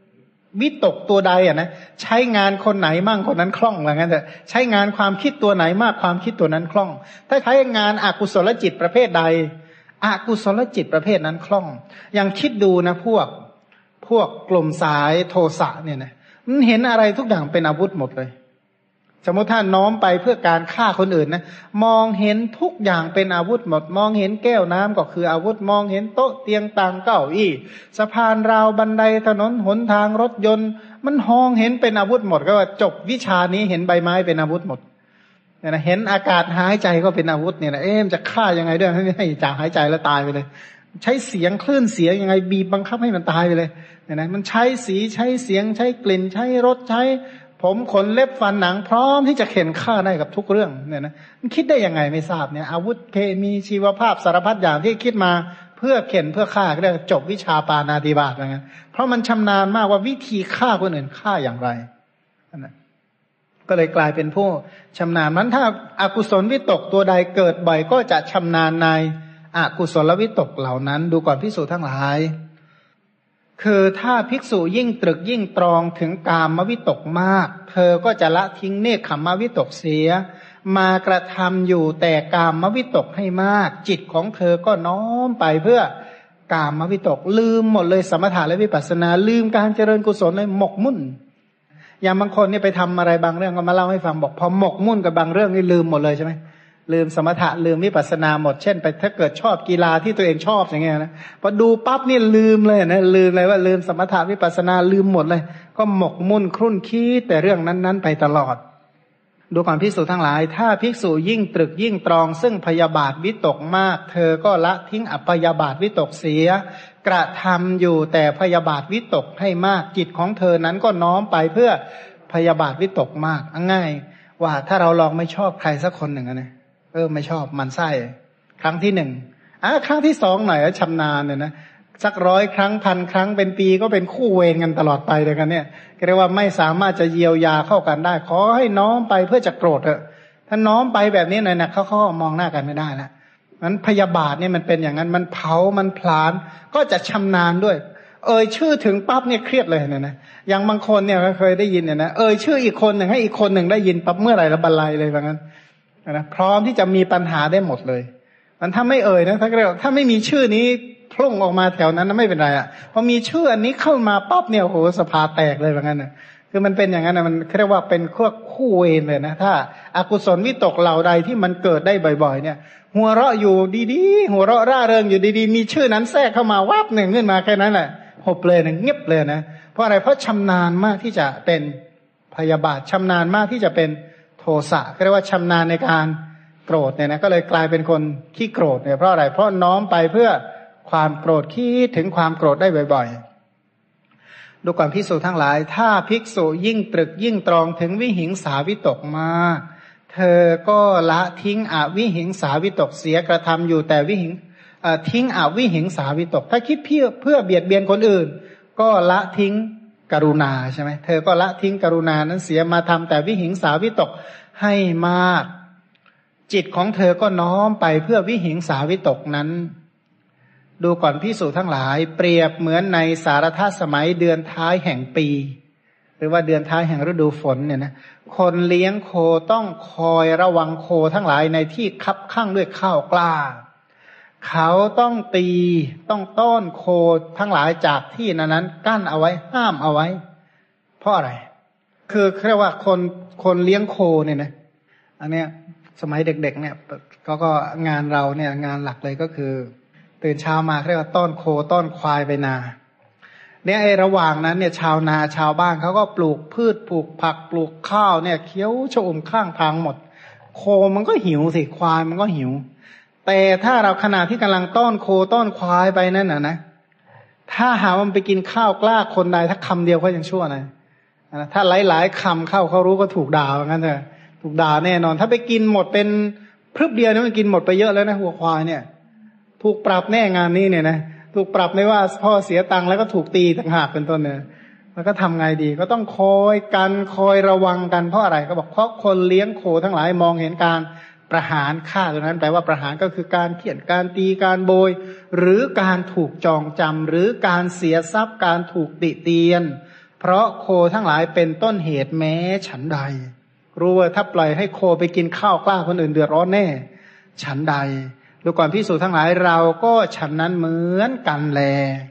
S1: วิตกตัวใดนะใช้งานคนไหนมั่งคนนั้นคล่องอะไรเงี้ยแต่ใช้งานความคิดตัวไหนมากความคิดตัวนั้นคล่องถ้าใช้งานอกุศลจิตประเภทใดอกุศลจิตประเภทนั้นคล่องอย่างคิดดูนะพวกกลุ่มสายโทสะเนี่ยนะมันเห็นอะไรทุกอย่างเป็นอาวุธหมดเลยสมมติถ้าน้อมไปเพื่อการฆ่าคนอื่นนะมองเห็นทุกอย่างเป็นอาวุธหมดมองเห็นแก้วน้ำก็คืออาวุธมองเห็นโต๊ะเตียงต่างเก้าอี้สะพานราวบันไดถนนหนทางรถยนต์มันมองเห็นเป็นอาวุธหมดก็ว่าจบวิชานี้เห็นใบไม้เป็นอาวุธหมดเนี่ยนะเห็นอากาศหายใจก็เป็นอาวุธเนี่ยนะมันจะฆ่ายังไงด้วยให้จากหายใจแล้วตายไปเลยใช้เสียงคลื่นเสียงยังไงบีบบังคับให้มันตายไปเลยเนี่ยนะมันใช้สีใช้เสียงใช้กลิ่นใช้รสใช้ผมขนเล็บฟันหนังพร้อมที่จะเข็นฆ่าได้กับทุกเรื่องเนี่ยนะมันคิดได้ยังไงไม่ทราบเนี่ยอาวุธเคมีชีวภาพสารพัดอย่างที่คิดมาเพื่อเข็นเพื่อฆ่าก็เรียกจบวิชาปาณาติบาตอะไรเงี้ยเพราะมันชำนาญมากว่าวิธีฆ่าคนอื่นฆ่าอย่างไรนะก็เลยกลายเป็นผู้ชำนาญมันถ้าอากุศลวิตกตัวใดเกิดบ่อยก็จะชำนาญในอกุศลวิตกเหล่านั้นดูก่อนภิกษุทั้งหลายคือถ้าภิกษุยิ่งตรึกยิ่งตรองถึงกามวิตกมากเธอก็จะละทิ้งเนคขมวิตกเสียมากระทำอยู่แต่กามวิตกให้มากจิตของเธอก็น้อมไปเพื่อกามวิตกลืมหมดเลยสมถะและวิปัสสนาลืมการเจริญกุศลเลยหมกมุ่นอย่างบางคนเนี่ยไปทำอะไรบางเรื่องก็มาเล่าให้ฟังบอกพอหมกมุ่นกับบางเรื่องนี่ลืมหมดเลยใช่ไหมลืมสมถะลืมวิปัสสนาหมดเช่นไปถ้าเกิดชอบกีฬาที่ตัวเองชอบอย่างเงี้ยนะพอดูปั๊บนี่ลืมเลยนะลืมเลยว่าลืมสมถะวิปัสสนาลืมหมดเลยก็หมกมุ่นครุ่นคิดแต่เรื่องนั้นๆไปตลอดดูก่อนภิกษุทั้งหลายถ้าภิกษุยิ่งตรึกยิ่งตรองซึ่งพยาบาทวิตกมากเธอก็ละทิ้งอพยาบาทวิตกเสียกระทำอยู่แต่พยาบาทวิตกให้มากจิตของเธอนั้นก็น้อมไปเพื่อพยาบาทวิตกมากง่ายว่าถ้าเราลองไม่ชอบใครสักคนหนึ่งนะไม่ชอบมันไส้ครั้งที่หนึ่งครั้งที่สองหน่อยชำนาญเนี่ยนะสัก100 ครั้งพันครั้งเป็นปีก็เป็นคู่เวรกันตลอดไปเลยกันเนี่ยเรียกว่าไม่สามารถจะเยียวยาเข้ากันได้ขอให้น้อมไปเพื่อจะโกรธเถอะถ้าน้อมไปแบบนี้หน่อยนะเขามองหน้ากันไม่ได้แล้วนั้นพยาบาทเนี่ยมันเป็นอย่างนั้นมันเผามันพลานก็จะชำนาญด้วยชื่อถึงปั๊บเนี่ยเครียดเลยนะอย่างบางคนเนี่ยก็เคยได้ยินเนี่ยนะชื่ออีกคนหนึ่งให้อีกคนหนึ่งได้ยินปั๊บเมื่อไหร่ละบรรลัยเลยแบบนั้นนะพร้อมที่จะมีปัญหาได้หมดเลยมันถ้าไม่นะถ้าไม่มีชื่อนี้พุ่งออกมาแถวนั้นไม่เป็นไรอ่ะพอมีชื่ออันนี้เข้ามาปั๊บเนี่ยโหสภาแตกเลยแบบนั้นนะคือมันเป็นอย่างนั้นนะมันเรียกว่าเป็นคู่เวรเลยนะถ้าอกุศลวิตกเหล่าใดที่มันเกิดได้บ่อยๆเนี่ยหัวเราะอยู่ดีๆหัวเราะร่าเริงอยู่ดีๆมีชื่อนั้นแทรกเข้ามาวับหนึ่งขึ้นมาแค่นั้นแหละหบเลยนะเงียบเลยนะเพราะอะไรเพราะชำนาญมากที่จะเป็นพยาบาทชำนาญมากที่จะเป็นโทสะเรียกว่าชำนาญในการโกรธเนี่ยนะก็เลยกลายเป็นคนขี้โกรธเนี่ยเพราะอะไรเพราะน้อมไปเพื่อความโกรธคิดถึงความโกรธได้บ่อยๆดูก่อนภิกษุทั้งหลายถ้าภิกษุยิ่งตรึกยิ่งตรองถึงวิหิงสาวิตกมากเธอก็ละทิ้งอวิหิงสาวิตกเสียกระทำอยู่แต่วิหิงทิ้งอวิหิงสาวิตกถ้าคิดเพื่อเบียดเบียนคนอื่นก็ละทิ้งกรุณาใช่ไหมเธอก็ละทิ้งกรุณานั้นเสียมาทำแต่วิหิงสาวิตกให้มากจิตของเธอก็น้อมไปเพื่อวิหิงสาวิตกนั้นดูก่อนภิกษุทั้งหลายเปรียบเหมือนในสารทสมัยเดือนท้ายแห่งปีหรือว่าเดือนท้ายแห่งฤดูฝนเนี่ยนะคนเลี้ยงโคต้องคอยระวังโคทั้งหลายในที่คับข้างด้วยข้าวกล้าเขาต้องตีต้องต้อนโคทั้งหลายจากที่นั้นกั้นเอาไว้ห้ามเอาไว้เพราะอะไรคือเรียกว่าคนเลี้ยงโคเนี่ยนะอันเนี้ยสมัยเด็กๆเนี่ยก็งานเราเนี่ยงานหลักเลยก็คือตื่นเช้ามาเรียกว่าต้อนโคต้อนควายไปนาเนี่ยระหว่างนั้นเนี่ยชาวนาชาวบ้านเขาก็ปลูกพืชปลูกผักปลูกข้าวเนี่ยเคี้ยวชอุ่มข้างทางหมดโคมันก็หิวสิควายมันก็หิวแต่ถ้าเราขณะที่กำลังต้อนโคต้อนควายไปนั่นนะถ้าหามันไปกินข้าวกล้าคนใดถ้าคำเดียวก็ยังชั่วนะถ้าหลายๆคำเข้าเขารู้ก็ถูกด่าเหมือนกันเถอะถูกด่าแน่นอนถ้าไปกินหมดเป็นพรึบเดียวนี่มันกินหมดไปเยอะแล้วนะหัวควายเนี่ยถูกปรับแน่งานนี้เนี่ยนะถูกปรับไม่ว่าพ่อเสียตังค์แล้วก็ถูกตีต่างหากเป็นต้นเนี่ยมันก็ทำไงดีก็ต้องคอยกันคอยระวังกันเพราะอะไรก็บอกเพราะคนเลี้ยงโคทั้งหลายมองเห็นการประหารฆ่าตรงนั้นแปลว่าประหารก็คือการเฆี่ยนการตีการโบยหรือการถูกจองจำหรือการเสียทรัพย์การถูกติเตียนเพราะโคทั้งหลายเป็นต้นเหตุแม้ฉันใดรู้ว่าถ้าปล่อยให้โคไปกินข้าวกล้าคนอื่นเดือดร้อนแน่ฉันใดดูก่อนภิกษุทั้งหลายเราก็ฉันนั้นเหมือนกันแล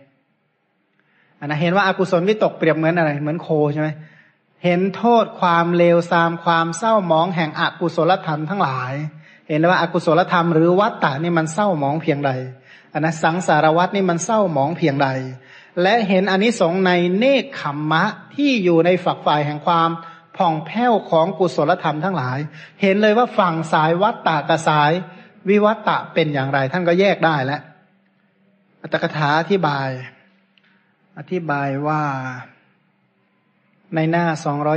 S1: เห็นว่าอากุศลวิตกเปรียบเหมือนอะไรเหมือนโคใช่ไหมเห็นโทษความเลวทรามความเศร้าหมองแห่งอกุศลธรรมทั้งหลายเห็นว่าอกุศลธรรมหรือวัฏฏะนี่มันเศร้าหมองเพียงใดสังสารวัฏนี่มันเศร้าหมองเพียงใดและเห็นอานิสงส์ในเนกขัมมะที่อยู่ในฝักฝ่ายแห่งความผ่องแผ้วของกุศลธรรมทั้งหลายเห็นเลยว่าฝั่งสายวัฏฏะกับสายวิวัฏฏะเป็นอย่างไรท่านก็แยกได้แล้วอัตถกถาอธิบายว่าในหน้า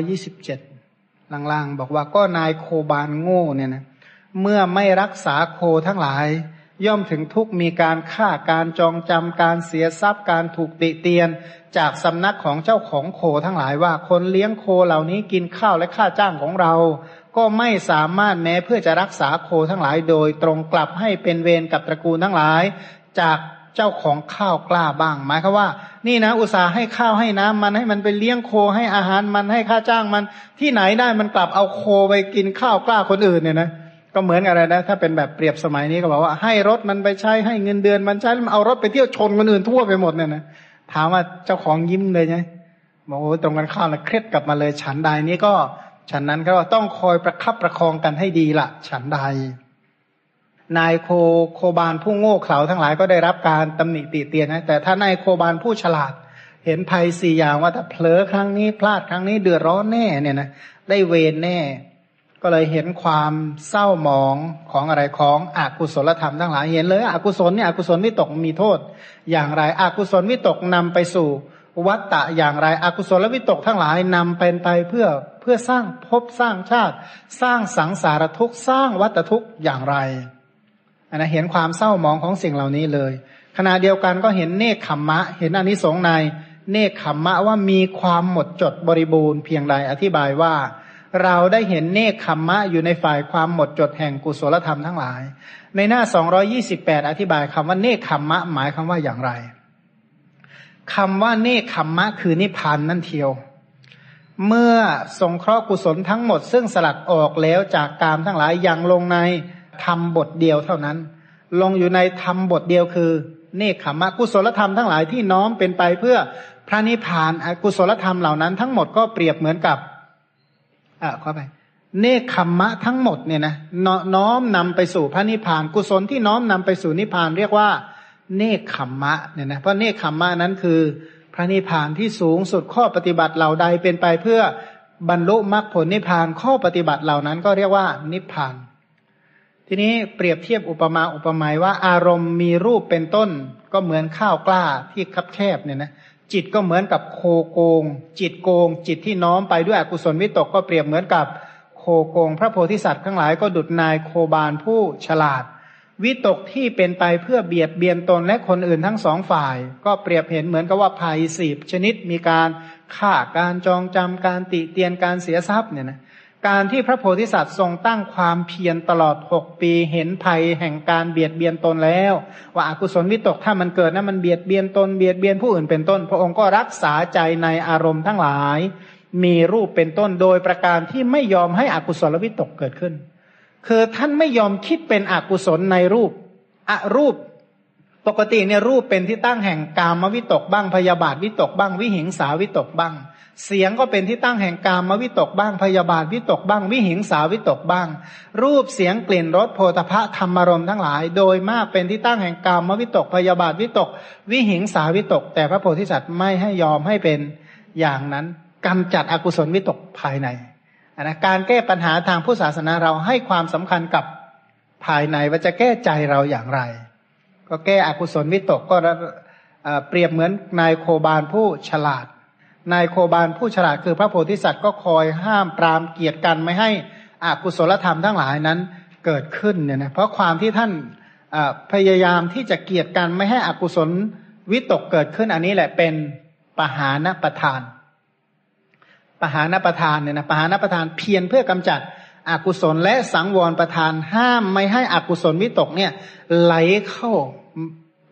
S1: 227ล่างๆบอกว่าก็นายโคบาลโง่เนี่ยนะเมื่อไม่รักษาโคทั้งหลายย่อมถึงทุกข์มีการฆ่าการจองจำการเสียทรัพย์การถูกติเตียนจากสำนักของเจ้าของโคทั้งหลายว่าคนเลี้ยงโคเหล่านี้กินข้าวและค่าจ้างของเราก็ไม่สามารถแม้เพื่อจะรักษาโคทั้งหลายโดยตรงกลับให้เป็นเวรกับตระกูลทั้งหลายจากเจ้าของข้าวกล้าบ้างหมายความว่านี่นะอุตส่าห์ให้ข้าวให้น้ำมันให้มันไปเลี้ยงโคให้อาหารมันให้ค่าจ้างมันที่ไหนได้มันกลับเอาโคไปกินข้าวกล้าคนอื่นเนี่ยนะก็เหมือนอะไรนะถ้าเป็นแบบเปรียบสมัยนี้ก็บอกว่าให้รถมันไปใช้ให้เงินเดือนมันใช้แล้วมันเอารถไปเที่ยวชนคนอื่นทั่วไปหมดเนี่ยนะถามว่าเจ้าของยิ้มเลยใช่ไหมบอกโอ้ตรงกันข้ามนะเครียดกลับมาเลยฉันใดนี้ก็ฉันนั้นก็ต้องคอยประคับประคองกันให้ดีละฉันใดนายโคบาลผู้โง่เขลาทั้งหลายก็ได้รับการตำหนิติเตียนนะแต่ถ้านายโคบาลผู้ฉลาดเห็นภัย4อย่างว่าถ้าเผลอครั้งนี้พลาดครั้งนี้เดือดร้อนแน่เนี่ยนะได้เวรแน่ก็เลยเห็นความเศร้าหมองของอะไรของอกุศลธรรมทั้งหลายเห็นเลยอกุศลเนี่ยอกุศลวิตกมีโทษอย่างไรอกุศลวิตกนำไปสู่วัฏฏะอย่างไรอกุศลวิตกทั้งหลายนำเป็นไปเพื่อสร้างภพสร้างชาติสร้างสังสารทุกข์สร้างวัฏทุกข์อย่างไรเห็นความเศร้าหมองของสิ่งเหล่านี้เลยขณะเดียวกันก็เห็นเนกขัมมะเห็นอานิสงส์ในเนกขัมมะว่ามีความหมดจดบริบูรณ์เพียงใดอธิบายว่าเราได้เห็นเนกขัมมะอยู่ในฝ่ายความหมดจดแห่งกุศลธรรมทั้งหลายในหน้า228อธิบายคำว่าเนกขัมมะหมายคำว่าอย่างไรคำว่าเนกขัมมะคือนิพพานนั่นเทียวเมื่อสงเคราะห์กุศลทั้งหมดซึ่งสลัดออกแล้วจากกามทั้งหลายยังลงในธรรมบทเดียวเท่านั้นลงอยู่ในธรรมบทเดียวคือเนกขัมมะกุศลธรรมทั้งหลายที่น้อมเป็นไปเพื่อพระนิพพานกุศลธรรมเหล่านั้นทั้งหมดก็เปรียบเหมือนกับเข้าไปเนกขัมมะทั้งหมดเนี่ยนะน้อมนำไปสู่พระนิพพานกุศลที่น้อมนำไปสู่นิพพานเรียกว่าเนกขัมมะเนี่ยนะเพราะเนกขัมมะนั้นคือพระนิพพานที่สูงสุดข้อปฏิบัติเหล่าใดเป็นไปเพื่อบรรลุมรรคผลนิพพานข้อปฏิบัติเหล่านั้นก็เรียกว่านิพพานทีนี้เปรียบเทียบอุปมาอุปไมยว่าอารมณ์มีรูปเป็นต้นก็เหมือนข้าวกล้าที่คับแคบเนี่ยนะจิตก็เหมือนกับโคโกงจิตโกงจิตที่น้อมไปด้วยอกุศลวิตกก็เปรียบเหมือนกับโคโกงพระโพธิสัตว์ทั้งหลายก็ดุจนายโคบาลผู้ฉลาดวิตกที่เป็นไปเพื่อเบียดเบียนตนและคนอื่นทั้งสองฝ่ายก็เปรียบเห็นเหมือนกับว่าภัย10ชนิดมีการฆ่าการจองจำการติเตียนการเสียทรัพย์เนี่ยนะการที่พระโพธิสัตว์ทรงตั้งความเพียรตลอด6ปีเห็นภัยแห่งการเบียดเบียนตนแล้วว่าอกุศลวิตกถ้ามันเกิดนะมันเบียดเบียนตนเบียดเบียนผู้อื่นเป็นต้นพระองค์ก็รักษาใจในอารมณ์ทั้งหลายมีรูปเป็นต้นโดยประการที่ไม่ยอมให้อกุศลวิตกเกิดขึ้นคือท่านไม่ยอมคิดเป็นอกุศลในรูปรูปปกติเนี่ยรูปเป็นที่ตั้งแห่งกามวิตกบ้างพยาบาทวิตกบ้างวิหิงสาวิตกบ้างเสียงก็เป็นที่ตั้งแห่งกามวิตกบ้างพยาบาทวิตกบ้างวิหิงสาวิตกบ้างรูปเสียงกลิ่นรสโผฏฐัพพะธรรมารมณ์ทั้งหลายโดยมากเป็นที่ตั้งแห่งกามวิตกพยาบาทวิตกวิหิงสาวิตกแต่พระโพธิสัตว์ไม่ให้ยอมให้เป็นอย่างนั้นกำจัดอกุศลวิตกภายในการแก้ปัญหาทางพุทธศาสนาเราให้ความสำคัญกับภายในว่าจะแก้ใจเราอย่างไรก็แก้อกุศลวิตกก็เปรียบเหมือนนายโคบาลผู้ฉลาดนายโคบาลผู้ฉลาดคือพระโพธิสัตว์ก็คอยห้ามปรามเกียรติกันไม่ให้อกุศลธรรมทั้งหลายนั้นเกิดขึ้นเนี่ยนะเพราะความที่ท่านพยายามที่จะเกียรติกันไม่ให้อกุศลวิตกเกิดขึ้นอันนี้แหละเป็นปหานประทานปหานประทานเนี่ยนะปหานประทานเพียรเพื่อกำจัดอกุศลและสังวรประทานห้ามไม่ให้อกุศลวิตกเนี่ยไหลเข้า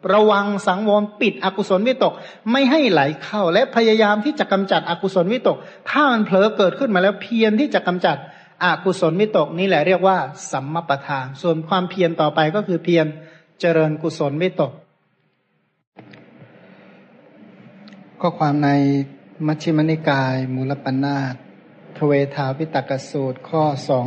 S1: ระวังสังวรปิดอกุศลวิตกไม่ให้ไหลเข้าและพยายามที่จะกำจัดอกุศลวิตกถ้ามันเผลอเกิดขึ้นมาแล้วเพียรที่จะกำจัดอกุศลวิตกนี่แหละเรียกว่าสัมมัปปทานส่วนความเพียรต่อไปก็คือเพียรเจริญกุศลวิตกข้อความในมัชฌิมนิกายมูลปัญนาถทเวทาวิตกสูตรข้อ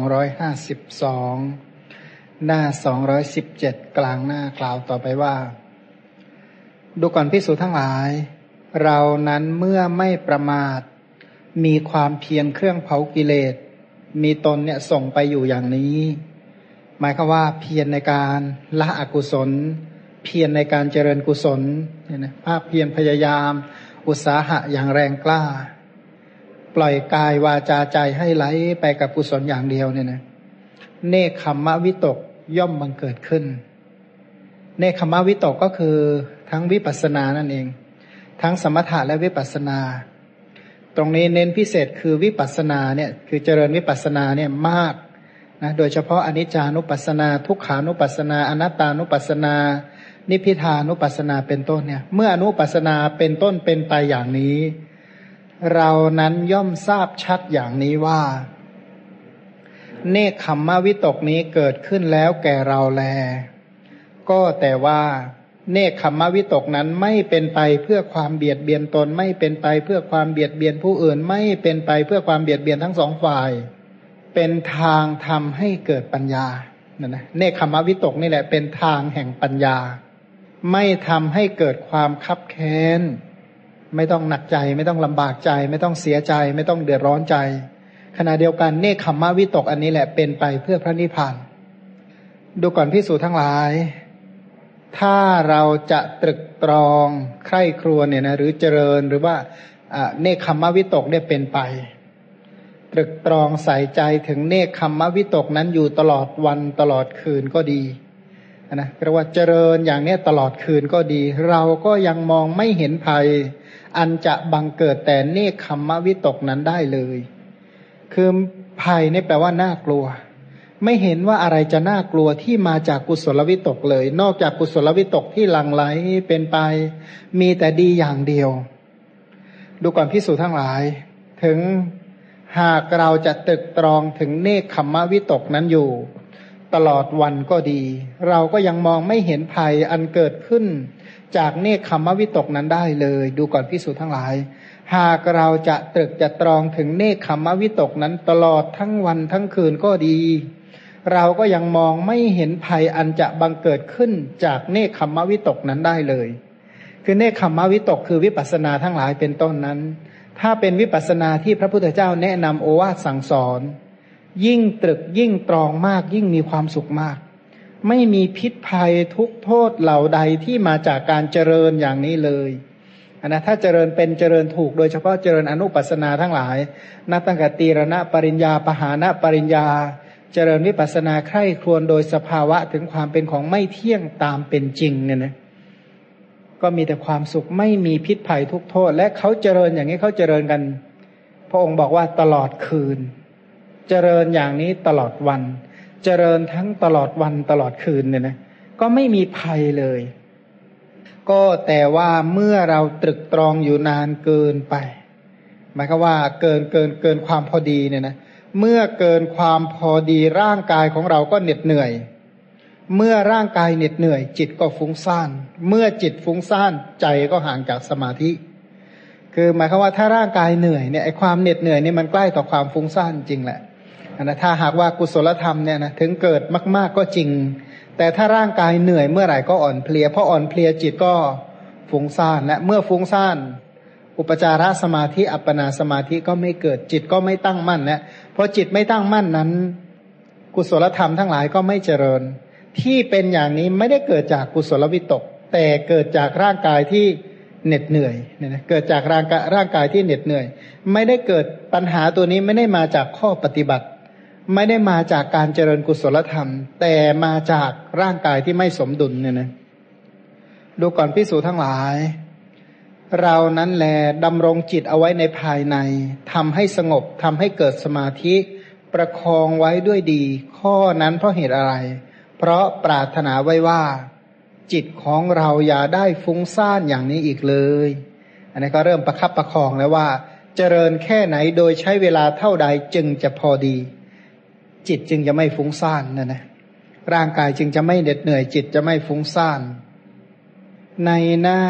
S1: 252หน้า217กลางหน้ากล่าวต่อไปว่าดูก่อนภิกษุทั้งหลายเรานั้นเมื่อไม่ประมาทมีความเพียรเครื่องเผากิเลสมีตนเนี่ยส่งไปอยู่อย่างนี้หมายความว่าเพียรในการละอกุศลเพียรในการเจริญกุศลเนี่ยนะภาคเพียรพยายามอุตสาหะอย่างแรงกล้าปล่อยกายวาจาใจให้ไหลไปกับกุศลอย่างเดียวเนี่ยนะเนคขมมวิตกย่อมบังเกิดขึ้นเนคขมมวิตกก็คือทั้งวิปัสสนานั่นเองทั้งสมถะและวิปัสสนาตรงนี้เน้นพิเศษคือวิปัสสนาเนี่ยคือเจริญวิปัสสนาเนี่ยมากนะโดยเฉพาะอนิจจานุปัสสนาทุกขานุปัสสนาอนัตตานุปัสสนานิพพิทานุปัสสนาเป็นต้นเนี่ยเมื่ออนุปัสสนาเป็นต้นเป็นไปอย่างนี้เรานั้นย่อมทราบชัดอย่างนี้ว่าเนคขมมวิตกนี้เกิดขึ้นแล้วแก่เราแลก็แต่ว่าเนคขมมวิตกนั้นไม่เป็นไปเพื่อความเบียดเบียนตนไม่เป็นไปเพื่อความเบียดเบียนผู้อื่นไม่เป็นไปเพื่อความเบียดเบียนทั้งสองฝ่ายเป็นทางทำให้เกิดปัญญานั่นนะเนคขมมวิตกนี่แหละเป็นทางแห่งปัญญาไม่ทำให้เกิดความคับแค้นไม่ต้องหนักใจไม่ต้องลำบากใจไม่ต้องเสียใจไม่ต้องเดือดร้อนใจขณะเดียวกันเนคขมมวิตกอันนี้แหละเป็นไปเพื่อพระนิพพานดูก่อนภิกษุทั้งหลายถ้าเราจะตรึกตรองใคร่ครวญเนี่ยนะหรือเจริญหรือว่าเนคขมมวิตกได้เป็นไปตรึกตรองใส่ใจถึงเนคขมมวิตกนั้นอยู่ตลอดวันตลอดคืนก็ดีนะเรียกว่าเจริญอย่างนี้ตลอดคืนก็ดีเราก็ยังมองไม่เห็นภัยอันจะบังเกิดแต่เนคขมมวิตกนั้นได้เลยคือภัยนี่แปลว่าน่ากลัวไม่เห็นว่าอะไรจะน่ากลัวที่มาจากกุศลวิตกเลยนอกจากกุศลวิตกที่หลั่งไหลเป็นไปมีแต่ดีอย่างเดียวดูก่อนภิกษุทั้งหลายถึงหากเราจะตรึกตรองถึงเนคขมมวิตกนั้นอยู่ตลอดวันก็ดีเราก็ยังมองไม่เห็นภัยอันเกิดขึ้นจากเนคขมมวิตกนั้นได้เลยดูก่อนภิกษุทั้งหลายหากเราจะตรึกจะตรองถึงเนคขมมวิตกนั้นตลอดทั้งวันทั้งคืนก็ดีเราก็ยังมองไม่เห็นภัยอันจะบังเกิดขึ้นจากเนคขมมวิตกนั้นได้เลยคือเนคขมมวิตกคือวิปัสสนาทั้งหลายเป็นต้นนั้นถ้าเป็นวิปัสสนาที่พระพุทธเจ้าแนะนำโอวาทสั่งสอนยิ่งตรึกยิ่งตรองมากยิ่งมีความสุขมากไม่มีพิษภัยทุกโทษเหล่าใดที่มาจากการเจริญอย่างนี้เลยนะถ้าเจริญเป็นเจริญถูกโดยเฉพาะเจริญอนุปัสสนาทั้งหลายนับตั้งแต่ตีรณปริญญาปหานะปริญญาเจริญวิปัสสนาใคร่ครวญโดยสภาวะถึงความเป็นของไม่เที่ยงตามเป็นจริงเนี่ยนะก็มีแต่ความสุขไม่มีพิษภัยทุกโทษและเขาเจริญอย่างนี้เขาเจริญกันพระองค์บอกว่าตลอดคืนเจริญอย่างนี้ตลอดวันเจริญทั้งตลอดวันตลอดคืนเนี่ยนะก็ไม่มีภัยเลยก็แต่ว่าเมื่อเราตรึกตรองอยู่นานเกินไปหมายความว่าเกินความพอดีเนี่ยนะเมื่อเกินความพอดีร่างกายของเราก็เหน็ดเหนื่อยเมื่อร่างกายเหน็ดเหนื่อยจิตก็ฟุ้งซ่านเมื่อจิตฟุ้งซ่านใจก็ห่างจากสมาธิคือหมายความว่าถ้าร่างกายเหนื่อยเนี่ยไอ้ความเหน็ดเหนื่อยนี่มันใกล้ต่อความฟุ้งซ่านจริงแหละนะถ้าหากว่ากุศลธรรมเนี่ยนะถึงเกิดมากๆก็จริงแต่ถ้าร่างกายเหนื่อยเมื่อไหร่ก็อ่อนเพลียเพราะอ่อนเพลียจิตก็ฟุ้งซ่านและเมื่อฟุ้งซ่านอุปจารสมาธิอัปปนาสมาธิก็ไม่เกิดจิตก็ไม่ตั้งมั่นนะเพราะจิตไม่ตั้งมั่นนั้นกุศลธรรมทั้งหลายก็ไม่เจริญที่เป็นอย่างนี้ไม่ได้เกิดจากกุศลวิตกแต่เกิดจากร่างกายที่เหน็ดเหนื่อยเนี่ยนะเกิดจากร่างกายที่เหน็ดเหนื่อยไม่ได้เกิดปัญหาตัวนี้ไม่ได้มาจากข้อปฏิบัติไม่ได้มาจากการเจริญกุศลธรรมแต่มาจากร่างกายที่ไม่สมดุลเนี่ยนะดูก่อนภิกษุทั้งหลายเรานั้นแลดำรงจิตเอาไว้ในภายในทำให้สงบทำให้เกิดสมาธิประคองไว้ด้วยดีข้อนั้นเพราะเหตุอะไรเพราะปรารถนาไว้ว่าจิตของเราอย่าได้ฟุ้งซ่านอย่างนี้อีกเลยอันนี้ก็เริ่มประคับประคองแล้วว่าเจริญแค่ไหนโดยใช้เวลาเท่าใดจึงจะพอดีจิตจึงจะไม่ฟุ้งซ่านนะร่างกายจึงจะไม่เหน็ดเหนื่อยจิตจะไม่ฟุ้งซ่านในหน้า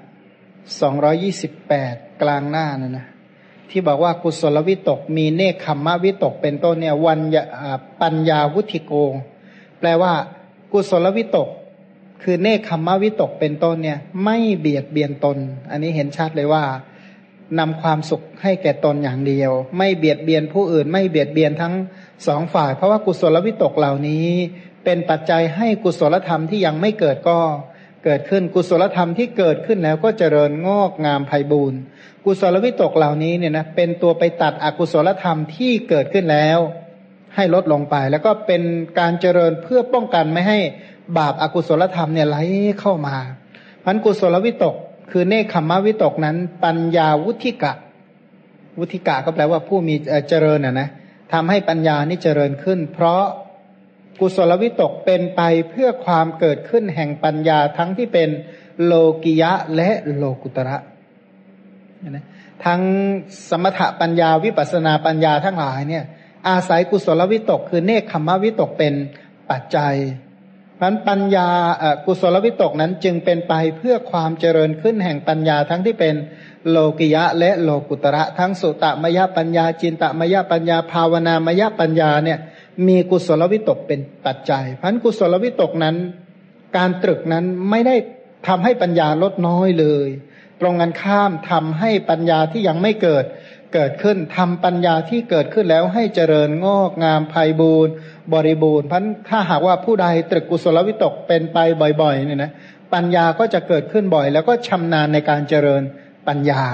S1: 228กลางหน้านะที่บอกว่ากุศลวิตกมีเนคขมมะวิตกเป็นต้นเนี่ยปัญญาวุธิโกแปลว่ากุศลวิตกคือเนคขมมะวิตกเป็นต้นเนี่ยไม่เบียดเบียนตนอันนี้เห็นชัดเลยว่านำความสุขให้แก่ตนอย่างเดียวไม่เบียดเบียนผู้อื่นไม่เบียดเบียนทั้งสองฝ่ายเพราะว่ากุศลวิตกเหล่านี้เป็นปัจจัยให้กุศลธรรมที่ยังไม่เกิดก็เกิดขึ้นกุศลธรรมที่เกิดขึ้นแล้วก็เจริญงอกงามไพบูรย์กุศลวิตกเหล่านี้เนี่ยนะเป็นตัวไปตัดอกุศลธรรมที่เกิดขึ้นแล้วให้ลดลงไปแล้วก็เป็นการเจริญเพื่อป้องกันไม่ให้บาปอกุศลธรรมเนี่ยไหลเข้ามาเพราะฉะนั้นกุศลวิตกคือเนคขมมะวิตกนั้นปัญญาวุธิกะวุธิกะก็แปลว่าผู้มีเจริญนะทำให้ปัญญานี่เจริญขึ้นเพราะกุศลวิตกเป็นไปเพื่อความเกิดขึ้นแห่งปัญญาทั้งที่เป็นโลกิยะและโลกุตระทั้งสมถะปัญญาวิปัสสนาปัญญาทั้งหลายเนี่ยอาศัยกุศลวิตกคือเนคขมมะวิตกเป็นปัจจัยเพราะฉะนั้นปัญญากุศลวิตกนั้นจึงเป็นไปเพื่อความเจริญขึ้นแห่งปัญญาทั้งที่เป็นโลกิยะและโลกุตระทั้งสุตมยปัญญาจินตมยปัญญาภาวนามยปัญญาเนี่ยมีกุศลวิตกเป็นปัจจัยเพราะฉะนั้นกุศลวิตกนั้นการตรึกนั้นไม่ได้ทำให้ปัญญาลดน้อยเลยตรงกันข้ามทำให้ปัญญาที่ยังไม่เกิดขึ้นทำปัญญาที่เกิดขึ้นแล้วให้เจริญงอกงามไพบูรณ์บริบูรณ์เพราะถ้าหากว่าผู้ใดตรึกกุศลวิตกเป็นไปบ่อยๆเนี่ยนะปัญญาก็จะเกิดขึ้นบ่อยแล้วก็ชำนาญในการเจริญปัญญา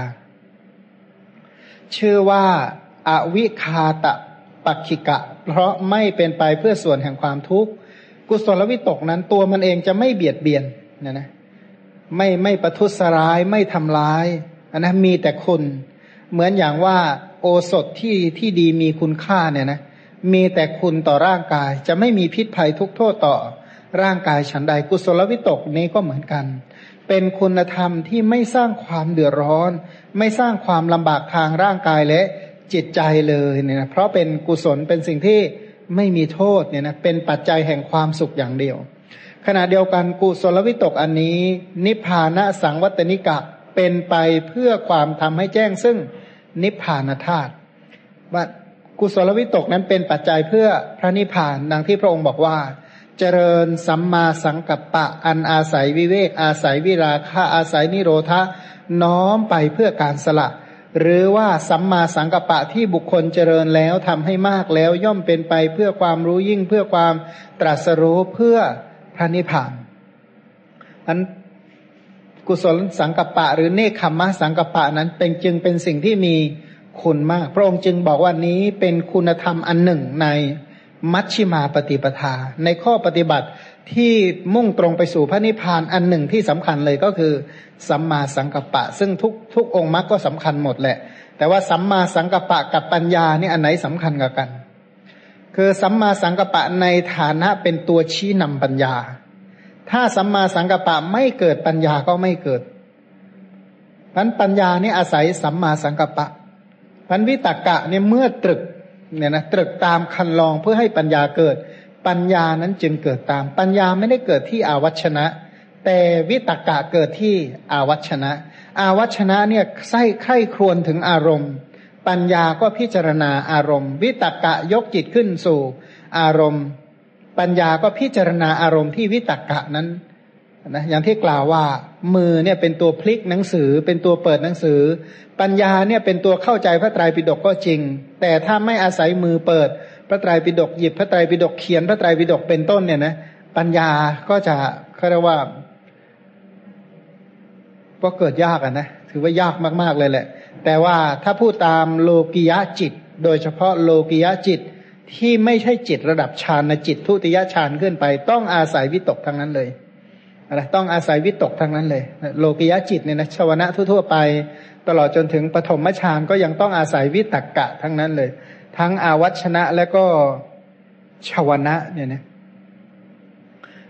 S1: ชื่อว่าอวิคาตปักขิกะเพราะไม่เป็นไปเพื่อส่วนแห่งความทุกข์กุศลวิตกนั้นตัวมันเองจะไม่เบียดเบียนนะไม่ประทุษร้ายไม่ทำร้ายอันนั้นมีแต่คุณเหมือนอย่างว่าโอสถที่ดีมีคุณค่าเนี่ยนะมีแต่คุณต่อร่างกายจะไม่มีพิษภัยทุกโทษต่อร่างกายฉันใดกุศลวิตกนี้ก็เหมือนกันเป็นคุณธรรมที่ไม่สร้างความเดือดร้อนไม่สร้างความลำบากทางร่างกายและจิตใจเลยเนี่ยนะเพราะเป็นกุศลเป็นสิ่งที่ไม่มีโทษเนี่ยนะเป็นปัจจัยแห่งความสุขอย่างเดียวขณะเดียวกันกุศลวิตกอันนี้นิพพานสังวัตนิกะเป็นไปเพื่อความทำให้แจ้งซึ่งนิพพานธาตุว่ากุศลวิตกนั้นเป็นปัจจัยเพื่อพระนิพพานดังที่พระองค์บอกว่าเจริญสัมมาสังกัปปะอันอาศัยวิเวกอาศัยวิราคะอาศัยนิโรธะน้อมไปเพื่อการสละหรือว่าสัมมาสังกัปปะที่บุคคลเจริญแล้วทำให้มากแล้วย่อมเป็นไปเพื่อความรู้ยิ่งเพื่อความตรัสรู้เพื่อพระนิพพานอันกุศลสังกัปปะหรือเนคขมมะสังกัปปะนั้นจึงเป็นสิ่งที่มีคุณมากพระองค์จึงบอกว่านี้เป็นคุณธรรมอันหนึ่งในมัชฌิมาปฏิปทาในข้อปฏิบัติที่มุ่งตรงไปสู่พระนิพพานอันหนึ่งที่สำคัญเลยก็คือสัมมาสังกัปปะซึ่งทุกองค์มรรคก็สำคัญหมดแหละแต่ว่าสัมมาสังกัปปะกับปัญญานี่อันไหนสำคัญกว่ากันคือสัมมาสังกัปปะในฐานะเป็นตัวชี้นำปัญญาถ้าสัมมาสังกัปปะไม่เกิดปัญญาก็ไม่เกิดเพราะปัญญานี่อาศัยสัมมาสังกัปปะเพราะวิตกกะเนี่ยเมื่อตรึกเนี่ยนะตรึกตามคันลองเพื่อให้ปัญญาเกิดปัญญานั้นจึงเกิดตามปัญญาไม่ได้เกิดที่อาวัชนะแต่วิตกกะเกิดที่อาวัชนะอาวัชนะเนี่ยใคร่ครวญถึงอารมณ์ปัญญาก็พิจารณาอารมณ์วิตกกะยกจิตขึ้นสู่อารมณ์ปัญญาก็พิจารณาอารมณ์ที่วิตกกะนั้นนะอย่างที่กล่าวว่ามือเนี่ยเป็นตัวพลิกหนังสือเป็นตัวเปิดหนังสือปัญญาเนี่ยเป็นตัวเข้าใจพระไตรปิฎกก็จริงแต่ถ้าไม่อาศัยมือเปิดพระไตรปิฎกหยิบพระไตรปิฎกเขียนพระไตรปิฎกเป็นต้นเนี่ยนะปัญญาก็จะเขาเรียกว่าก็เกิดยากนะถือว่ายากมากๆเลยแหละแต่ว่าถ้าพูดตามโลกิยะจิตโดยเฉพาะโลกิยะจิตที่ไม่ใช่จิตระดับฌานจิตทุติยฌานขึ้นไปต้องอาศัยวิตกทั้งนั้นเลยอะไรต้องอาศัยวิตกทั้งนั้นเลยโลกิยะจิตเนี่ยนะชวนะทั่วๆไปตลอดจนถึงปฐมฌานก็ยังต้องอาศัยวิตกกะทั้งนั้นเลยทั้งอาวัชนะและก็ชวนะเนี่ยนะ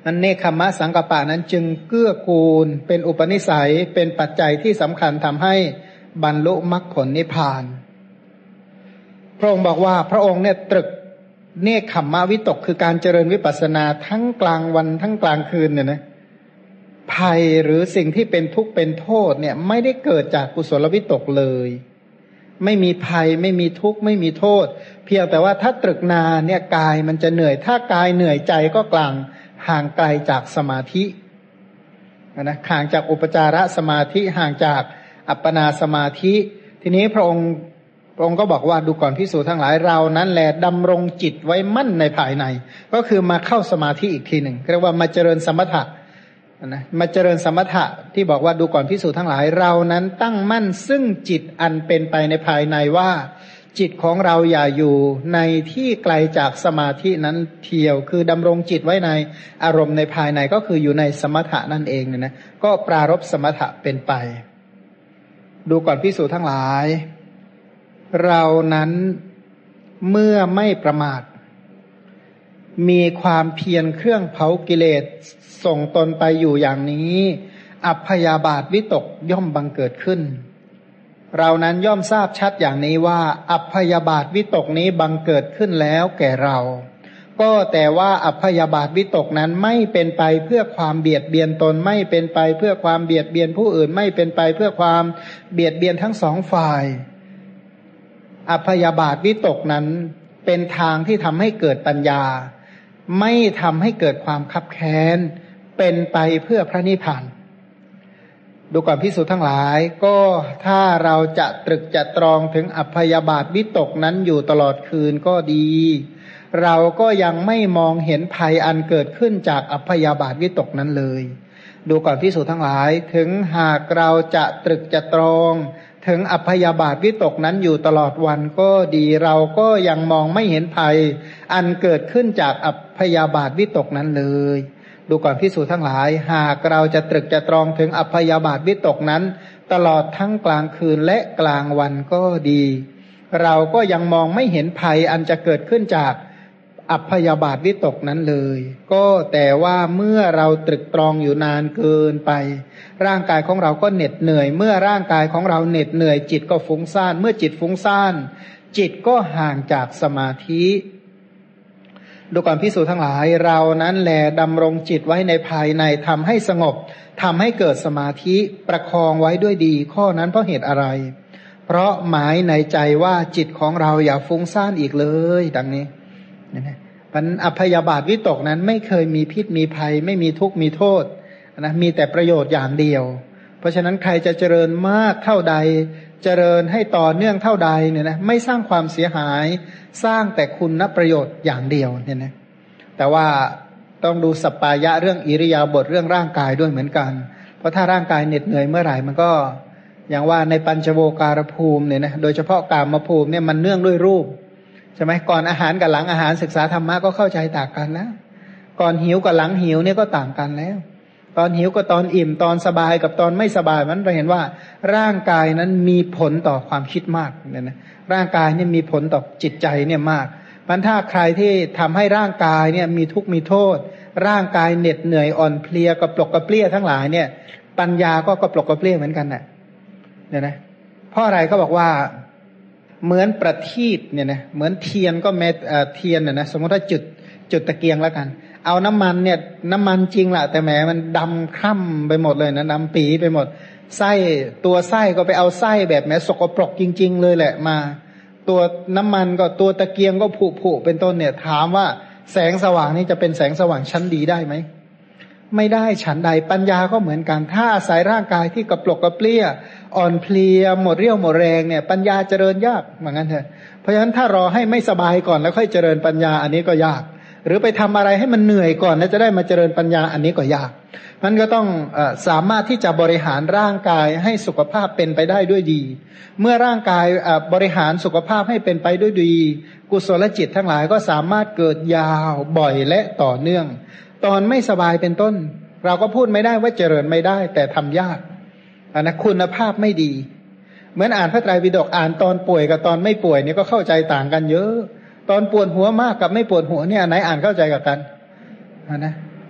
S1: อันเนคขมะสังกัปปะนั้นจึงเกื้อกูลเป็นอุปนิสัยเป็นปัจจัยที่สำคัญทำให้บรรลุมรรคผลนิพพานพระองค์บอกว่าพระองค์เนี่ยตรึกเนคขมะวิตกคือการเจริญวิปัสสนาทั้งกลางวันทั้งกลางคืนเนี่ยนะภัยหรือสิ่งที่เป็นทุกข์เป็นโทษเนี่ยไม่ได้เกิดจากกุศลวิตกเลยไม่มีภัยไม่มีทุกข์ไม่มีโทษเพียงแต่ว่าถ้าตรึกนานเนี่ยกายมันจะเหนื่อยถ้ากายเหนื่อยใจก็กลางห่างไกลจากสมาธินะห่างจากอุปจารสมาธิห่างจากอัปปนาสมาธิทีนี้พระองค์ก็บอกว่าดูก่อนภิกษุทั้งหลายเรานั้นแลดำรงจิตไว้มั่นในภายในก็คือมาเข้าสมาธิอีกทีหนึ่งเรียกว่ามาเจริญสมถะนะมาเจริญสมถะที่บอกว่าดูก่อนภิกษุทั้งหลายเรานั้นตั้งมั่นซึ่งจิตอันเป็นไปในภายในว่าจิตของเราอย่าอยู่ในที่ไกลจากสมาธินั้นเที่ยวคือดำรงจิตไว้ในอารมณ์ในภายในก็คืออยู่ในสมถะนั่นเองเนี่ยนะก็ปรารภสมถะเป็นไปดูก่อนภิกษุทั้งหลายเรานั้นเมื่อไม่ประมาทมีความเพียรเครื่องเผากิเลสส่งตนไปอยู่อย่างนี้อัพยาบาทวิตกย่อมบังเกิดขึ้นเรานั้นย่อมทราบชัดอย่างนี้ว่าอัพยาบาทวิตกนี้บังเกิดขึ้นแล้วแก่เราก็แต่ว่าอัพยาบาทวิตกนั้นไม่เป็นไปเพื่อความเบียดเบียนตนไม่เป็นไปเพื่อความเบียดเบียนผู้อื่นไม่เป็นไปเพื่อความเบียดเบียนทั้งสองฝ่ายอัพยาบาทวิตกนั้นเป็นทางที่ทำให้เกิดปัญญาไม่ทำให้เกิดความคับแค้นเป็นไปเพื่อพระนิพพานดูก่อนภิกษุทั้งหลายก็ถ้าเราจะตรึกจะตรองถึงอัพยาบาทวิตกนั้นอยู่ตลอดคืนก็ดีเราก็ยังไม่มองเห็นภัยอันเกิดขึ้นจากอัพยาบาทวิตกนั้นเลยดูก่อนภิกษุทั้งหลายถึงหากเราจะตรึกจะตรองถึงอัพยาบาทวิตกนั้นอยู่ตลอดวันก็ดีเราก็ยังมองไม่เห็นภัยอันเกิดขึ้นจากอัพยาบาทวิตกนั้นเลยดูก่อนภิกษุทั้งหลายหากเราจะตรึกจะตรองถึงอัพยาบาทวิตกนั้นตลอดทั้งกลางคืนและกลางวันก็ดีเราก็ยังมองไม่เห็นภัยอันจะเกิดขึ้นจากอัพยาบาทวิตกนั้นเลยก็แต่ว่าเมื่อเราตรึกตรองอยู่นานเกินไปร่างกายของเราก็เหน็ดเหนื่อยเมื่อร่างกายของเราเหน็ดเหนื่อยจิตก็ฟุ้งซ่านเมื่อจิตฟุ้งซ่านจิตก็ห่างจากสมาธิดูก่อนภิกษุทั้งหลายเรานั้นแลดำรงจิตไว้ในภายในทำให้สงบทำให้เกิดสมาธิประคองไว้ด้วยดีข้อนั้นเพราะเหตุอะไรเพราะหมายในใจว่าจิตของเราอย่าฟุ้งซ่านอีกเลยดังนี้มันอัพยาบาทวิตกนั้นไม่เคยมีพิษมีภัยไม่มีทุกข์มีโทษนะมีแต่ประโยชน์อย่างเดียวเพราะฉะนั้นใครจะเจริญมากเท่าใดเจริญให้ต่อเนื่องเท่าใดเนี่ยนะไม่สร้างความเสียหายสร้างแต่คุณประโยชน์อย่างเดียวเนี่ยนะแต่ว่าต้องดูสัปปายะเรื่องอิริยาบถเรื่องร่างกายด้วยเหมือนกันเพราะถ้าร่างกายเหน็ดเหนื่อยเมื่อไหร่มันก็อย่างว่าในปัญจโวการภูมิเนี่ยนะโดยเฉพาะกามภูมิเนี่ยมันเนื่องด้วยรูปใช่ไหมก่อนอาหารกับหลังอาหารศึกษาธรรมะก็เข้าใจต่างกันแล้วก่อนหิวกับหลังหิวเนี่ยก็ต่างกันแล้วตอนหิวกับตอนอิ่มตอนสบายกับตอนไม่สบายมันเราเห็นว่าร่างกายนั้นมีผลต่อความคิดมากเนี่ยนะร่างกายเนี่ยมีผลต่อจิตใจเนี่ยมากมันถ้าใครที่ทำให้ร่างกายเนี่ยมีทุกข์มีโทษร่างกายเหน็ดเหนื่อยอ่อนเพลียกระปลกกระเปรี้ยทั้งหลายเนี่ยปัญญาก็กระปลกกระเปรี้ยเหมือนกันน่ะเนี่ยนะเพราะอะไรก็บอกว่าเหมือนประทีปเนี่ยนะเหมือนเทียนก็แม้เทียนน่ะนะสมมติถ้าจุดตะเกียงแล้วกันเอาน้ำมันเนี่ยน้ำมันจริงแหละแต่แหมมันดำคร่ำไปหมดเลยนะดำปีไปหมดไส้ตัวไส้ก็ไปเอาไส้แบบแหมสกปรกจริงๆเลยแหละมาตัวน้ำมันก็ตัวตะเกียงก็ผุเป็นต้นเนี่ยถามว่าแสงสว่างนี่จะเป็นแสงสว่างชั้นดีได้ไหมไม่ได้ฉันใดปัญญาก็เหมือนกันถ้าอาศัยร่างกายที่กระปลกกระเปรี้ยอ่อนเพลียหมดเรี่ยวหมดแรงเนี่ยปัญญาเจริญยากเหมือนกันเถอะเพราะฉะนั้นถ้ารอให้ไม่สบายก่อนแล้วค่อยเจริญปัญญาอันนี้ก็ยากหรือไปทำอะไรให้มันเหนื่อยก่อนแล้วจะได้มาเจริญปัญญาอันนี้ก็ยากมันก็ต้องสามารถที่จะบริหารร่างกายให้สุขภาพเป็นไปได้ด้วยดีเมื่อร่างกายบริหารสุขภาพให้เป็นไปด้วยดีกุศลจิตทั้งหลายก็สามารถเกิดยาวบ่อยและต่อเนื่องตอนไม่สบายเป็นต้นเราก็พูดไม่ได้ว่าเจริญไม่ได้แต่ทำยากนะคุณภาพไม่ดีเหมือนอ่านพระไตรปิฎกอ่านตอนป่วยกับตอนไม่ป่วยนี่ก็เข้าใจต่างกันเยอะตอนปวดหัวมากกับไม่ปวดหัวเนี่ยอันไหนอ่านเข้าใจกับกันนะ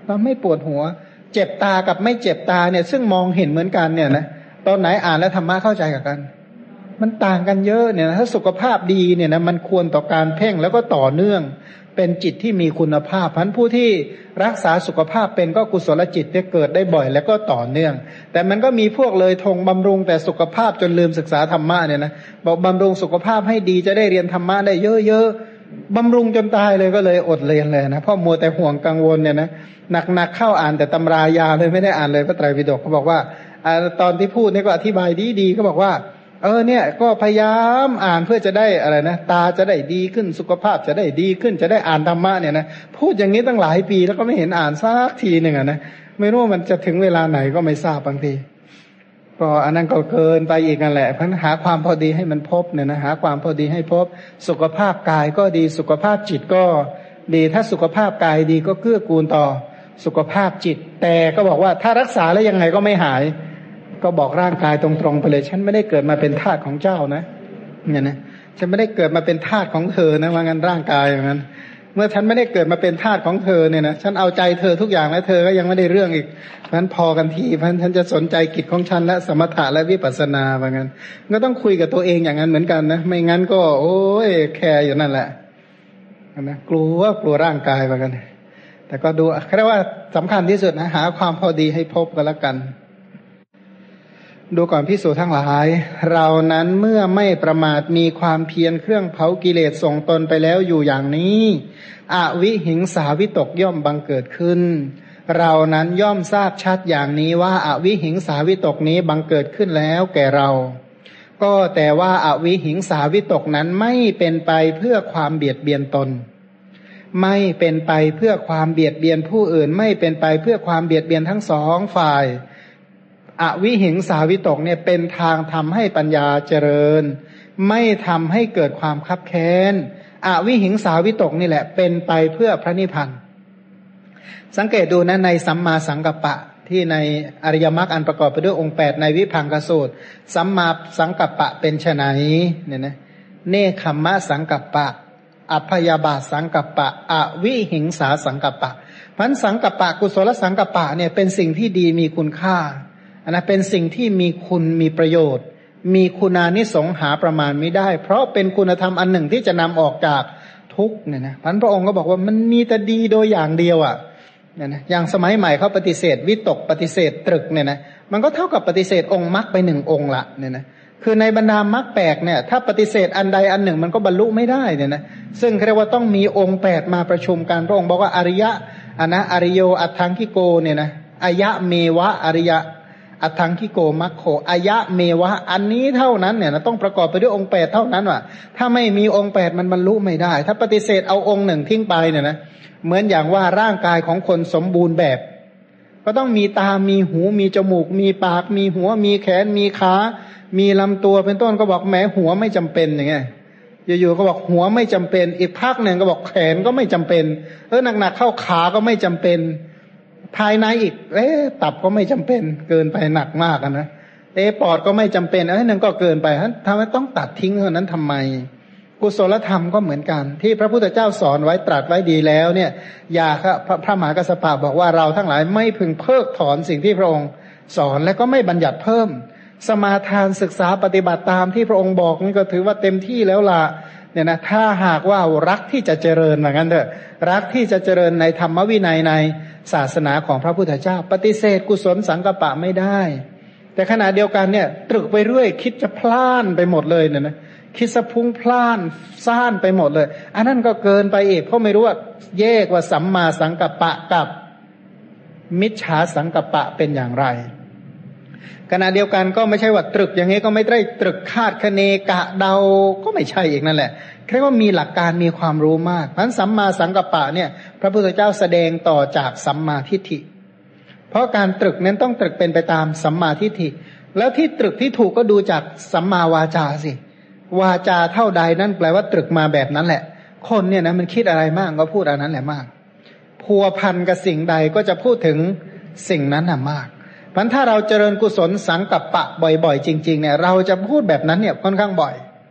S1: เราไม่ปวดหัวเจ็บตากับไม่เจ็บตาเนี่ยซึ่งมองเห็นเหมือนกันเนี่ยนะตอนไหนอ่านแล้วธรรมะเข้าใจกับกันมันต่างกันเยอะเนี่ยถ้าสุขภาพดีเนี่ยนะมันควรต่อการเพ่งแล้วก็ต่อเนื่องเป็นจิตที่มีคุณภาพพันผู้ที่รักษาสุขภาพเป็นก็กุศลจิตที่เกิดได้บ่อยแล้วก็ต่อเนื่องแต่มันก็มีพวกเลยทงบำรุงแต่สุขภาพจนลืมศึกษาธรรมะเนี่ยนะบอกบำรุงสุขภาพให้ดีจะได้เรียนธรรมะได้เยอะๆบำรุงจนตายเลยก็เลยอดเรียนเลยนะเพราะมัวแต่ห่วงกังวลเนี่ยนะหนักๆเข้าอ่านแต่ตำรายาเลยไม่ได้อ่านเลยพระไตรปิฎกเขาบอกว่าตอนที่พูดนี่ก็อธิบายดีๆเขาบอกว่าเนี่ยก็พยายามอ่านเพื่อจะได้อะไรนะตาจะได้ดีขึ้นสุขภาพจะได้ดีขึ้นจะได้อ่านธรรมะเนี่ยนะพูดอย่างนี้ตั้งหลายปีแล้วก็ไม่เห็นอ่านสักทีหนึ่งนะไม่รู้ว่ามันจะถึงเวลาไหนก็ไม่ทราบบางทีก็อันนั้นก็เกินไปอีกนั่นแหละเพราะหาความพอดีให้มันพบเนี่ยนะหาความพอดีให้พบสุขภาพกายก็ดีสุขภาพจิตก็ดีถ้าสุขภาพกายดีก็เกื้อกูลต่อสุขภาพจิตแต่ก็บอกว่าถ้ารักษาแล้วยังไงก็ไม่หายก็บอกร่างกายตรงๆไปเลยฉันไม่ได้เกิดมาเป็นทาสของเจ้านะเนี่ยนะฉันไม่ได้เกิดมาเป็นทาสของเธอนะว่างั้นร่างกายอย่างนั้นเมื่อฉันไม่ได้เกิดมาเป็นทาสของเธอเนี่ยนะฉันเอาใจเธอทุกอย่างแล้วเธอก็ยังไม่ได้เรื่องอีกเพราะฉะนั้นพอกันทีเพราะฉะนั้นฉันจะสนใจกิจของฉันและสมถะและวิปัสสนาว่างั้นก็ต้องคุยกับตัวเองอย่างนั้นเหมือนกันนะไม่งั้นก็โอ้ยแคร์อยู่นั่นแหละนะกลัวร่างกายว่างั้นแต่ก็ดูเรียกว่าสำคัญที่สุดนะหาความพอดีให้พบกันละกันดูก่อนภิกษุทั้งหลายเรานั้นเมื่อไม่ประมาทมีความเพียรเครื่องเผากิเลสส่งตนไปแล้วอยู่อย่างนี้อวิหิงสาวิตกย่อมบังเกิดขึ้นเรานั้นย่อมทราบชัดอย่างนี้ว่าอวิหิงสาวิตกนี้บังเกิดขึ้นแล้วแก่เราก็แต่ว่าอวิหิงสาวิตกนั้นไม่เป็นไปเพื่อความเบียดเบียนตนไม่เป็นไปเพื่อความเบียดเบียนผู้อื่นไม่เป็นไปเพื่อความเบียดเบียนทั้งสองฝ่ายอวิหิงสาวิตกเนี่ยเป็นทางทำให้ปัญญาเจริญไม่ทำให้เกิดความคับแค้นอวิหิงสาวิตกนี่แหละเป็นไปเพื่อพระนิพพานสังเกตดูนะในสัมมาสังกัปปะที่ในอริยมรรคอันประกอบไปด้วยองค์8ในวิพังคสูตรสัมมาสังกัปปะเป็นไฉนเนี่ยนะเนคขมมะสังกัปปะอัพยาบาทสังกัปปะอวิหิงสาสังกัปปะเพราะสังกัปปะกุศลสังกัปปะเนี่ยเป็นสิ่งที่ดีมีคุณค่าอันนั้นเป็นสิ่งที่มีคุณมีประโยชน์มีคุณานิสงส์หาประมาณไม่ได้เพราะเป็นคุณธรรมอันหนึ่งที่จะนำออกจากทุกข์เนี่ยนะพระองค์ก็บอกว่ามันมีแต่ดีโดยอย่างเดียวอ่ะเนี่ยนะอย่างสมัยใหม่เขาปฏิเสธวิตกปฏิเสธตรึกเนี่ยนะมันก็เท่ากับปฏิเสธองค์มรรคไปหนึ่งองค์ละเนี่ยนะคือในบรรดามรรคแปดเนี่ยถ้าปฏิเสธอันใดอันหนึ่งมันก็บรรลุไม่ได้เนี่ยนะซึ่งเรียกว่าต้องมีองค์8มาประชุมกันพระองค์บอกว่าอริยะอริโยอัตถังคิโกเนี่ยนะอายะเมวะอริยะอัตถังคิโกมัคโคอายะเมวะอันนี้เท่านั้นเนี่ยนะต้องประกอบไปด้วยองค์8เท่านั้นว่ะถ้าไม่มีองค์8มันบรรลุไม่ได้ถ้าปฏิเสธเอาองค์หนึ่งทิ้งไปเนี่ยนะเหมือนอย่างว่าร่างกายของคนสมบูรณ์แบบก็ต้องมีตามีหูมีจมูกมีปากมีหัวมีแขนมีขามีลำตัวเป็นต้นก็บอกแม้หัวไม่จำเป็นอย่างเงี้ยอยู่ๆก็บอกหัวไม่จำเป็นอีกภาคหนึ่งก็บอกแขนก็ไม่จำเป็นหนักๆเข้าขาก็ไม่จำเป็นภายในอีกตับก็ไม่จำเป็นเกินไปหนักมากนะปอดก็ไม่จำเป็นนั่นก็เกินไปทำไมต้องตัดทิ้งเท่านั้นทำไมกุศลธรรมก็เหมือนกันที่พระพุทธเจ้าสอนไว้ตรัสไว้ดีแล้วเนี่ยอย่าพระมหากัสสปะบอกว่าเราทั้งหลายไม่พึงเพิกถอนสิ่งที่พระองค์สอนและก็ไม่บัญญัติเพิ่มสมาทานศึกษาปฏิบัติตามที่พระองค์บอกนี่ก็ถือว่าเต็มที่แล้วล่ะเนี่ยนะถ้าหากว่ารักที่จะเจริญเหมือนกันเถอะรักที่จะเจริญในธรรมวินัยในศาสนาของพระพุทธเจ้าปฏิเสธกุศลสังกัปปะไม่ได้แต่ขณะเดียวกันเนี่ยตรึกไปเรื่อยคิดจะพล่านไปหมดเลยเนี่ยนะคิดสะพุ่งพล่านซ่านไปหมดเลยอันนั้นก็เกินไปอีกเพราะไม่รู้ว่าแยกว่าสัมมาสังกัปปะกับมิจฉาสังกัปปะเป็นอย่างไรขณะเดียวกันก็ไม่ใช่ว่าตรึกอย่างนี้ก็ไม่ได้ตรึกคาดคะเนกะเดาก็ไม่ใช่อีกนั่นแหละเรียกว่ามีหลักการมีความรู้มากเพราะสัมมาสังกัปปะเนี่ยพระพุทธเจ้าแสดงต่อจากสัมมาทิฏฐิเพราะการตรึกนั้นต้องตรึกเป็นไปตามสัมมาทิฏฐิแล้วที่ตรึกที่ถูกก็ดูจากสัมมาวาจาสิวาจาเท่าใดนั่นแปลว่าตรึกมาแบบนั้นแหละคนเนี่ยนะมันคิดอะไรมากก็พูดอันนั้นแหละมากพัวพันกับสิ่งใดก็จะพูดถึงสิ่งนั้นน่ะมากเพราะถ้าเราเจริญกุศลสังกัปปะบ่อยๆจริงๆเนี่ยเราจะพูดแบบนั้นเนี่ยค่อนข้างบ่อย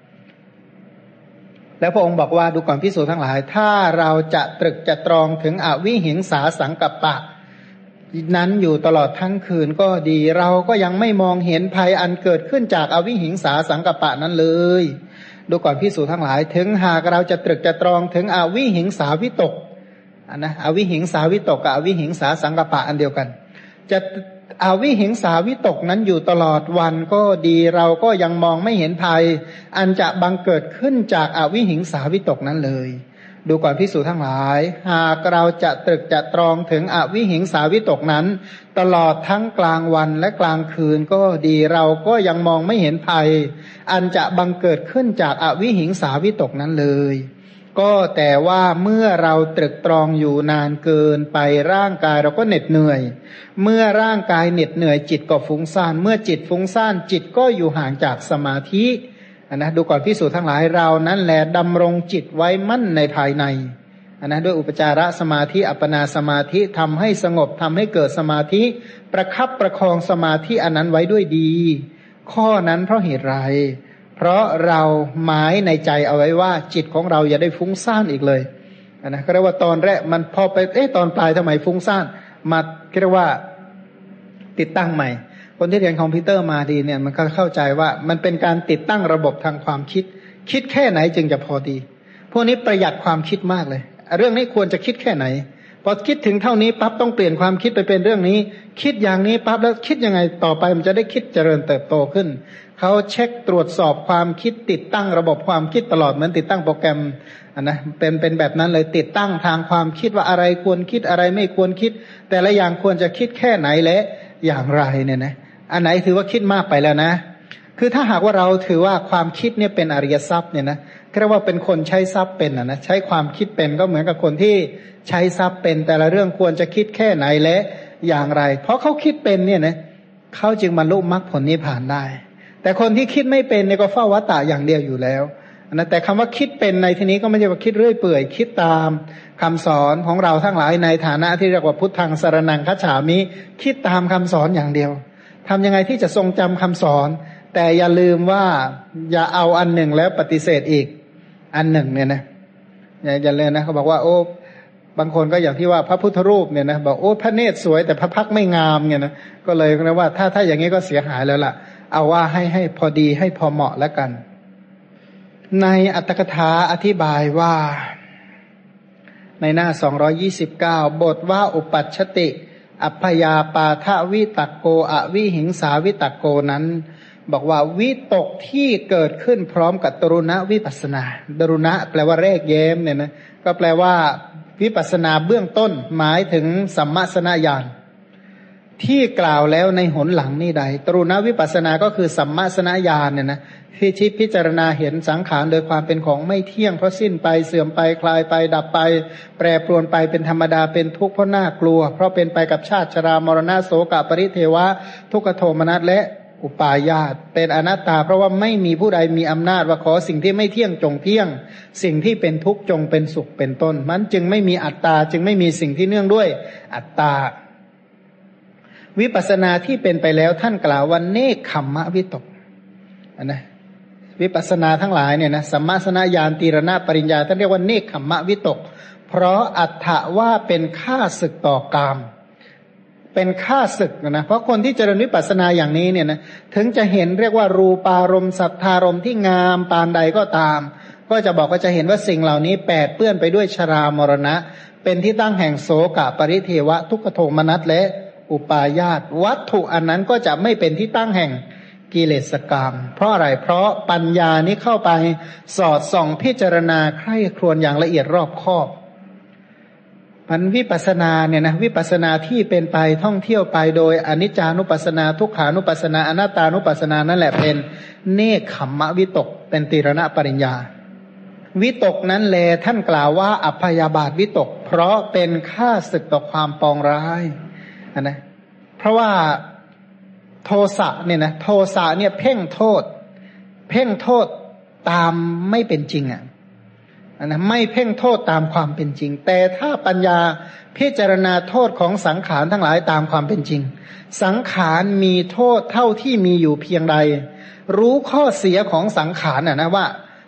S1: แล้วพระองค์บอกว่าดูก่อนภิกษุทั้งหลายถ้าเราจะตรึกจะตรองถึงอวิหิงสาสังกัปปะนั้นอยู่ตลอดทั้งคืนก็ดีเราก็ยังไม่มองเห็นภัยอันเกิดขึ้นจากอวิหิงสาสังกัปปะนั้นเลยดูก่อนภิกษุทั้งหลายถึงหากเราจะตรึกจะตรองถึงอวิหิงสาวิตกนะอวิหิงสาวิตกกับอวิหิงสาสังกัปปะอันเดียวกันจะอวิหิงสาวิตกนั้นอยู่ตลอดวันก็ดีเราก็ยังมองไม่เห็นภัยอันจะบังเกิดขึ้นจากอวิหิงสาวิตกนั้นเลยดูก่อนภิกษุทั้งหลายหากเราจะตรึกจะตรองถึงอวิหิงสาวิตกนั้นตลอดทั้งกลางวันและกลางคืนก็ดีเราก็ยังมองไม่เห็นภัยอันจะบังเกิดขึ้นจากอวิหิงสาวิตกนั้นเลยก็แต่ว่าเมื่อเราตรึกตรองอยู่นานเกินไปร่างกายเราก็เหน็ดเหนื่อยเมื่อร่างกายเหน็ดเหนื่อยจิตก็ฟุ้งซ่านเมื่อจิตฟุ้งซ่านจิตก็อยู่ห่างจากสมาธินะดูก่อนภิกษุทั้งหลายเรานั้นแลดำรงจิตไว้มั่นในภายในนะด้วยอุปจารสมาธิอัปปนาสมาธิทำให้สงบทำให้เกิดสมาธิประคับประคองสมาธิอันนั้นไว้ด้วยดีข้อนั้นเพราะเหตุไรเพราะเราหมายในใจเอาไว้ว่าจิตของเราอย่าได้ฟุ้งซ่านอีกเลยนะก็เรียกว่าตอนแรกมันพอไปตอนปลายทำไมฟุ้งซ่านมาเรียกว่าติดตั้งใหม่คนที่เรียนคอมพิวเตอร์มาดีเนี่ยมันก็เข้าใจว่ามันเป็นการติดตั้งระบบทางความคิดแค่ไหนจึงจะพอดีพวกนี้ประหยัดความคิดมากเลยเรื่องนี้ควรจะคิดแค่ไหนพอคิดถึงเท่านี้ปั๊บต้องเปลี่ยนความคิดไปเป็นเรื่องนี้คิดอย่างนี้ปั๊บแล้วคิดยังไงต่อไปมันจะได้คิดเจริญเติบโตขึ้นเขาเช็คตรวจสอบความคิดติดตั้งระบบความคิดตลอดเหมือนติดตั้งโปรแกรมนะเป็นแบบนั้นเลยติดตั้งทางความคิดว่าอะไรควรคิดอะไรไม่ควรคิดแต่ละอย่างควรจะคิดแค่ไหนและอย่างไรเนี่ยนะอันไหนถือว่าคิดมากไปแล้วนะคือถ้าหากว่าเราถือว่าความคิดเนี่ยเป็นอริยทรัพย์เนี่ยนะเรียกว่าเป็นคนใช้ทรัพย์เป็นนะใช้ความคิดเป็นก็เหมือนกับคนที่ใช้ทรัพย์เป็นแต่ละเรื่องควรจะคิดแค่ไหนและอย่างไรเพราะเขาคิดเป็นเนี่ยนะเขาจึงบรรลุมรรคผลนิพพานได้แต่คนที่คิดไม่เป็นเนี่ยก็เฝ้าวัฏฏะอย่างเดียวอยู่แล้วนะแต่คำว่าคิดเป็นในที่นี้ก็ไม่ใช่ว่าคิดเรื่อยเปื่อยคิดตามคำสอนของเราทั้งหลายในฐานะที่เรียกว่าพุทธังสรณังคัจฉามิคิดตามคำสอนอย่างเดียวทำยังไงที่จะทรงจำคำสอนแต่อย่าลืมว่าอย่าเอาอันหนึ่งแล้วปฏิเสธอีกอันหนึ่งเนี่ยนะอย่าเลยนะเขาบอกว่าโอ้บางคนก็อย่างที่ว่าพระพุทธรูปเนี่ยนะบอกโอ้พระเนตรสวยแต่พระพักไม่งามเนี่ยนะก็เลยนะว่าถ้าอย่างนี้ก็เสียหายแล้วล่ะเอาว่าให้พอดีให้พอเหมาะแล้วกันในอัตถกถาอธิบายว่าในหน้า229บทว่าอุปัชชติอัพพยาปาทวิตกโกอวิหิงสาวิตกโกนั้นบอกว่าวิตกที่เกิดขึ้นพร้อมกับตรุณวิปัสสนาตรุณะแปลว่าแรกแย้มเนี่ยนะก็แปลว่าวิปัสสนาเบื้องต้นหมายถึงสัมมาสนญาณที่กล่าวแล้วในหนหลังนี่ใดตรุณวิปัสสนาก็คือสัมมาสนญาณเนี่ยนะที่พิจารณาเห็นสังขารโดยความเป็นของไม่เที่ยงเพราะสิ้นไปเสื่อมไปคลายไปดับไปแปรปรวนไปเป็นธรรมดาเป็นทุกข์เพราะน่ากลัวเพราะเป็นไปกับชาติชรามรณะโศกปริเทวะทุกขโทมนัสและอุปาญาตเป็นอนัตตาเพราะว่าไม่มีผู้ใดมีอำนาจว่าขอสิ่งที่ไม่เที่ยงจงเที่ยงสิ่งที่เป็นทุกข์จงเป็นสุขเป็นต้นมันจึงไม่มีอัตตาจึงไม่มีสิ่งที่เนื่องด้วยอัตตาวิปัสสนาที่เป็นไปแล้วท่านกล่าวว่าเนกขัมมะวิตกนะวิปัสสนาทั้งหลายเนี่ยนะสัมมาสนญาณตีรณปริญญาท่านเรียกว่าเนกขัมมะวิตกเพราะอัตถะว่าเป็นข้าศึกต่อกามเป็นข้าศึกนะเพราะคนที่เจริญวิปัสสนาอย่างนี้เนี่ยนะถึงจะเห็นเรียกว่ารูปารมณ์สัทธารมณ์ที่งามปานใดก็ตามก็จะบอกว่าจะเห็นว่าสิ่งเหล่านี้แปดเปื้อนไปด้วยชรามรณะเป็นที่ตั้งแห่งโศกปริเทวะทุกขโทมนัสและอุปาญาตวัตถุอันนั้นก็จะไม่เป็นที่ตั้งแห่งกิเลสกรรมเพราะอะไรเพราะปัญญานี้เข้าไปสอดส่องพิจารณาใคร่ครวญอย่างละเอียดรอบคอบมันวิปัสสนาเนี่ยนะวิปัสสนาที่เป็นไปท่องเที่ยวไปโดยอนิจจานุปัสสนาทุกขานุปัสสนาอนัตตานุปัสสนานั่นแหละเป็นเนกขัมมะวิตกเป็นตีรณปริญญาวิตกนั้นแลท่านกล่าวว่าอัพยาบาทวิตกเพราะเป็นข้าศึกต่อความปองร้ายนะเพราะว่าโทสะเนี่ยนะโทสะเนี่ยเพ่งโทษตามไม่เป็นจริงนะไม่เพ่งโทษตามความเป็นจริงแต่ถ้าปัญญาพิจารณาโทษของสังขารทั้งหลายตามความเป็นจริงสังขารมีโทษเท่าที่มีอยู่เพียงใดรู้ข้อเสียของสังขารนะว่า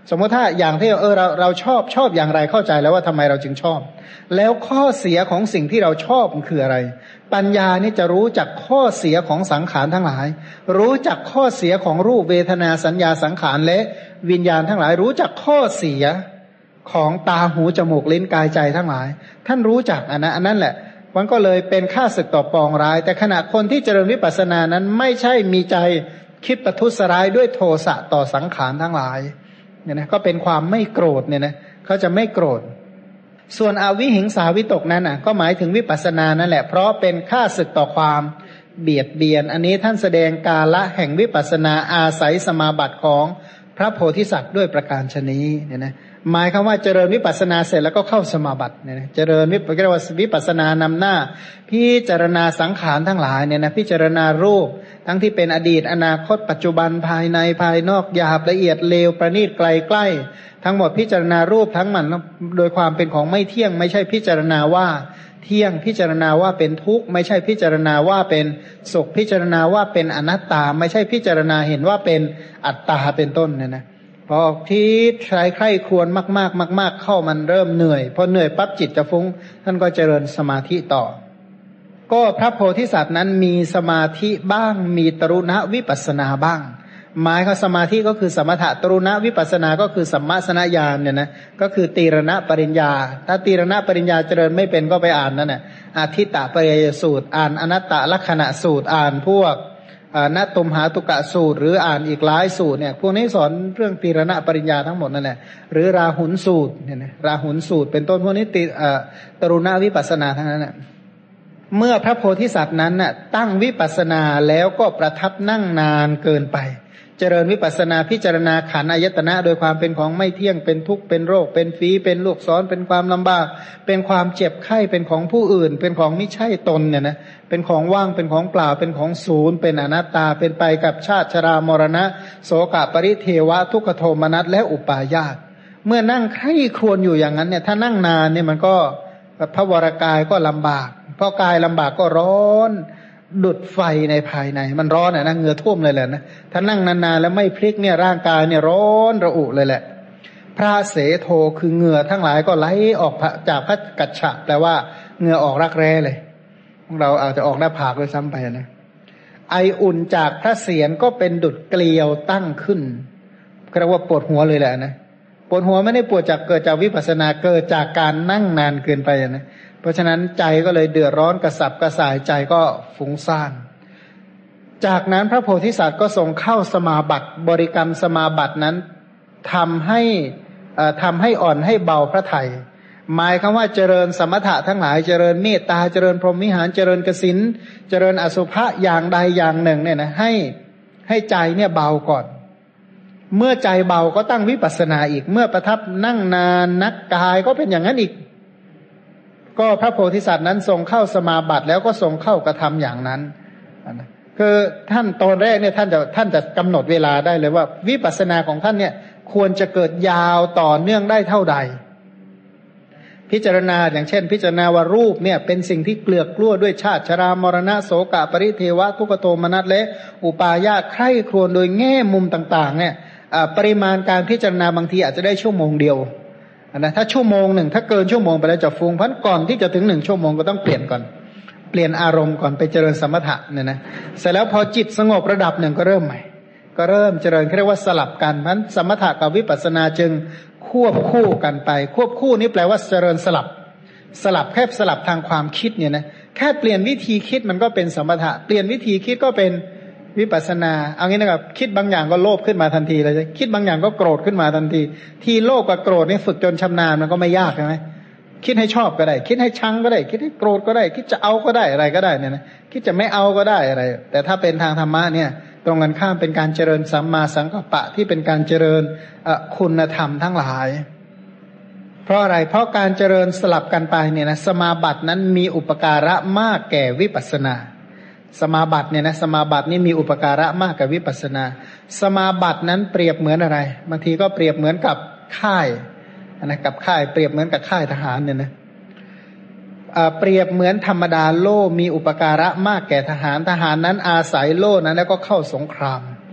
S1: สมมติถ้าอย่างที่เราชอบอย่างไรเข้าใจแล้วว่าทำไมเราจึงชอบแล้วข้อเสียของสิ่งที่เราชอบมันคืออะไรปัญญานี่จะรู้จักข้อเสียของสังขารทั้งหลายรู้จักข้อเสียของรูปเวทนาสัญญาสังขารและวิญญาณทั้งหลายรู้จักข้อเสียของตาหูจมูกลิ้นกายใจทั้งหลายท่านรู้จักอันนั้นแหละมันก็เลยเป็นข้าศึกต่อปองร้ายแต่ขณะคนที่เจริญวิปัสสนานั้นไม่ใช่มีใจคิดประทุษร้ายด้วยโทสะต่อสังขารทั้งหลายเนี่ยนะก็เป็นความไม่โกรธเนี่ยนะเขาจะไม่โกรธส่วนอวิหิงสาวิตกนั้นก็หมายถึงวิปัสสนานั่นแหละเพราะเป็นข้าศึกต่อความเบียดเบียนอันนี้ท่านแสดงกาละแห่งวิปัสสนาอาศัยสมาบัติของพระโพธิสัตว์ด้วยประการฉนี้เนี่ยนะหมายคำว่าเจริญวิปัสสนาเสร็จแล้วก็เข้าสมาบัติเนี่ยนะเจริญวิปัสสนานำหน้าพิจารณาสังขารทั้งหลายเนี่ยนะพิจารณารูปทั้งที่เป็นอดีตอนาคตปัจจุบันภายในภายนอกหยาบละเอียดเลวประณีตไกลใกล้ทั้งหมดพิจารณารูปทั้งมันโดยความเป็นของไม่เที่ยงไม่ใช่พิจารณาว่าเที่ยงพิจารณาว่าเป็นทุกข์ไม่ใช่พิจารณาว่าเป็นสุขพิจารณาว่าเป็นอนัตตาไม่ใช่พิจารณาเห็นว่าเป็นอัตตาเป็นต้นเนี่ยนะพอที่ใคร่ครวญมากๆเข้ามันเริ่มเหนื่อยพอเหนื่อยปั๊บจิตจะฟุ้งท่านก็เจริญสมาธิต่อก็พระโพธิสัตว์นั้นมีสมาธิบ้างมีตรุณวิปัสสนาบ้างหมายของสมาธิก็คือสมถะตรุณวิปัสสนาก็คือสัมมาสนญาณเนี่ยนะก็คือตีรณปริญญาถ้าตีรณปริญญาเจริญไม่เป็นก็ไปอ่านนั่นแหละอธิตตปริยสูตรอ่านอนัตตลักษณะสูตรอ่านพวกณตุมหาตุกะสูตรหรืออ่านอีกหลายสูตรเนี่ยพวกนี้สอนเรื่องตีรณปริญญาทั้งหมดนั่นแหละหรือราหุลสูตรเนี่ยนะราหุลสูตรเป็นต้นพวกนี้ตรุณวิปัสสนาทั้งนั้นน่ะเมื่อพระโพธิสัตว์นั้นน่ะตั้งวิปัสสนาแล้วก็ประทับนั่งนานเกินไปเจริญวิปัสสนาพิจารณาขันธ์อายตนะโดยความเป็นของไม่เที่ยงเป็นทุกข์เป็นโรคเป็นฝีเป็นลูกศรเป็นความลำบากเป็นความเจ็บไข้เป็นของผู้อื่นเป็นของไม่ใช่ตนเนี่ยนะเป็นของว่างเป็นของเปล่าเป็นของศูนย์เป็นอนัตตาเป็นไปกับชาติชรามรณะโสกปริเทวะทุกขโทมนัสและอุปาญาตเมื่อนั่งใคร่ครวญอยู่อย่างนั้นเนี่ยถ้านั่งนานเนี่ยมันก็พระวรกายก็ลำบากเพราะกายลำบากก็ร้อนดุดไฟในภายในมันร้อนนะเหงื่อท่วมเลยแหละนะถ้านั่งนานๆแล้วไม่พลิกเนี่ยร่างกายเนี่ยร้อนระอุเลยแหละพระเสโทคือเหงื่อทั้งหลายก็ไหลออกจากพระกัจฉะแปลว่าเหงื่อออกรักแร้เลยพวกเราอาจจะออกหน้าผากด้วยซ้ำไปนะไออุ่นจากพระเศียรก็เป็นดุจเกลียวตั้งขึ้นเรียกว่าปวดหัวเลยแหละนะปวดหัวไม่ได้ปวดจากเกิดจากวิปัสสนาเกิดจากการนั่งนานเกินไปนะเพราะฉะนั้นใจก็เลยเดือดร้อนกระสับกระส่ายใจก็ฟุ้งซ่านจากนั้นพระโพธิสัตว์ก็ทรงเข้าสมาบัติบริกรรมสมาบัตินั้นทำให้อ่อนให้เบาพระทัยหมายคำว่าเจริญสมถะทั้งหลายเจริญเมตตาเจริญพรหมวิหารเจริญกสิณเจริญอสุภะอย่างใดอย่างหนึ่งเนี่ยนะให้ใจเนี่ยเบาก่อนเมื่อใจเบาก็ตั้งวิปัสสนาอีกเมื่อประทับนั่งนานนักกายก็เป็นอย่างนั้นอีกก็พระโพธิสัตว์นั้นทรงเข้าสมาบัติแล้วก็ทรงเข้ากระทำอย่างนั้นคือท่านตอนแรกเนี่ยท่านจะกำหนดเวลาได้เลยว่าวิปัสสนาของท่านเนี่ยควรจะเกิดยาวต่อเนื่องได้เท่าใดพิจารณาอย่างเช่นพิจารณาว่ารูปเนี่ยเป็นสิ่งที่เกลือกกลั้วด้วยชาติชรามรณะโสกปริเทวะทุกขโทมนัสและอุปาญาตใคร่ครวญโดยแง่มุมต่างๆเนี่ยปริมาณการพิจารณาบางทีอาจจะได้ชั่วโมงเดียวนะถ้าชั่วโมงหนึ่งถ้าเกินชั่วโมงไปแล้วจะฟุ้งเพราะก่อนที่จะถึง1 ชั่วโมงก็ต้องเปลี่ยนก่อนเปลี่ยนอารมณ์ก่อนไปเจริญสมถะเนี่ยนะเสร็จแล้วพอจิตสงบระดับหนึ่งก็เริ่มใหม่ก็เริ่มเจริญเรียกว่าสลับกันเพราะสมถะกับวิปัสสนาจึงควบคู่กันไปควบคู่นี้แปลว่าเจริญสลับแค่สลับทางความคิดเนี่ยนะแค่เปลี่ยนวิธีคิดมันก็เป็นสมถะเปลี่ยนวิธีคิดก็เป็นวิปัสสนาเอางี้นะครับคิดบางอย่างก็โลภขึ้นมาทันทีเลยคิดบางอย่างก็โกรธขึ้นมาทันทีที่โลภกับโกรธนี่ฝึกจนชำนาญมันก็ไม่ยากใช่ไหมคิดให้ชอบก็ได้คิดให้ชังก็ได้คิดให้โกรธก็ได้คิดจะเอาก็ได้อะไรก็ได้เนี่ยนะคิดจะไม่เอาก็ได้อะไรแต่ถ้าเป็นทางธรรมะเนี่ยตรงกันข้ามเป็นการเจริญสัมมาสังกัปปะที่เป็นการเจริญคุณธรรมทั้งหลายเพราะอะไรเพราะการเจริญสลับกันไปเนี่ยนะสมาบัตินั้นมีอุปการะมากแก่วิปัสสนาสมาบัติเนี่ยนะสมาบัตินี่มีอุปการะมากกับวิปัสสนาสมาบัตินั้นเปรียบเหมือนอะไรบางทีก็เปรียบเหมือนกับค่ายนะกับค่ายเปรียบเหมือนกับค่ายทหารเนี่ยนะเปรียบเหมือนธรรมดาโล่มีอุปการะมากแก่ทหารนั้นอาศัยโล่นั้นแล้วก็เข้าสงคราม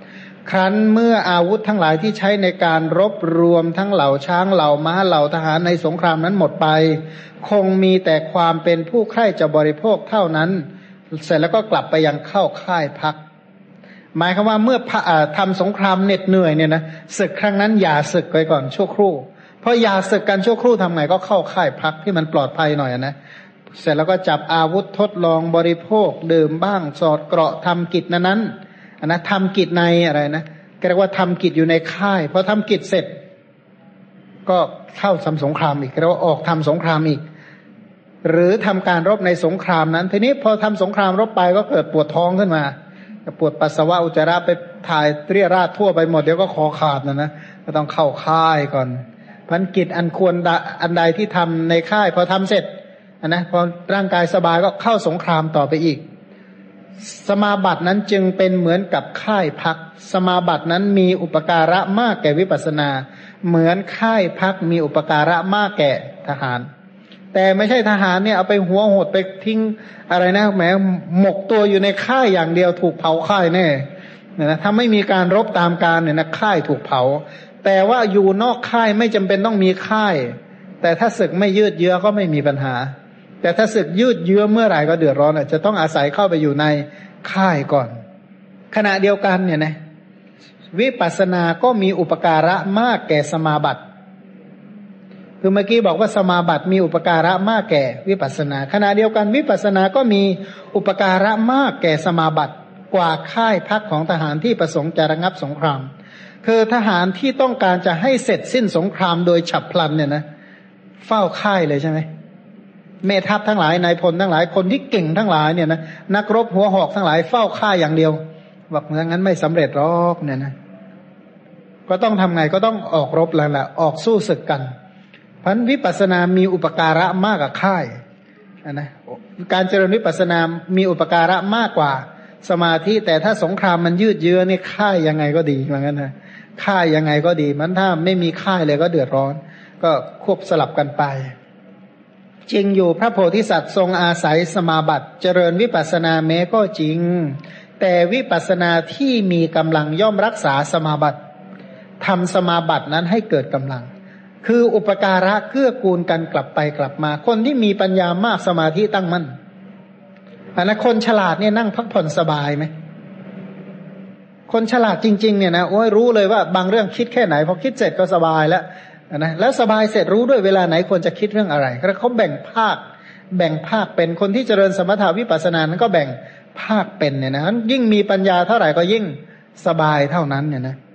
S1: ครั้นเมื่ออาวุธทั้งหลายที่ใช้ในการรบรวมทั้งเหล่าช้างเหล่าม้าเหล่าทหารในสงครามนั้นหมดไปคงมีแต่ความเป็นผู้ใคร่จะบริโภคเท่านั้นเสร็จแล้วก็กลับไปยังเข้าค่ายพักหมายความว่าเมื่อทำสงครามเหน็ดเหนื่อยเนี่ยนะศึกครั้งนั้นอย่าศึกไปก่อนชั่วครู่เพราะอย่าศึกกันชั่วครู่ทำไงก็เข้าค่ายพักที่มันปลอดภัยหน่อยนะเสร็จแล้วก็จับอาวุธทดลองบริโภคดื่มบ้างสอดเกราะทำกิจนั้นนะทำกิจในอะไรนะเรียกว่าทำกิจอยู่ในค่ายพอทำกิจเสร็จก็เข้าทำสงครามอีกเรียกว่าออกทำสงครามอีกหรือทำการรบในสงครามนั้นทีนี้พอทำสงครามรบไปก็เกิดปวดท้องขึ้นมาปวดปัสสาวะอุจจาระไปถ่ายเรียราดทั่วไปหมดเดี๋ยวก็คอขาดนะก็ต้องเข้าค่ายก่อนพันกิจอันควรอันใดที่ทำในค่ายพอทำเสร็จนะพอร่างกายสบายก็เข้าสงครามต่อไปอีกสมาบัตินั้นจึงเป็นเหมือนกับค่ายพักสมาบัตินั้นมีอุปการะมากแก่วิปัสสนาเหมือนค่ายพักมีอุปการะมากแก่ทหารแต่ไม่ใช่ทหารเนี่ยเอาไปหัวโหดไปทิ้งอะไรนะแหมหมกตัวอยู่ในค่ายอย่างเดียวถูกเผาค่ายแน่เนี่ยนะถ้าไม่มีการรบตามการเนี่ยนะค่ายถูกเผาแต่ว่าอยู่นอกค่ายไม่จำเป็นต้องมีค่ายแต่ถ้าศึกไม่ยืดเยื้อก็ไม่มีปัญหาแต่ถ้าศึกยืดเยื้อเมื่อไหร่ก็เดือดร้อนจะต้องอาศัยเข้าไปอยู่ในค่ายก่อนขณะเดียวกันเนี่ยนะวิปัสสนาก็มีอุปการะมากแก่สมาบัติคือเมื่อกี้บอกว่าสมาบัติมีอุปการะมากแก่วิปัสสนาขณะเดียวกันวิปัสสนาก็มีอุปการะมากแก่สมาบัติกว่าค่ายพักของทหารที่ประสงค์จะระงับสงครามคือทหารที่ต้องการจะให้เสร็จสิ้นสงครามโดยฉับพลันเนี่ยนะเฝ้าค่ายเลยใช่ไหมแม่ทัพทั้งหลายนายพลทั้งหลายคนที่เก่งทั้งหลายเนี่ยนะนักรบหัวหอกทั้งหลายเฝ้าค่ายอย่างเดียวบอกงั้นไม่สำเร็จหรอกเนี่ยนะก็ต้องทำไงก็ต้องออกรบแล้วแหละออกสู้ศึกกันเพราะวิปัสสนามีอุปการะมากกว่าค่ายนะการเจริญวิปัสสนามีอุปการะมากกว่าสมาธิแต่ถ้าสงครามมันยืดเยื้อนี่ค่ายยังไงก็ดีเหมือนกันนะค่ายยังไงก็ดีมันถ้าไม่มีค่ายเลยก็เดือดร้อนก็ควบสลับกันไปจริงอยู่พระโพธิสัตว์ทรงอาศัยสมาบัติเจริญวิปัสสนาแม้ก็จริงแต่วิปัสสนาที่มีกำลังย่อมรักษาสมาบัติทำสมาบัตินั้นให้เกิดกำลังคืออุปการะเกื้อกูลกันกลับไปกลับมาคนที่มีปัญญามากสมาธิตั้งมั่นอันนั้นคนฉลาดเนี่ยนั่งพักผ่อนสบายไหมคนฉลาดจริงๆเนี่ยนะโอ้ยรู้เลยว่าบางเรื่องคิดแค่ไหนพอคิดเสร็จก็สบายแล้วนะแล้วสบายเสร็จรู้ด้วยเวลาไหนควรจะคิดเรื่องอะไรแล้วเขาแบ่งภาคเป็นคนที่เจริญสมถาวิปัสสนานั้นก็แบ่งภาคเป็นเนี่ยนะยิ่งมีปัญญาเท่าไหร่ก็ยิ่งสบายเท่านั้นเนี่ยนะ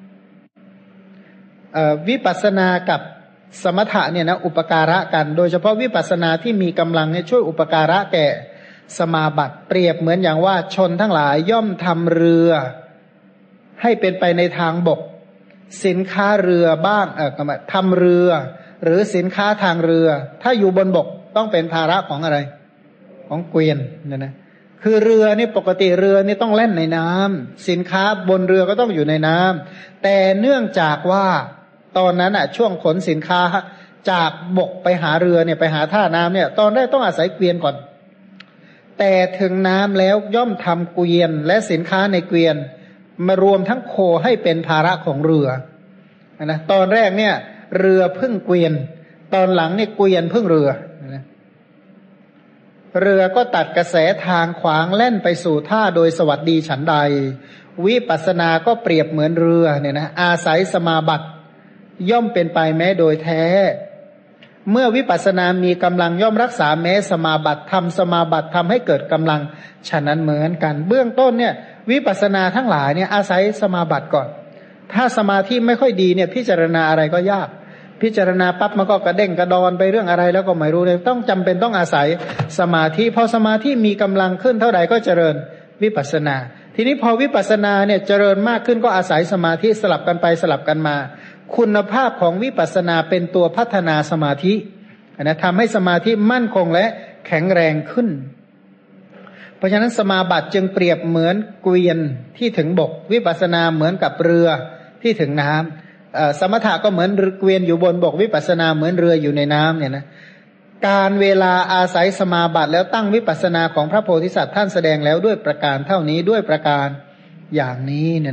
S1: วิปัสสนากับสมถะเนี่ยนะอุปการะกันโดยเฉพาะวิปัสสนาที่มีกำลังเนี่ยช่วยอุปการะแก่สมาบัติเปรียบเหมือนอย่างว่าชนทั้งหลายย่อมทำเรือให้เป็นไปในทางบกสินค้าเรือบ้างทำเรือหรือสินค้าทางเรือถ้าอยู่บนบกต้องเป็นภาระของอะไรของเกวียนเนี่ยนะคือเรือนี่ปกติเรือนี่ต้องแล่นในน้ำสินค้าบนเรือก็ต้องอยู่ในน้ำแต่เนื่องจากว่าตอนนั้นช่วงขนสินค้าจากบกไปหาเรือเนี่ยไปหาท่าน้ำเนี่ยตอนแรกต้องอาศัยเกวียนก่อนแต่ถึงน้ำแล้วย่อมทำเกวียนและสินค้าในเกวียนมารวมทั้งโคให้เป็นภาระของเรือนะตอนแรกเนี่ยเรือพึ่งเกวียนตอนหลังเนี่ยเกวียนพึ่งเรือนะเรือก็ตัดกระแสทางขวางแล่นไปสู่ท่าโดยสวัสดีฉันใดวิปัสสนาก็เปรียบเหมือนเรือเนี่ยนะอาศัยสมาบัติย่อมเป็นไปแม้โดยแท้เมื่อวิปัสสนามีกำลังย่อมรักษาแม้สมาบัติทำสมาบัติทำให้เกิดกำลังฉะนั้นเหมือนกันเบื้องต้นเนี่ยวิปัสสนาทั้งหลายเนี่ยอาศัยสมาบัติก่อนถ้าสมาธิไม่ค่อยดีเนี่ยพิจารณาอะไรก็ยากพิจารณาปั๊บมันก็กระเด้งกระดอนไปเรื่องอะไรแล้วก็ไม่รู้เลยต้องจำเป็นต้องอาศัยสมาธิพอสมาธิมีกำลังขึ้นเท่าไหร่ก็เจริญวิปัสสนาทีนี้พอวิปัสสนาเนี่ยเจริญมากขึ้นก็อาศัยสมาธิสลับกันไปสลับกันมาคุณภาพของวิปัสสนาเป็นตัวพัฒนาสมาธินะทำให้สมาธิมั่นคงและแข็งแรงขึ้นเพราะฉะนั้นสมาบัติจึงเปรียบเหมือนเกวียนที่ถึงบกวิปัสสนาเหมือนกับเรือที่ถึงน้ำสมถะก็เหมือนเกวียนอยู่บนบกวิปัสสนาเหมือนเรืออยู่ในน้ำเนี่ยนะการเวลาอาศัยสมาบัติแล้วตั้งวิปัสสนาของพระโพธิสัตว์ท่านแสดงแล้วด้วยประการเท่านี้ด้วยประการอย่างนี้เนี่ยนะ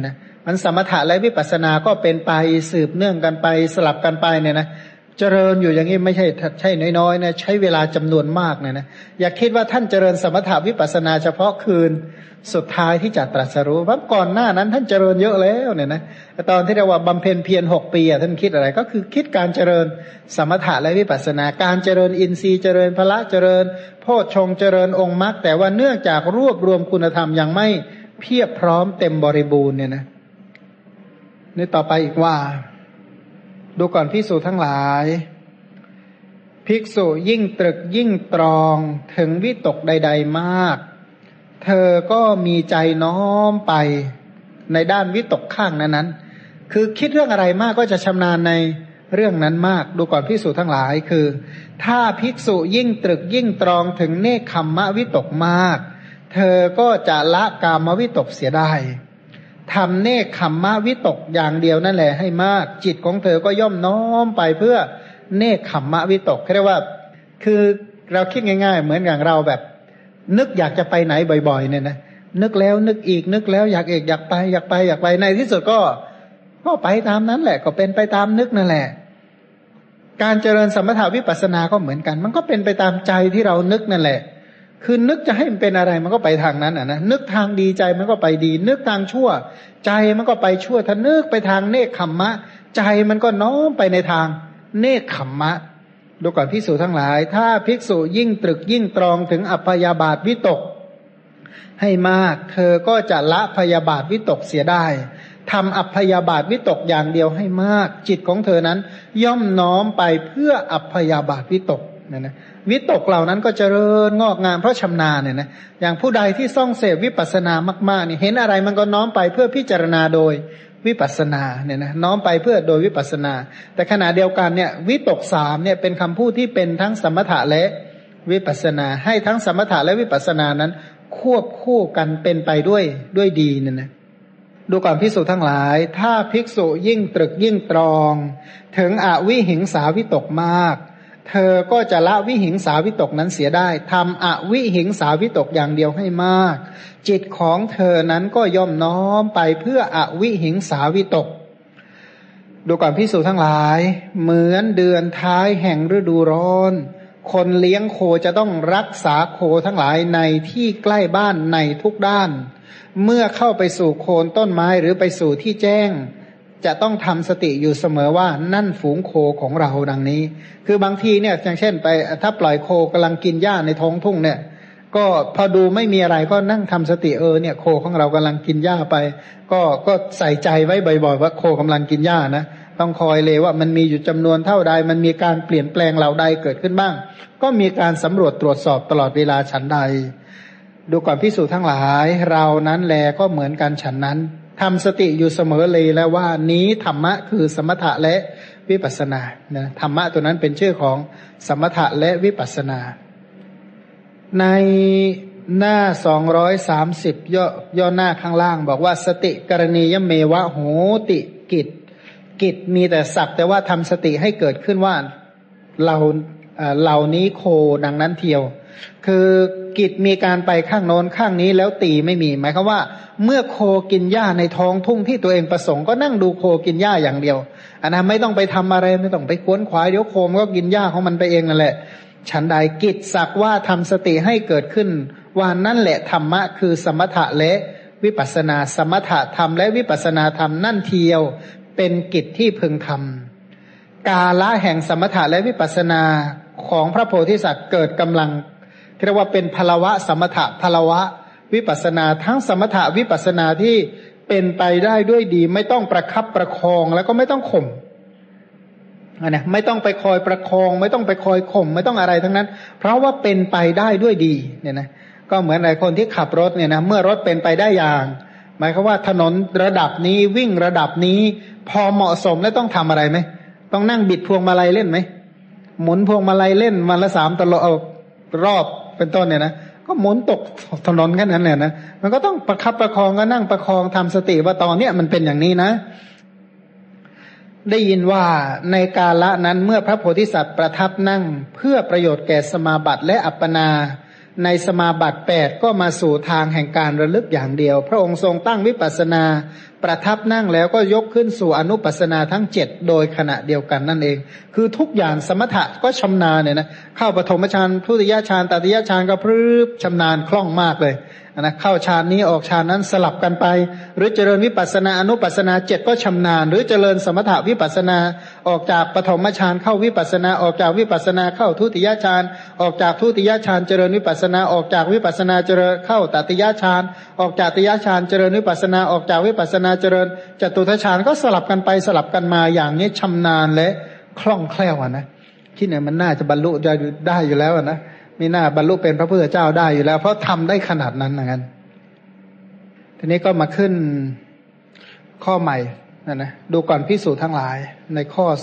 S1: มันสมถะและวิปัสสนาก็เป็นไปสืบเนื่องกันไปสลับกันไปเนี่ยนะเจริญอยู่อย่างนี้ไม่ใช่น้อยๆนะใช้เวลาจำนวนมากเนี่ยนะอย่าคิดว่าท่านเจริญสมถะวิปัสสนาเฉพาะคืนสุดท้ายที่จะตรัสรู้เพราะก่อนหน้านั้นท่านเจริญเยอะแล้วเนี่ยนะตอนที่เรียกว่าบำเพ็ญเพียร6 ปีท่านคิดอะไรก็คือคิดการเจริญสมถะและวิปัสสนาการเจริญอินทรีย์เจริญพละเจริญโพชฌงค์เจริญองค์มรรคแต่ว่าเนื่องจากรวบรวมคุณธรรมยังไม่เพียบพร้อมเต็มบริบูรณ์เนี่ยนะนี่ต่อไปอีกว่าดูก่อนภิกษุทั้งหลายภิกษุยิ่งตรึกยิ่งตรองถึงวิตกใดๆมากเธอก็มีใจน้อมไปในด้านวิตกข้างนั้นคือคิดเรื่องอะไรมากก็จะชำนาญในเรื่องนั้นมากดูก่อนภิกษุทั้งหลายคือถ้าภิกษุยิ่งตรึกยิ่งตรองถึงเนคขัมมะวิตกมากเธอก็จะละกามวิตกเสียได้ทำเนคขัมมะวิตกอย่างเดียวนั่นแหละให้มากจิตของเธอก็ย่อมน้อมไปเพื่อเนคขัมมะวิตกเรียกว่าคือเราคิดง่ายๆเหมือนอย่างเราแบบนึกอยากจะไปไหนบ่อยๆเนี่ยนะนึกแล้วนึกอีกนึกแล้วอยากไปในที่สุดก็ไปตามนั้นแหละก็เป็นไปตามนึกนั่นแหละการเจริญสมถาวิปัสสนาก็เหมือนกันมันก็เป็นไปตามใจที่เรานึกนั่นแหละคือนึกจะให้มันเป็นอะไรมันก็ไปทางนั้นนะนึกทางดีใจมันก็ไปดีนึกทางชั่วใจมันก็ไปชั่วถ้านึกไปทางเนคขัมมะใจมันก็น้อมไปในทางเนคขัมมะดูก่อนภิกษุทั้งหลายถ้าภิกษุยิ่งตรึกยิ่งตรองถึงอัพยาบาทวิตกให้มากเธอก็จะละพยาบาทวิตกเสียได้ทำอัพยาบาทวิตกอย่างเดียวให้มากจิตของเธอนั้นย่อมน้อมไปเพื่ออัพยาบาทวิตกนะวิตกเหล่านั้นก็เจริญงอกงามเพราะชำนาญเนี่ยนะอย่างผู้ใดที่ส่องเสพวิปัสสนามากๆเนี่ยเห็นอะไรมันก็น้อมไปเพื่อพิจารณาโดยวิปัสสนาเนี่ยนะน้อมไปเพื่อโดยวิปัสสนาแต่ขณะเดียวกันเนี่ยวิตก3เนี่ยเป็นคำพูดที่เป็นทั้งสมถะและวิปัสสนาให้ทั้งสมถะและวิปัสสนานั้นควบคู่กันเป็นไปด้วยดีเนี่ยนะดูก่อนภิกษุทั้งหลายถ้าภิกษุยิ่งตรึกยิ่งตรองถึงอวิหิงสาวิตกมากเธอก็จะละวิหิงสาวิตกนั้นเสียได้ทำอวิหิงสาวิตกอย่างเดียวให้มากจิตของเธอนั้นก็ย่อมน้อมไปเพื่ออวิหิงสาวิตกดูก่อนภิกษุทั้งหลายเหมือนเดือนท้ายแห่งฤดูร้อนคนเลี้ยงโคจะต้องรักษาโคทั้งหลายในที่ใกล้บ้านในทุกด้านเมื่อเข้าไปสู่โคนต้นไม้หรือไปสู่ที่แจ้งจะต้องทำสติอยู่เสมอว่านั่นฝูงโคของเราดังนี้คือบางทีเนี่ยอย่างเช่นไปถ้าปล่อยโคกำลังกินหญ้าในท้องทุ่งเนี่ยก็พอดูไม่มีอะไรก็นั่งทำสติเนี่ยโคของเรากำลังกินหญ้าไปก็ใส่ใจไว้บ่อยๆว่าโคกำลังกินหญ้านะต้องคอยเลยว่ามันมีอยู่จำนวนเท่าใดมันมีการเปลี่ยนแปลงเหล่าใดเกิดขึ้นบ้างก็มีการสำรวจตรวจสอบตลอดเวลาฉันใดดูก่อนภิกษุทั้งหลายเรานั้นแลก็เหมือนกันฉันนั้นทำสติอยู่เสมอเลยแล้วว่านี้ธรรมะคือสมถะและวิปัสสนานะธรรมะตัวนั้นเป็นชื่อของสมถะและวิปัสสนาในหน้า230ย่อหน้าข้างล่างบอกว่าสติกรณียเมวะโหติกิจมีแต่ศัพท์แต่ว่าทำสติให้เกิดขึ้นว่าเหล่านี้โคดังนั้นเทียวคือกิจมีการไปข้างโน้นข้างนี้แล้วตีไม่มีหมายความว่าเมื่อโคกินหญ้าในท้องทุ่งที่ตัวเองประสงค์ก็นั่งดูโคกินหญ้าอย่างเดียวอันนั้นไม่ต้องไปทำอะไรไม่ต้องไปขวนขวายเดี๋ยวโคมันก็กินหญ้าของมันไปเองนั่นแหละฉันใดกิจสักว่าทำสติให้เกิดขึ้นว่านั่นแหละธรรมะคือสมถะและวิปัสสนาสมถะธรรมและวิปัสสนาธรรมนั่นเทียวเป็นกิจที่พึงทำกาละแห่งสมถะและวิปัสสนาของพระโพธิสัตว์เกิดกำลังเรียกว่าเป็นพลวะสมถะพลวะวิปัสสนาทั้งสมถะวิปัสสนาที่เป็นไปได้ด้วยดีไม่ต้องประคับประคองแล้วก็ไม่ต้องข่มนะไม่ต้องไปคอยประคองไม่ต้องไปคอยข่มไม่ต้องอะไรทั้งนั้นเพราะว่าเป็นไปได้ด้วยดีเนี่ยนะก็เหมือนหลายคนที่ขับรถเนี่ยนะเมื่อรถเป็นไปได้อย่างหมายความว่าถนนระดับนี้วิ่งระดับนี้พอเหมาะสมแล้วต้องทำอะไรไหมต้องนั่งบิดพวงมาลัยเล่นไหมหมุนพวงมาลัยเล่นวันละ3 ตลบรอบเป็นต้นเนี่ยนะก็หมุนตกถนนแค่นั้นแหละนะมันก็ต้องประคับประคองก็นั่งประคองทำสติว่าตอนเนี้ยมันเป็นอย่างนี้นะได้ยินว่าในกาละนั้นเมื่อพระโพธิสัตว์ประทับนั่งเพื่อประโยชน์แก่สมาบัติและอัปปนาในสมาบัติ8ก็มาสู่ทางแห่งการระลึกอย่างเดียวพระองค์ทรงตั้งวิปัสสนาประทับนั่งแล้วก็ยกขึ้นสู่อนุปัสสนาทั้ง7โดยขณะเดียวกันนั่นเองคือทุกอย่างสมถะก็ชำนาญเนี่ยนะเข้าปฐมฌานทุติยฌานตติยฌานก็พรึบชำนาญคล่องมากเลยนะเข้าฌานนี้ออกฌานนั้นสลับกันไปหรือเจริญวิปัสสนาอนุปัสสนา7ก็ชำนาญหรือเจริญสมถะวิปัสสนาออกจากปฐมฌานเข้าวิปัสสนาออกจากวิปัสสนาเข้าทุติยฌานออกจากทุติยฌานเจริญวิปัสสนาออกจากวิปัสสนาเจริญเข้าตติยฌานออกจากตติยฌานเจริญวิปัสสนาออกจากวิปัสสนาเจริญจตุทัชฌานก็สลับกันไปสลับกันมาอย่างนี้ชำนาญและคล่องแคล่วนะที่ไหนมันน่าจะบรรลุได้อยู่แล้วนะไม่น่าบรรลุเป็นพระพุทธเจ้าได้อยู่แล้วเพราะทำได้ขนาดนั้นนะงั้นทีนี้ก็มาขึ้นข้อใหม่นะดูก่อนภิกษุทั้งหลายในข้อ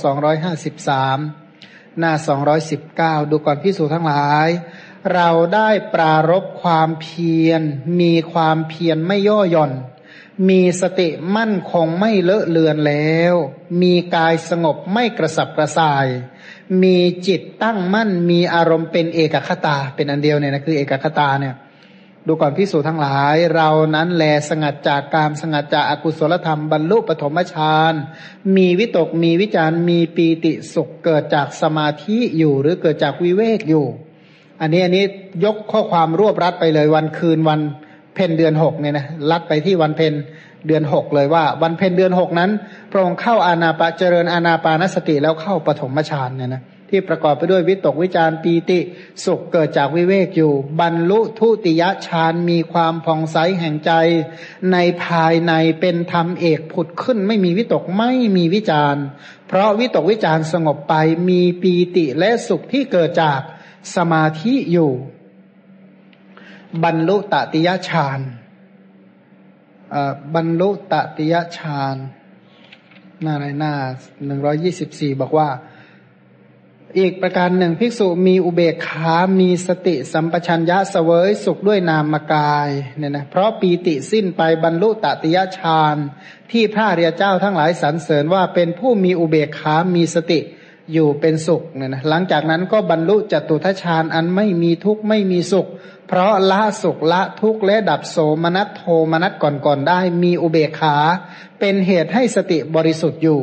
S1: 253หน้า219ดูก่อนภิกษุทั้งหลายเราได้ปรารภความเพียรมีความเพียรไม่ย่อหย่อนมีสติมั่นคงไม่เลอะเลือนแล้วมีกายสงบไม่กระสับกระส่ายมีจิตตั้งมั่นมีอารมณ์เป็นเอกคตาเป็นอันเดียวเนี่ยนะคือเอกคตาเนี่ยดูก่อนภิกษุทั้งหลายเรานั้นแลสงัดจากกามสงัดจากอกุศลธรรมบรรลุปฐมฌานมีวิตกมีวิจารมีปีติสุขเกิดจากสมาธิอยู่หรือเกิดจากวิเวกอยู่อันนี้ยกข้อความรวบรัดไปเลยวันคืนวันเพ็ญเดือน6เนี่ยนะลัดไปที่วันเพ็ญเดือน6เลยว่าวันเพ็ญเดือน6นั้นพระองค์เข้าเจริญอานาปานสติแล้วเข้าปฐมฌานเนี่ยนะที่ประกอบไปด้วยวิตกวิจารปีติสุขเกิดจากวิเวกอยู่บรรลุทุติยฌานมีความผ่องใสแห่งใจในภายในเป็นธรรมเอกผุดขึ้นไม่มีวิตกไม่มีวิจารเพราะวิตกวิจารสงบไปมีปีติและสุขที่เกิดจากสมาธิอยู่บรรลุตติยฌานบรรลุตติยฌานหน้า124บอกว่าอีกประการหนึ่งภิกษุมีอุเบกขามีสติสัมปชัญญะเสวยสุขด้วยนามกายเนี่ยนะเพราะปีติสิ้นไปบรรลุตติยฌานที่พระอริยเจ้าทั้งหลายสรรเสริญว่าเป็นผู้มีอุเบกขามีสติอยู่เป็นสุขเนี่ยนะหลังจากนั้นก็บรรลุจตุทัชฌานอันไม่มีทุกข์ไม่มีสุขเพราะละสุขละทุกข์และดับโสมนัสโทมนัสก่อนได้มีอุเบกขาเป็นเหตุให้สติบริสุทธิ์อยู่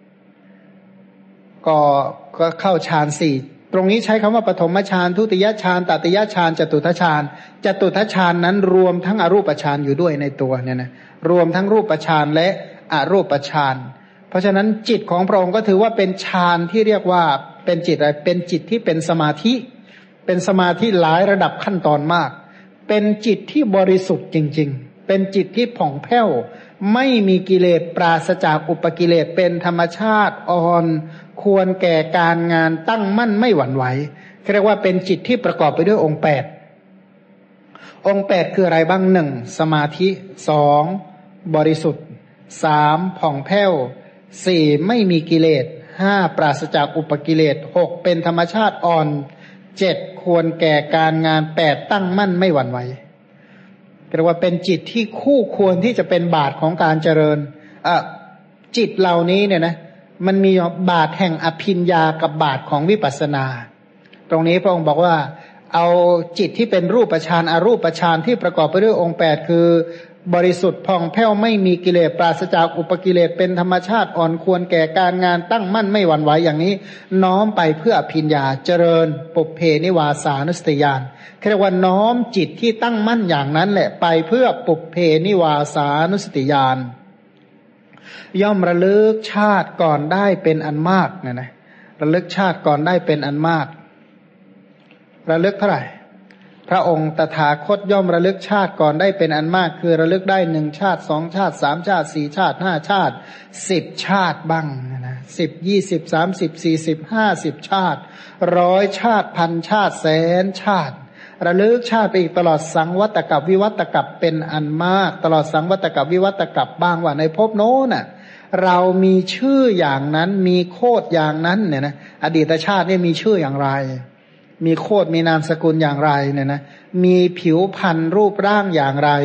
S1: ก็เข้าฌาน4ตรงนี้ใช้คำว่าปฐมฌานทุติยฌานตติยฌานจตุทัชฌานจตุทัชฌานนั้นรวมทั้งอรูปฌานอยู่ด้วยในตัวเนี่ยนะรวมทั้งรูปฌานและอรูปฌานเพราะฉะนั้นจิตของพระองค์ก็ถือว่าเป็นฌานที่เรียกว่าเป็นจิตอะไรเป็นจิตที่เป็นสมาธิเป็นสมาธิหลายระดับขั้นตอนมากเป็นจิตที่บริสุทธิ์จริงๆเป็นจิตที่ผ่องแผ้วไม่มีกิเลสปราศจากอุปกิเลสเป็นธรรมชาติอ่อนควรแก่การงานตั้งมั่นไม่หวั่นไหวเรียกว่าเป็นจิตที่ประกอบไปด้วยองค์8องค์8คืออะไรบ้าง1สมาธิ2บริสุทธิ์3ผ่องแผ้ว4ไม่มีกิเลส5ปราศจากอุปกิเลส6เป็นธรรมชาติอ่อน7ควรแก่การงาน8ตั้งมั่นไม่หวั่นไหวเรียกว่าเป็นจิตที่คู่ควรที่จะเป็นบาทของการเจริญจิตเหล่านี้เนี่ยนะมันมีบาทแห่งอภิญญากับบาทของวิปัสสนาตรงนี้พระองค์บอกว่าเอาจิตที่เป็นรูปฌานอรูปฌานที่ประกอบไปด้วยองค์8คือบริสุทธิ์ผ่องแผ้วไม่มีกิเลสปราศจากอุปกิเลสเป็นธรรมชาติอ่อนควรแก่การงานตั้งมั่นไม่หวั่นไหวอย่างนี้น้อมไปเพื่ออภิญญาเจริญปุพเพนิวาสานุสติญาณเรียกว่าน้อมจิตที่ตั้งมั่นอย่างนั้นแหละไปเพื่อปุพเพนิวาสานุสติญาณย่อมระลึกชาติก่อนได้เป็นอันมากเนี่ยนะระลึกชาติก่อนได้เป็นอันมากระลึกเท่าไหร่พระองค์ตถาคตย่อมระลึกชาติก่อนได้เป็นอันมากคือระลึกได้1ชาติ2ชาติ3ชาติ4ชาติ5ชาติ10ชาติบ้างนะ10 20 30 40 50ชาติ100ชาติพันชาติแสนชาติระลึกชาติไปอีกตลอดสังวัตกับวิวัตกับเป็นอันมากตลอดสังวัตกับวิวัตกับบ้างว่าในภพโน้นน่ะเรามีชื่ออย่างนั้นมีโคดอย่างนั้นเนี่ยนะอดีตชาติเนี่ยมีชื่ออย่างไรมีโคดมีนามสกุลอย่างไรเนี่ยนะมีผิวพรรณรูปร่างอย่างไร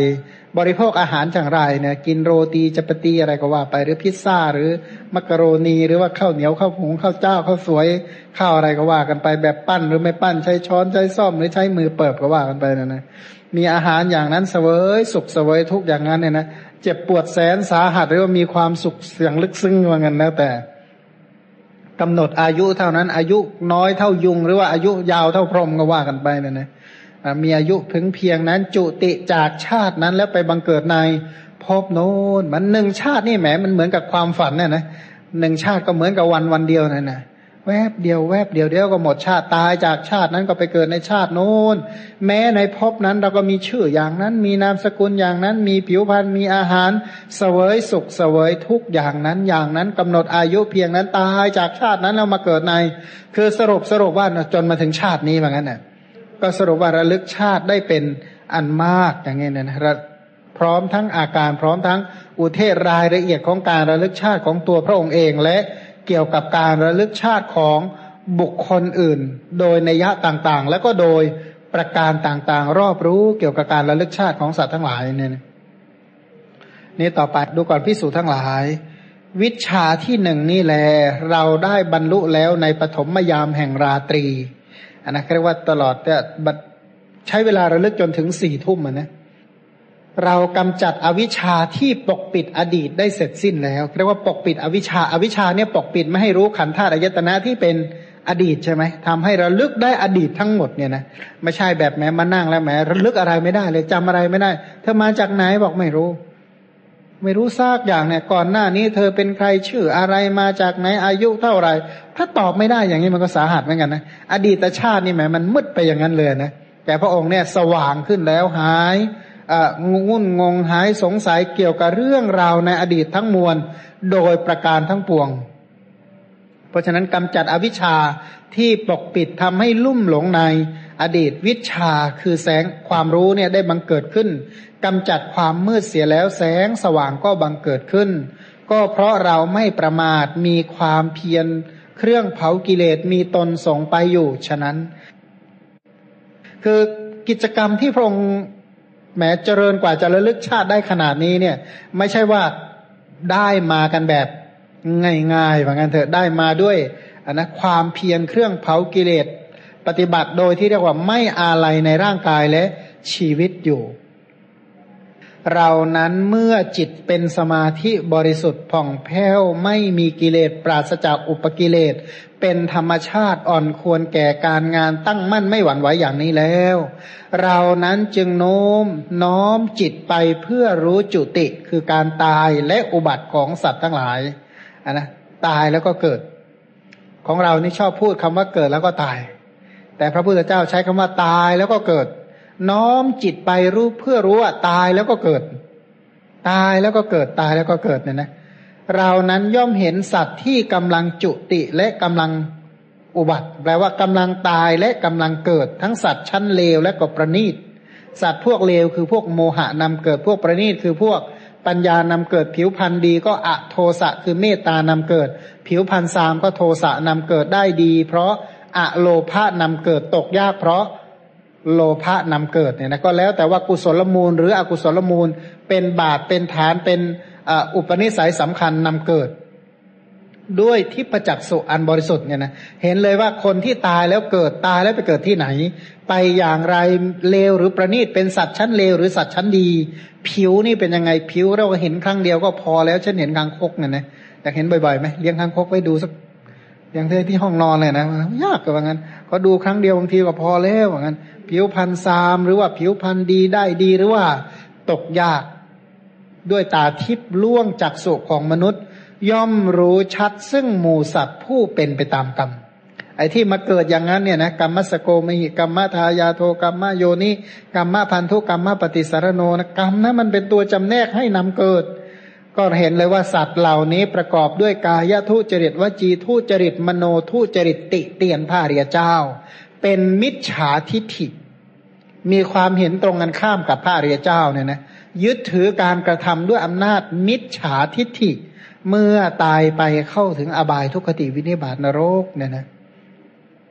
S1: บริโภคอาหารอย่างไรเนี่ยกินโรตีจัปาตีอะไรก็ว่าไปหรือพิซซ่าหรือมักกะโรนีหรือว่าข้าวเหนียวข้าวหุงข้าวเจ้าข้าวสวยข้าวอะไรก็ว่ากันไปแบบปั้นหรือไม่ปั้นใช้ช้อนใช้ซ่อมหรือใช้มือเปิบก็ว่ากันไปนะมีอาหารอย่างนั้นเสวยสุขเสวยทุกอย่างนั้นเนี่ยนะเจ็บปวดแสนสาหัสหรือว่ามีความสุขอย่างลึกซึ้งว่างั้นแล้วแต่กำหนดอายุเท่านั้นอายุน้อยเท่ายุงหรือว่าอายุยาวเท่าพรหมก็ว่ากันไปนะมีอายุถึงเพียงนั้นจุติจากชาตินั้นแล้วไปบังเกิดในภพโน้นมันหนึ่งชาตินี่แหมมันเหมือนกับความฝันเนี่ยนะหนึ่งชาติก็เหมือนกับวันเดียวนั่นนะแวบเดียวเดียวก็หมดชาติตายจากชาตินั้นก็ไปเกิดในชาติโน้นแม้ในภพนั้นเราก็มีชื่ออย่างนั้นมีนามสกุลอย่างนั้นมีผิวพรรณมีอาหารเสวยสุขเสวยทุกอย่างนั้นกำหนดอายุเพียงนั้นตายจากชาตินั้นเรามาเกิดในคือสรุปว่าจนมาถึงชาตินี้ว่างั้นน่ะก็สรุปว่าระลึกชาติได้เป็นอันมากอย่างนี้นะพร้อมทั้งอาการพร้อมทั้งอุเทศรายละเอียดของการระลึกชาติของตัวพระองค์เองและเกี่ยวกับการระลึกชาติของบุคคลอื่นโดยนัยยะต่างๆแล้วก็โดยประการต่างๆรอบรู้เกี่ยวกับการระลึกชาติของสัตว์ทั้งหลายเนี่ยนี่ต่อไปดูก่อนภิกษุทั้งหลายวิชชาที่หนึ่งนี่แลเราได้บรรลุแล้วในปฐมยามแห่งราตรีอันนั้นเรียกว่าตลอดเนี่ยใช้เวลาระลึกจนถึง4 ทุ่มนะเรากำจัดอวิชชาที่ปกปิดอดีตได้เสร็จสิ้นแล้วเรียกว่าปกปิดอวิชชาเนี่ยปกปิดไม่ให้รู้ขันธ์ธาตุอายตนะที่เป็นอดีตใช่ไหมทำให้ระลึกได้อดีตทั้งหมดเนี่ยนะไม่ใช่แบบแม้มานั่งแล้วแม้ระลึกอะไรไม่ได้เลยจำอะไรไม่ได้เธอมาจากไหนบอกไม่รู้ซากอย่างเนี่ยก่อนหน้านี้เธอเป็นใครชื่ออะไรมาจากไหนอายุเท่าไหร่ถ้าตอบไม่ได้อย่างนี้มันก็สาหัสเหมือนกันนะอดีตชาตินี่แหมมันมืดไปอย่างนั้นเลยนะแต่พระองค์เนี่ยสว่างขึ้นแล้วหายงุ่นงงหายสงสัยเกี่ยวกับเรื่องราวในอดีตทั้งมวลโดยประการทั้งปวงเพราะฉะนั้นกำจัดอวิชชาที่ปกปิดทำให้ลุ่มหลงในอดีตวิชชาคือแสงความรู้เนี่ยได้บังเกิดขึ้นกำจัดความมืดเสียแล้วแสงสว่างก็บังเกิดขึ้นก็เพราะเราไม่ประมาทมีความเพียรเครื่องเผากิเลสมีตนส่งไปอยู่ฉะนั้นคือกิจกรรมที่พระองค์แม้เจริญกว่าจะระลึกชาติได้ขนาดนี้เนี่ยไม่ใช่ว่าได้มากันแบบง่ายๆว่างั้นเถอะได้มาด้วยความเพียรเครื่องเผากิเลสปฏิบัติโดยที่เรียกว่าไม่อาลัยในร่างกายและชีวิตอยู่เรานั้นเมื่อจิตเป็นสมาธิบริสุทธิ์ผ่องแผ้วไม่มีกิเลสปราศจากอุปกิเลสเป็นธรรมชาติอ่อนควรแก่การงานตั้งมั่นไม่หวั่นไหวอย่างนี้แล้วเรานั้นจึงน้อมจิตไปเพื่อรู้จุติคือการตายและอุบัติของสัตว์ทั้งหลายตายแล้วก็เกิดของเรานี่ชอบพูดคำว่าเกิดแล้วก็ตายแต่พระพุทธเจ้าใช้คำว่าตายแล้วก็เกิดน้อมจิตไปรู้เพื่อรู้ว่าตายแล้วก็เกิดตายแล้วก็เกิดตายแล้วก็เกิดเนี่ยนะเรานั้นย่อมเห็นสัตว์ที่กำลังจุติและกำลังอุบัติแปลว่ากำลังตายและกำลังเกิดทั้งสัตว์ชั้นเลวและก็ประณีตสัตว์พวกเลวคือพวกโมหะนำเกิดพวกประณีตคือพวกปัญญานำเกิดผิวพรรณดีก็อโทสะคือเมตตานำเกิดผิวพรรณซามก็โทสะนำเกิดได้ดีเพราะอโลภะนำเกิดตกยากเพราะโลภะนำเกิดเนี่ยนะก็แล้วแต่ว่ากุศลมูลหรืออกุศลมูลเป็นบาตเป็นฐานเป็นอุปนิสัยสำคัญนำเกิดด้วยทิพจักษุอันบริสุทธิ์เนี่ยนะเห็นเลยว่าคนที่ตายแล้วเกิดตายแล้วไปเกิดที่ไหนไปอย่างไรเลวหรือประณีตเป็นสัตว์ชั้นเลวหรือสัตว์ชั้นดีผิวนี่เป็นยังไงผิวเราเห็นครั้งเดียวก็พอแล้วฉันเห็นคางคกเนี่ยนะอยากเห็นบ่อยๆไหมเลี้ยงคางคกไว้ดูสักอย่างที่ห้องนอนเลยนะยากกว่างั้นก็ดูครั้งเดียวบางทีก็พอแล้วว่างั้นผิวพรรณซามหรือว่าผิวพรรณดีได้ดีหรือว่าตกยากด้วยตาทิพย์ล่วงจักษุของมนุษย์ย่อมรู้ชัดซึ่งหมู่สัตว์ผู้เป็นไปตามกรรมไอ้ที่มาเกิดอย่างนั้นเนี่ยนะกรรมสโกมหิกรรมทายาโทกรรมโยนิกรรมพันธุกรรมปฏิสารโนนะกรรมนะมันเป็นตัวจำแนกให้นำเกิดก็เห็นเลยว่าสัตว์เหล่านี้ประกอบด้วยกายทุจริตวจีทุจริตมโนทุจริตติเตียนพระอริยเจ้าเป็นมิจฉาทิฏฐิมีความเห็นตรงกันข้ามกับพระอริยเจ้าเนี่ยนะยึดถือการกระทำด้วยอำนาจมิจฉาทิฏฐิเมื่อตายไปเข้าถึงอบายทุกขติวินิบาตนรกเนี่ยนะ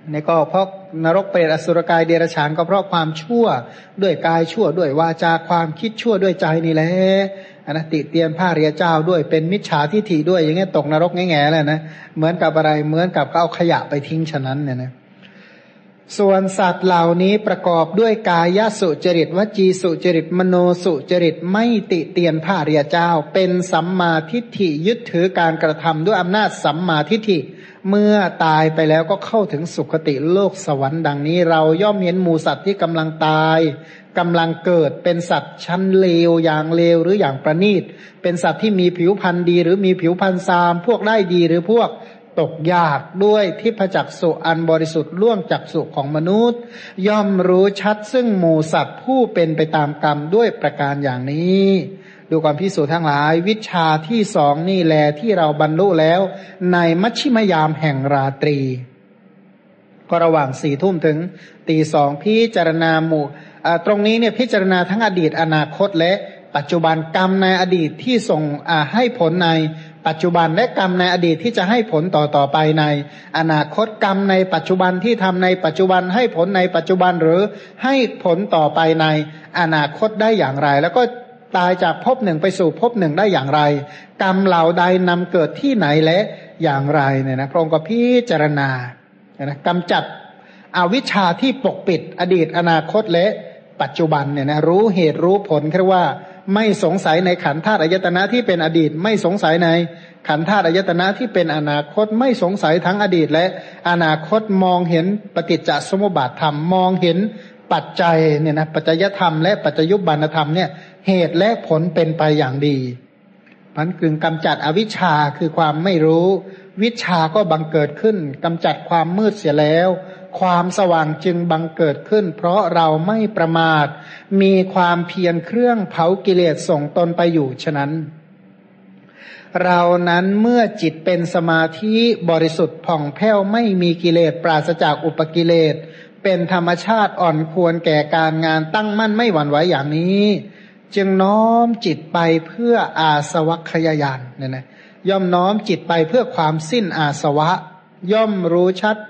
S1: นี่ก็เพราะนรกเปรตอสุรกายเดรัจฉานก็เพราะความชั่วด้วยกายชั่วด้วยวาจาความคิดชั่วด้วยใจนี่แหละติเตียนพระอริยเจ้าด้วยเป็นมิจฉาทิฏฐิด้วยอย่างเงี้ยตกนรกแง่ๆเลยนะเหมือนกับอะไรเหมือนกับเอาขยะไปทิ้งฉะนั้นเนี่ยนะส่วนสัตว์เหล่านี้ประกอบด้วยกายสุจริตวจีสุจริตมโนสุจริตไม่ติเตียนพระอริยเจ้าเป็นสัมมาทิฏฐิยึดถือการกระทำด้วยอำนาจสัมมาทิฏฐิเมื่อตายไปแล้วก็เข้าถึงสุคติโลกสวรรค์ดังนี้เราย่อมเห็นหมู่สัตว์ที่กำลังตายกำลังเกิดเป็นสัตว์ชั้นเลวอย่างเลวหรืออย่างประณีตเป็นสัตว์ที่มีผิวพรรณดีหรือมีผิวพรรณทรามพวกได้ดีหรือพวกตกยากด้วยทิพจักษุอันบริสุทธิ์ล่วงจักษุของมนุษย์ย่อมรู้ชัดซึ่งหมู่สัตว์ผู้เป็นไปตามกรรมด้วยประการอย่างนี้ดูความพิสูจน์ทั้งหลายวิชาที่สองนี่แลที่เราบรรลุแล้วในมัชฌิมยามแห่งราตรีก็ระหว่าง4 ทุ่มถึงตี 2พิจารณาหมู่ตรงนี้เนี่ยพิจารณาทั้งอดีตอนาคตและปัจจุบันกรรมในอดีตที่ส่งให้ผลในปัจจุบันและกรรมในอดีตที่จะให้ผลต่อไปในอนาคตกรรมในปัจจุบันที่ทำในปัจจุบันให้ผลในปัจจุบันหรือให้ผลต่อไปในอนาคตได้อย่างไรแล้วก็ตายจากภพหนึ่งไปสู่ภพหนึ่งได้อย่างไรกรรมเหล่าใดนำเกิดที่ไหนและอย่างไรเนี่ยนะพระองค์ก็พิจารณานะกำจัดอวิชชาที่ปกปิดอดีตอนาคตและปัจจุบันเนี่ยนะรู้เหตุรู้ผลแค่ว่าไม่สงสัยในขันธ์ธาตุอายตนะที่เป็นอดีตไม่สงสัยในขันธ์ธาตุอายตนะที่เป็นอนาคตไม่สงสัยทั้งอดีตและอนาคตมองเห็นปฏิจจสมุปบาทธรรมมองเห็นปัจจัยเนี่ยนะปัจจยธรรมและปัจจยุบันธรรมเนี่ยเหตุและผลเป็นไปอย่างดีมันกึ่งกำจัดอวิชชาคือความไม่รู้วิชาก็บังเกิดขึ้นกำจัดความมืดเสียแล้วความสว่างจึงบังเกิดขึ้นเพราะเราไม่ประมาทมีความเพียรเครื่องเผากิเลสส่งตนไปอยู่ฉะนั้นเรานั้นเมื่อจิตเป็นสมาธิบริสุทธิ์ผ่องแผ้วไม่มีกิเลสปราศจากอุปกิเลสเป็นธรรมชาติอ่อนควรแก่การงานตั้งมั่นไม่หวั่นไหวอย่างนี้จึงน้อมจิตไปเพื่ออาสวัคยายานเนี่ยนะย่อมน้อมจิตไปเพื่อความสิ้นอาสวะย่อมรู้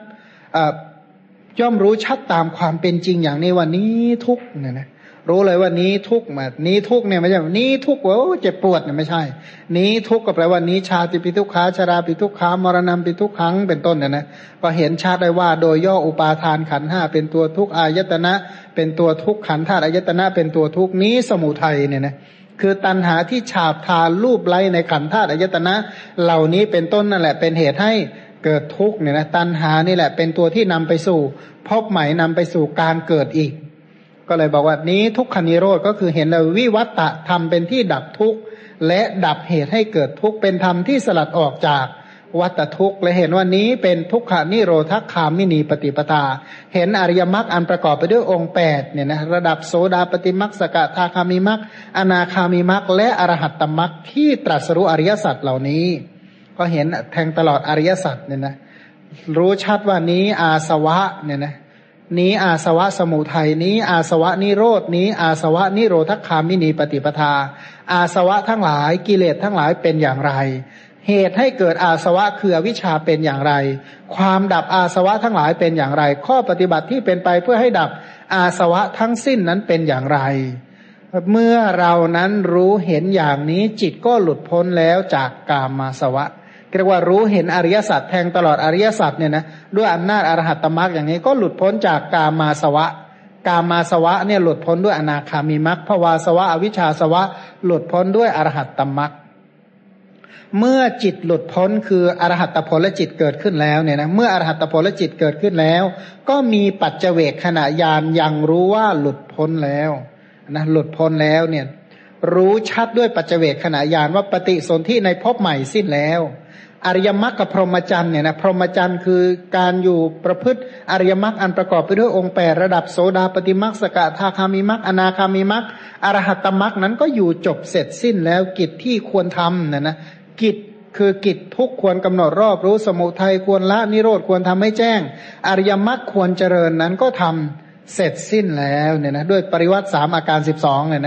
S1: ชัดตามความเป็นจริงอย่างนี้ว่านี้ทุกข์เนี่ยนะรู้เลยว่านี้ทุกข์มานี้ทุกข์เนี่ยไม่ใช่นี้ทุกข์ว่าเจ็บปวดเนี่ยไม่ใช่นี้ทุกข์ก็แปลว่านี้ชาติปิทุกขาชราปิทุกขามรณะปิทุกขังเป็นต้นเนี่ยนะก็เห็นชัดได้ว่าโดยย่ออุปาทานขันธ์5เป็นตัวทุกข์อายตนะเป็นตัวทุกข์ขันธ์ธาตุอายตนะเป็นตัวทุกข์นี้สมุทัยเนี่ยนะคือตัณหาที่ฉาบทารูปไล้ในขันธ์ธาตุอายตนะเหล่านี้เป็นต้นนั่นแหละเป็นเหตุให้เกิดทุกข์เนี่ยนะตัณหานี่แหละเป็นตัวที่นำไปสู่พบใหม่นำไปสู่การเกิดอีกก็เลยบอกว่านี้ทุกขนิโรธก็คือเห็นเลยวิวัตตะธรรมเป็นที่ดับทุกข์และดับเหตุให้เกิดทุกข์เป็นธรรมที่สลัดออกจากวัฏทุกข์และเห็นว่านี้เป็นทุกขานิโรธคามินีปฏิปทาเห็นอริยมรรคอันประกอบไปด้วยองค์8เนี่ยนะระดับโสดาปฏิมรรคสกทาคามิมรรคอนาคามิมรรคและอรหัตตมรรคที่ตรัสรู้อริยสัจเหล่านี้ก็เห็นแทงตลอดอริยสัจเนี่ยนะรู้ชัดว่านี้อาสวะเนี่ยนะนี้อาสวะสมุทัยนี้อาสวะนิโรธนี้อาสวะนิโรธคามินีปฏิปทาอาสวะทั้งหลายกิเลสทั้งหลายเป็นอย่างไรเหตุให้เกิดอาสวะคืออวิชชาเป็นอย่างไรความดับอาสวะทั้งหลายเป็นอย่างไรข้อปฏิบัติที่เป็นไปเพื่อให้ดับอาสวะทั้งสิ้นนั้นเป็นอย่างไรเมื่อเรานั้นรู้เห็นอย่างนี้จิตก็หลุดพ้นแล้วจากกามอาสวะเรียกว่ารู้เห็นอริยสัจแทงตลอดอริยสัจเนี่ยนะด้วยอำนาจอรหัตตมรรคอย่างนี้ก็หลุดพ้นจากกามาสวะกามาสวะเนี่ยหลุดพ้นด้วยอนาคามิมรรคภวาสวะอวิชชาสวะหลุดพ้นด้วยอรหัตตมรรคเมื่อจิตหลุดพ้นคืออรหัตผลจิตเกิดขึ้นแล้วเนี่ยนะเมื่ออรหัตผลจิตเกิดขึ้นแล้วก็มีปัจเจเวคขณะญาณยังรู้ว่าหลุดพ้นแล้วนะหลุดพ้นแล้วเนี่ยรู้ชัดด้วยปัจเจเวคขณะญาณว่าปฏิสนธิในภพใหม่สิ้นแล้วอริยมรรคกับพรหมจรรย์เนี่ยนะพรหมจรรย์คือการอยู่ประพฤติอริยมรรคอันประกอบไปด้วยองค์8ระดับโสดาปฏิมรรคสกทาคามิมรรคอนาคามิมรรคอรหัตตมรรคนั้นก็อยู่จบเสร็จสิ้นแล้วกิจที่ควรทำนะกิจคือกิจทุกควรกำหนดรอบรู้สมุทัยควรละนิโรธควรทำให้แจ้งอริยมรรคควรเจริญนั้นก็ทำเสร็จสิ้นแล้วเนี่ยนะด้วยปริวัติ3อาการ12เนี่ยนะ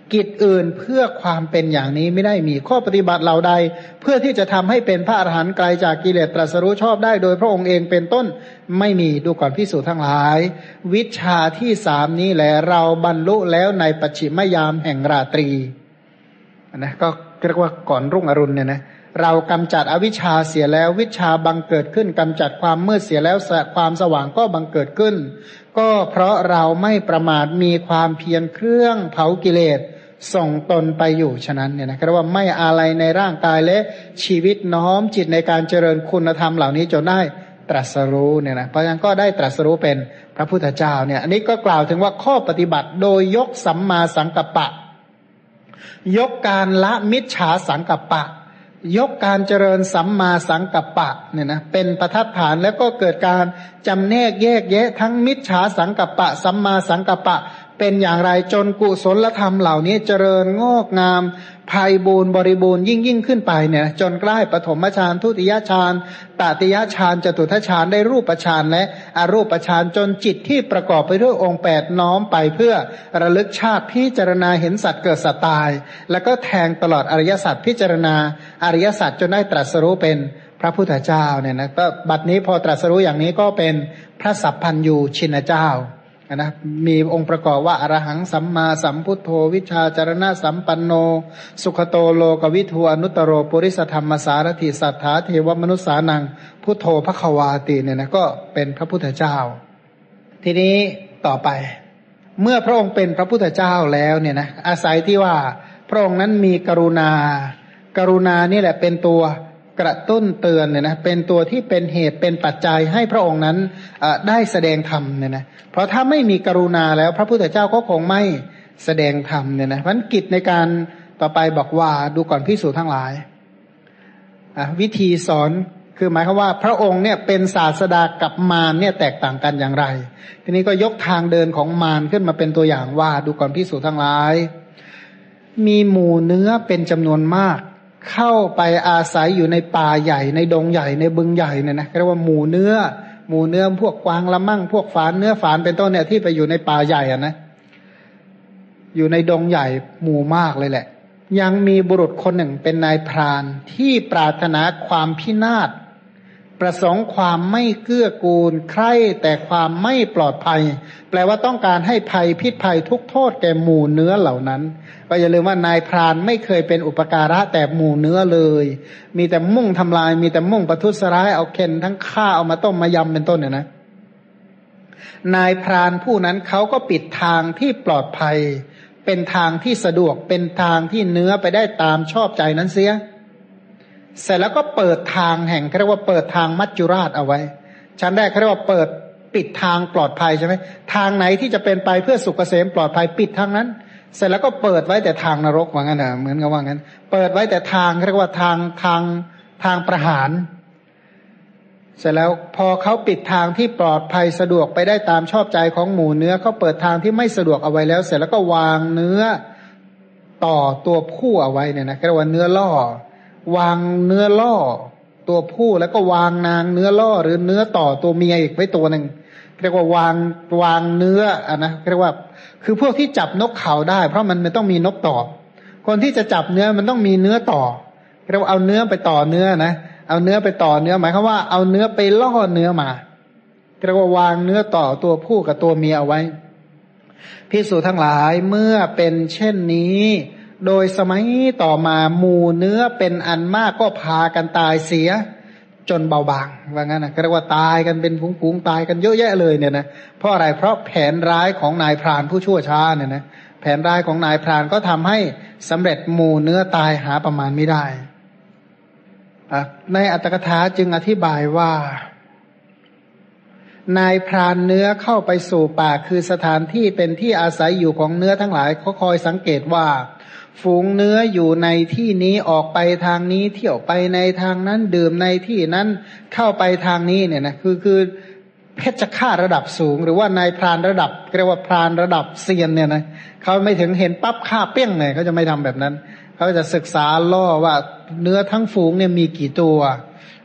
S1: กิจอื่นเพื่อความเป็นอย่างนี้ไม่ได้มีข้อปฏิบัติเหล่าใดเพื่อที่จะทำให้เป็นพระอรหันต์ไกลจากกิเลสตรัสรู้ชอบได้โดยพระองค์เองเป็นต้นไม่มีดูก่อนภิกษุทั้งหลายวิชาที่สามนี้แหละเราบรรลุแล้วในปัจฉิมยามแห่งราตรีนะก็เรียกว่าก่อนรุ่งอรุณเนี่ยนะเรากำจัดอวิชชาเสียแล้ววิชาบังเกิดขึ้นกำจัดความมืดเสียแล้วความสว่างก็บังเกิดขึ้นก็เพราะเราไม่ประมาทมีความเพียรเครื่องเผากิเลสส่งตนไปอยู่ฉะนั้นเนี่ยนะเรียกว่าไม่อาลัยในร่างกายและชีวิตน้อมจิตในการเจริญคุณธรรมเหล่านี้จนได้ตรัสรู้เนี่ยนะเพราะฉะนั้นก็ได้ตรัสรู้เป็นพระพุทธเจ้าเนี่ยอันนี้ก็กล่าวถึงว่าข้อปฏิบัติโดยยกสัมมาสังกัปปะยกการละมิจฉาสังกัปปะยกการเจริญสัมมาสังกัปปะเนี่ยนะเป็นประทัดฐานแล้วก็เกิดการจำแนกแยกแยะทั้งมิจฉาสังกัปปะสัมมาสังกัปปะเป็นอย่างไรจนกุศลธรรมเหล่านี้เจริญงอกงามไพบูรณ์บริบูรณ์ยิ่งขึ้นไปเนี่ยจนใกล้ปฐมฌานทุติยฌานตติยฌานจตุตฌานได้รูปฌานและอรูปฌานจนจิตที่ประกอบไปด้วยองค์8น้อมไปเพื่อระลึกชาติพิจารณาเห็นสัตว์เกิดสัตว์ตายแล้วก็แทงตลอดอริยสัจพิจารณาอริยสัจจนได้ตรัสรู้เป็นพระพุทธเจ้าเนี่ยนะก็บัดนี้พอตรัสรู้อย่างนี้ก็เป็นพระสัพพัญญูชินเจ้านะมีองค์ประกอบว่าอรหังสัมมาสัมพุทโธวิชาจารณะสัมปันโนสุขโตโลกวิทูอนุตตโรปุริสธรรมสารถิสัทธาเทวมนุษสานังพุทโธภควาติเนี่ยนะก็เป็นพระพุทธเจ้าทีนี้ต่อไปเมื่อพระองค์เป็นพระพุทธเจ้าแล้วเนี่ยนะอาศัยที่ว่าพระองค์นั้นมีกรุณนี่แหละเป็นตัวกระตุ้นเตือนเนี่ยนะเป็นตัวที่เป็นเหตุเป็นปัจจัยให้พระองค์นั้นได้แสดงธรรมเนี่ยนะเพราะถ้าไม่มีกรุณาแล้วพระพุทธเจ้าก็คงไม่แสดงธรรมเนี่ยนะเพราะฉะนั้นกิจในการต่อไปบอกว่าดูก่อนภิกษุทั้งหลายวิธีสอนคือหมายความว่าพระองค์เนี่ยเป็นศาสดากับมารเนี่ยแตกต่างกันอย่างไรทีนี้ก็ยกทางเดินของมารขึ้นมาเป็นตัวอย่างว่าดูก่อนภิกษุทั้งหลายมีหมู่เนื้อเป็นจำนวนมากเข้าไปอาศัยอยู่ในป่าใหญ่ในดงใหญ่ในบึงใหญ่เนี่ยนะเรียกว่าหมู่เนื้อพวกกวางละมั่งพวกฝานเนื้อฝานเป็นต้นเนี่ยที่ไปอยู่ในป่าใหญ่อ่ะนะอยู่ในดงใหญ่หมู่มากเลยแหละยังมีบุรุษคนหนึ่งเป็นนายพรานที่ปรารถนาความพินาศประสงค์ความไม่เกื้อกูลใคร่แต่ความไม่ปลอดภัยแปลว่าต้องการให้ภัยพิษภัยทุกโทษแก่หมู่เนื้อเหล่านั้นก็อย่าลืมว่านายพรานไม่เคยเป็นอุปการะแต่หมู่เนื้อเลยมีแต่มุ่งทำลายมีแต่มุ่งประทุษร้ายเอาเค็นทั้งฆ่าเอามาต้มมายำเป็นต้นเนี่ยนะนายพรานผู้นั้นเขาก็ปิดทางที่ปลอดภัยเป็นทางที่สะดวกเป็นทางที่เนื้อไปได้ตามชอบใจนั้นเสียเสร็จแล้วก็เปิดทางแห่งเรียกว่าเปิดทางมัจจุราชเอาไว้ชั้นแรกเรียกว่าเปิดปิดทางปลอดภัยใช่ไหมทางไหนที่จะเป็นไปเพื่อสุขเกษมปลอดภัยปิดทางนั้นเสร็จแล้วก็เปิดไว้แต่ทางนรกว่างั้นนะเหมือนกับว่างั้นเปิดไว้แต่ทางเรียกว่าทางประหารเสร็จแล้วพอเขาปิดทางที่ปลอดภัยสะดวกไปได้ตามชอบใจของหมู่เนื้อเขาเปิดทางที่ไม่สะดวกเอาไว้แล้วเสร็จแล้วก็วางเนื้อต่อตัวผู้เอาไว้เนี่ยนะเรียกว่าเนื้อล่อวางเนื้อล่อตัวผู้แล้วก็วางนางเนื้อล่อหรือเนื้อต่อตัวเมียอีกไว้ตัวหนึ่งเรียกว่าวางเนื้อนะเรียกว่าคือพวกที่จับนกเขาได้เพราะมันไม่ต้องมีนกต่อคนที่จะจับเนื้อมันต้องมีเนื้อต่อเรียกว่าเอาเนื้อไปต่อเนื้อนะเอาเนื้อไปต่อเนื้อหมายความว่าเอาเนื้อไปล่อเนื้อมาเรียกว่าวางเนื้อต่อตัวผู้กับตัวเมียเอาไว้ภิกษุทั้งหลายเมื่อเป็นเช่นนี้โดยสมัยต่อมาหมู่เนื้อเป็นอันมากก็พากันตายเสียจนเบาบางว่างั้นนะเรียกว่าตายกันเป็นฝูงๆตายกันเยอะแยะเลยเนี่ยนะเพราะอะไรเพราะแผนร้ายของนายพรานผู้ชั่วช้าเนี่ยนะแผนร้ายของนายพรานก็ทำให้สำเร็จหมู่เนื้อตายหาประมาณไม่ได้ในอัตถกถาจึงอธิบายว่านายพรานเนื้อเข้าไปสู่ป่าคือสถานที่เป็นที่อาศัยอยู่ของเนื้อทั้งหลายเขาคอยสังเกตว่าฝูงเนื้ออยู่ในที่นี้ออกไปทางนี้เที่ยวไปในทางนั้นดื่มในที่นั้นเข้าไปทางนี้เนี่ยนะคือเพชฌฆาตระดับสูงหรือว่านายพรานระดับเรียกว่าพรานระดับเซียนเนี่ยนะเขาไม่ถึงเห็นปั๊บฆ่าเปี้ยงเลยเขาจะไม่ทำแบบนั้นเขาจะศึกษาล่อว่าเนื้อทั้งฝูงเนี่ยมีกี่ตัว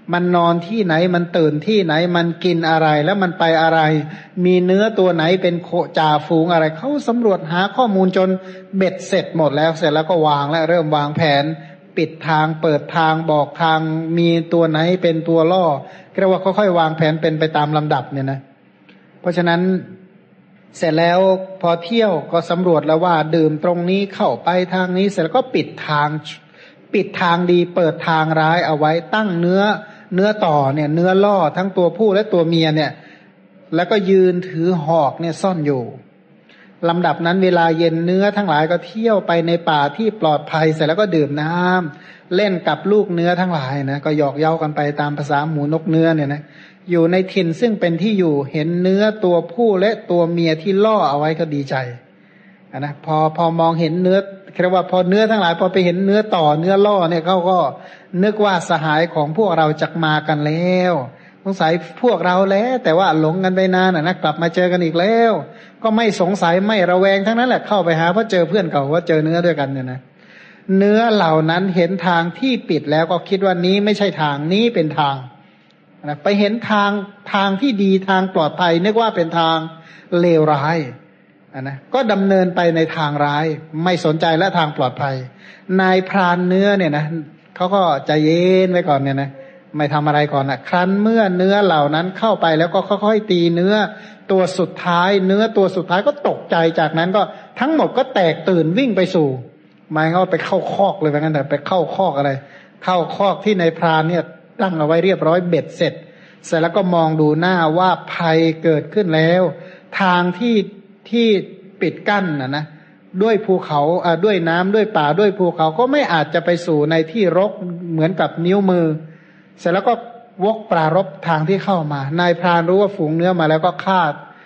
S1: มันนอนที่ไหนมันตื่นที่ไหนมันกินอะไรแล้วมันไปอะไรมีเนื้อตัวไหนเป็นโคจ่าฝูงอะไรเขาสำรวจหาข้อมูลจนเบ็ดเสร็จหมดแล้วเสร็จแล้วก็วางและเริ่มวางแผนปิดทางเปิดทางบอกทางมีตัวไหนเป็นตัวล่อเรียกว่าค่อยๆวางแผนเป็นไปตามลำดับเนี่ยนะเพราะฉะนั้นเสร็จแล้วพอเที่ยวก็สำรวจแล้วว่าดื่มตรงนี้เข้าไปทางนี้เสร็จแล้วก็ปิดทางดีเปิดทางร้ายเอาไว้ตั้งเนื้อต่อเนี่ยเนื้อล่อทั้งตัวผู้และตัวเมียเนี่ยแล้วก็ยืนถือหอกเนี่ยซ่อนอยู่ลำดับนั้นเวลาเย็นเนื้อทั้งหลายก็เที่ยวไปในป่าที่ปลอดภัยเสร็จแล้วก็ดื่มน้ำเล่นกับลูกเนื้อทั้งหลายนะก็หยอกเย้ากันไปตามภาษาหมูนกเนื้อเนี่ยนะอยู่ในถิ่นซึ่งเป็นที่อยู่เห็นเนื้อตัวผู้และตัวเมียที่ล่อเอาไว้ก็ดีใจนะพอมองเห็นเนื้อเรียกว่าพอเนื้อทั้งหลายพอไปเห็นเนื้อต่อเนื้อล่อเนี่ยเขาก็นึกว่าสหายของพวกเราจักมากันแล้วสงสัยพวกเราแล้วแต่ว่าหลงกันไปนานนะกลับมาเจอกันอีกแล้วก็ไม่สงสัยไม่ระแวงทั้งนั้นแหละเข้าไปหาเพราะเจอเพื่อนเก่าว่าเจอเนื้อด้วยกันเนี่ยนะเนื้อเหล่านั้นเห็นทางที่ปิดแล้วก็คิดว่านี้ไม่ใช่ทางนี้เป็นทางนะไปเห็นทางที่ดีทางปลอดภัยนึกว่าเป็นทางเลวร้ายนะก็ดำเนินไปในทางร้ายไม่สนใจและทางปลอดภัยนายพรานเนื้อเนี่ยนะเขาก็ใจเย็นไว้ก่อนเนี่ยนะไม่ทำอะไรก่อนนะครั้นเมื่อเนื้อเหล่านั้นเข้าไปแล้วก็ค่อยๆตีเนื้อตัวสุดท้ายเนื้อตัวสุดท้ายก็ตกใจจากนั้นก็ทั้งหมดก็แตกตื่นวิ่งไปสู่หมายว่าไปเข้าคอกเลยว่างั้นแต่ไปเข้าคอกอะไรเข้าคอกที่นายพรานเนี่ยตั้งเอาไว้เรียบร้อยเบ็ดเสร็จแล้วก็มองดูหน้าว่าภัยเกิดขึ้นแล้วทางที่ปิดกั้นนะด้วยภูเขาด้วยน้ำด้วยป่าด้วยภูเขาก็ไม่อาจจะไปสู่ในที่รกเหมือนกับนิ้วมือเสร็จแล้วก็วกปรารภทางที่เข้ามานายพรานรู้ว่าฝูงเนื้อมาแล้วก็ฆ่า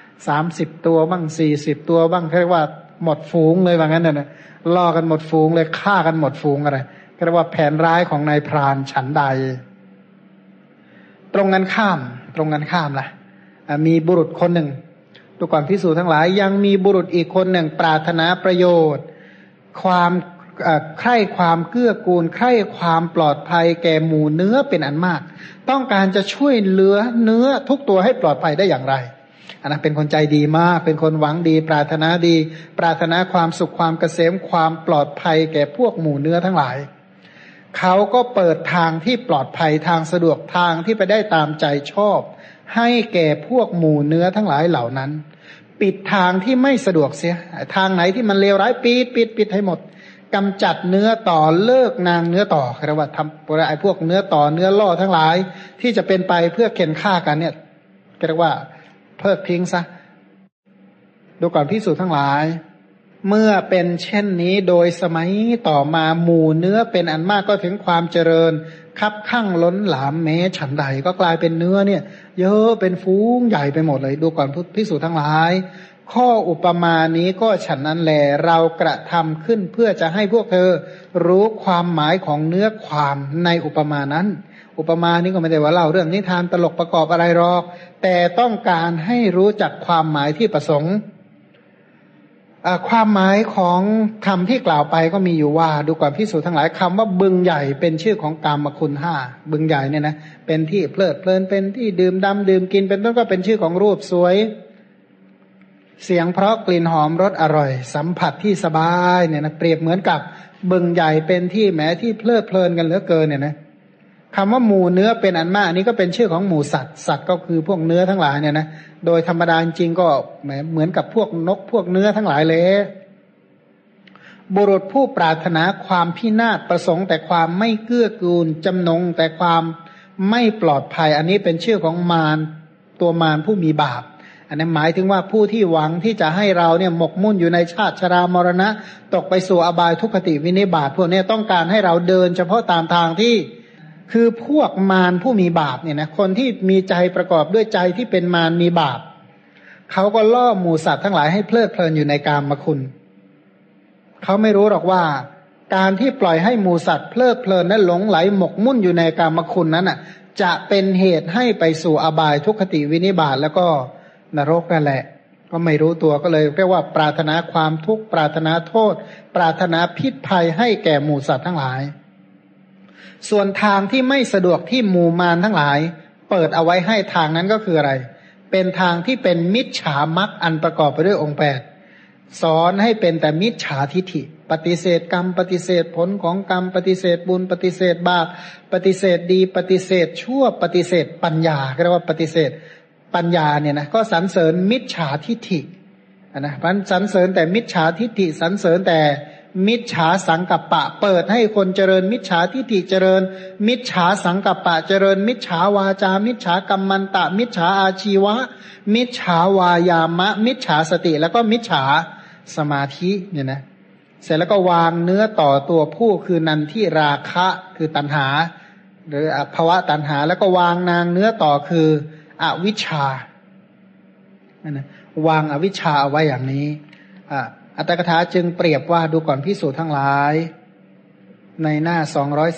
S1: 30 ตัวบ้าง40 ตัวบ้างเรียกว่าหมดฝูงเลยว่างั้นนะล่อกันหมดฝูงเลยฆ่ากันหมดฝูงอะไรเรียกว่าแผนร้ายของนายพรานฉันใดตรงกันข้ามล่ะมีบุรุษคนหนึ่งดูก่อนภิกษุทั้งหลายยังมีบุรุษอีกคนหนึ่งปรารถนาประโยชน์ความใคร่ความเกื้อกูลใคร่ความปลอดภัยแก่หมู่เนื้อเป็นอันมากต้องการจะช่วยเหลือเนื้อทุกตัวให้ปลอดภัยได้อย่างไรอันนั้นเป็นคนใจดีมากเป็นคนหวังดีปรารถนาดีปรารถนาความสุขความเกษมความปลอดภัยแก่พวกหมู่เนื้อทั้งหลายเขาก็เปิดทางที่ปลอดภัยทางสะดวกทางที่ไปได้ตามใจชอบให้แก่พวกหมู่เนื้อทั้งหลายเหล่านั้นปิดทางที่ไม่สะดวกเสียทางไหนที่มันเลวร้ายปิดให้หมดกำจัดเนื้อต่อเลิกนางเนื้อต่อเรียกว่าทำไอ้พวกเนื้อต่อเนื้อล่อทั้งหลายที่จะเป็นไปเพื่อเข็นฆ่ากันเนี่ยเรียกว่าเพิกทิ้งซะดูก่อนภิกษุทั้งหลายเมื่อเป็นเช่นนี้โดยสมัยต่อมาหมู่เนื้อเป็นอันมากก็ถึงความเจริญคับคั่งล้นหลามแม้ฉันใดก็กลายเป็นเนื้อเนี่ยเยอะเป็นฟูงใหญ่ไปหมดเลยดูก่อนภิกษุทั้งหลายข้ออุปมานี้ก็ฉันนั้นแลเรากระทำขึ้นเพื่อจะให้พวกเธอรู้ความหมายของเนื้อความในอุปมานั้นอุปมานี้ก็ไม่ได้ว่าเล่าเรื่องนิทานตลกประกอบอะไรหรอกแต่ต้องการให้รู้จักความหมายที่ประสงค์ความหมายของคำที่กล่าวไปก็มีอยู่ว่าดูก่อนภิกษุทั้งหลายคำว่าบึงใหญ่เป็นชื่อของกามคุณ5บึงใหญ่เนี่ยนะเป็นที่เพลิดเพลินเป็นที่ดื่มด่ำดื่มกินเป็นต้นก็เป็นชื่อของรูปสวยเสียงเพราะกลิ่นหอมรสอร่อยสัมผัสที่สบายเนี่ยนะเปรียบเหมือนกับบึงใหญ่เป็นที่แม้ที่เพลิดเพลินกันเหลือเกินเนี่ยนะคำว่าหมู่เนื้อเป็นอันมากอันนี้ก็เป็นชื่อของหมู่สัตว์ก็คือพวกเนื้อทั้งหลายเนี่ยนะโดยธรรมดาจริงก็เหมือนกับพวกนกพวกเนื้อทั้งหลายเลยบุรุษผู้ปรารถนาความพินาศประสงค์แต่ความไม่เกื้อกูลจำนงแต่ความไม่ปลอดภัยอันนี้เป็นชื่อของมารตัวมารผู้มีบาปอันนั้นหมายถึงว่าผู้ที่หวังที่จะให้เราเนี่ยหมกมุ่นอยู่ในชาติชรามรณะตกไปสู่อบายทุกขติวินิบาตพวกนี้ต้องการให้เราเดินเฉพาะตามทางที่คือพวกมารผู้มีบาปเนี่ยนะคนที่มีใจประกอบด้วยใจที่เป็นมารมีบาปเขาก็ล่อหมู่สัตว์ทั้งหลายให้เพลิดเพลินอยู่ในกามคุณเขาไม่รู้หรอกว่าการที่ปล่อยให้หมู่สัตว์เพลิดเพลินและหลงไหลหมกมุ่นอยู่ในกามคุณนั้นน่ะจะเป็นเหตุให้ไปสู่อบายทุกขติวินิบาตแล้วก็นรกนั่นแหละก็ไม่รู้ตัวก็เลยเรียกว่าปรารถนาความทุกข์ปรารถนาโทษปรารถนาพิษภัยให้แก่หมู่สัตว์ทั้งหลายส่วนทางที่ไม่สะดวกที่หมู่มารทั้งหลายเปิดเอาไว้ให้ทางนั้นก็คืออะไรเป็นทางที่เป็นมิจฉามรรคอันประกอบไปด้วยองค์8สอนให้เป็นแต่มิจฉาทิฏฐิปฏิเสธกรรมปฏิเสธผลของกรรมปฏิเสธบุญปฏิเสธบาปปฏิเสธดีปฏิเสธชั่วปฏิเสธปัญญาเรียกว่าปฏิเสธปัญญาเนี่ยนะก็สรรเสริญมิจฉาทิฏฐินะมันสรรเสริญแต่มิจฉาทิฏฐิสรรเสริญแต่มิจฉาสังกัปปะเปิดให้คนเจริญมิจฉาทิฏฐิเจริญมิจฉาสังกัปปะเจริญมิจฉาวาจามิจฉากรรมันตะมิจฉาอาชีวะมิจฉาวายามะมิจฉาสติแล้วก็มิจฉาสมาธิเนี่ยนะเสร็จแล้วก็วางเนื้อต่อตัวผู้คือนันทิราคะคือตัณหาหรือภวะตัณหาแล้วก็วางนางเนื้อต่อคืออวิชชานะวางอวิชชาเอาไว้อย่างนี้อัตถกถาจึงเปรียบว่าดูก่อนภิกษุทั้งหลายในหน้า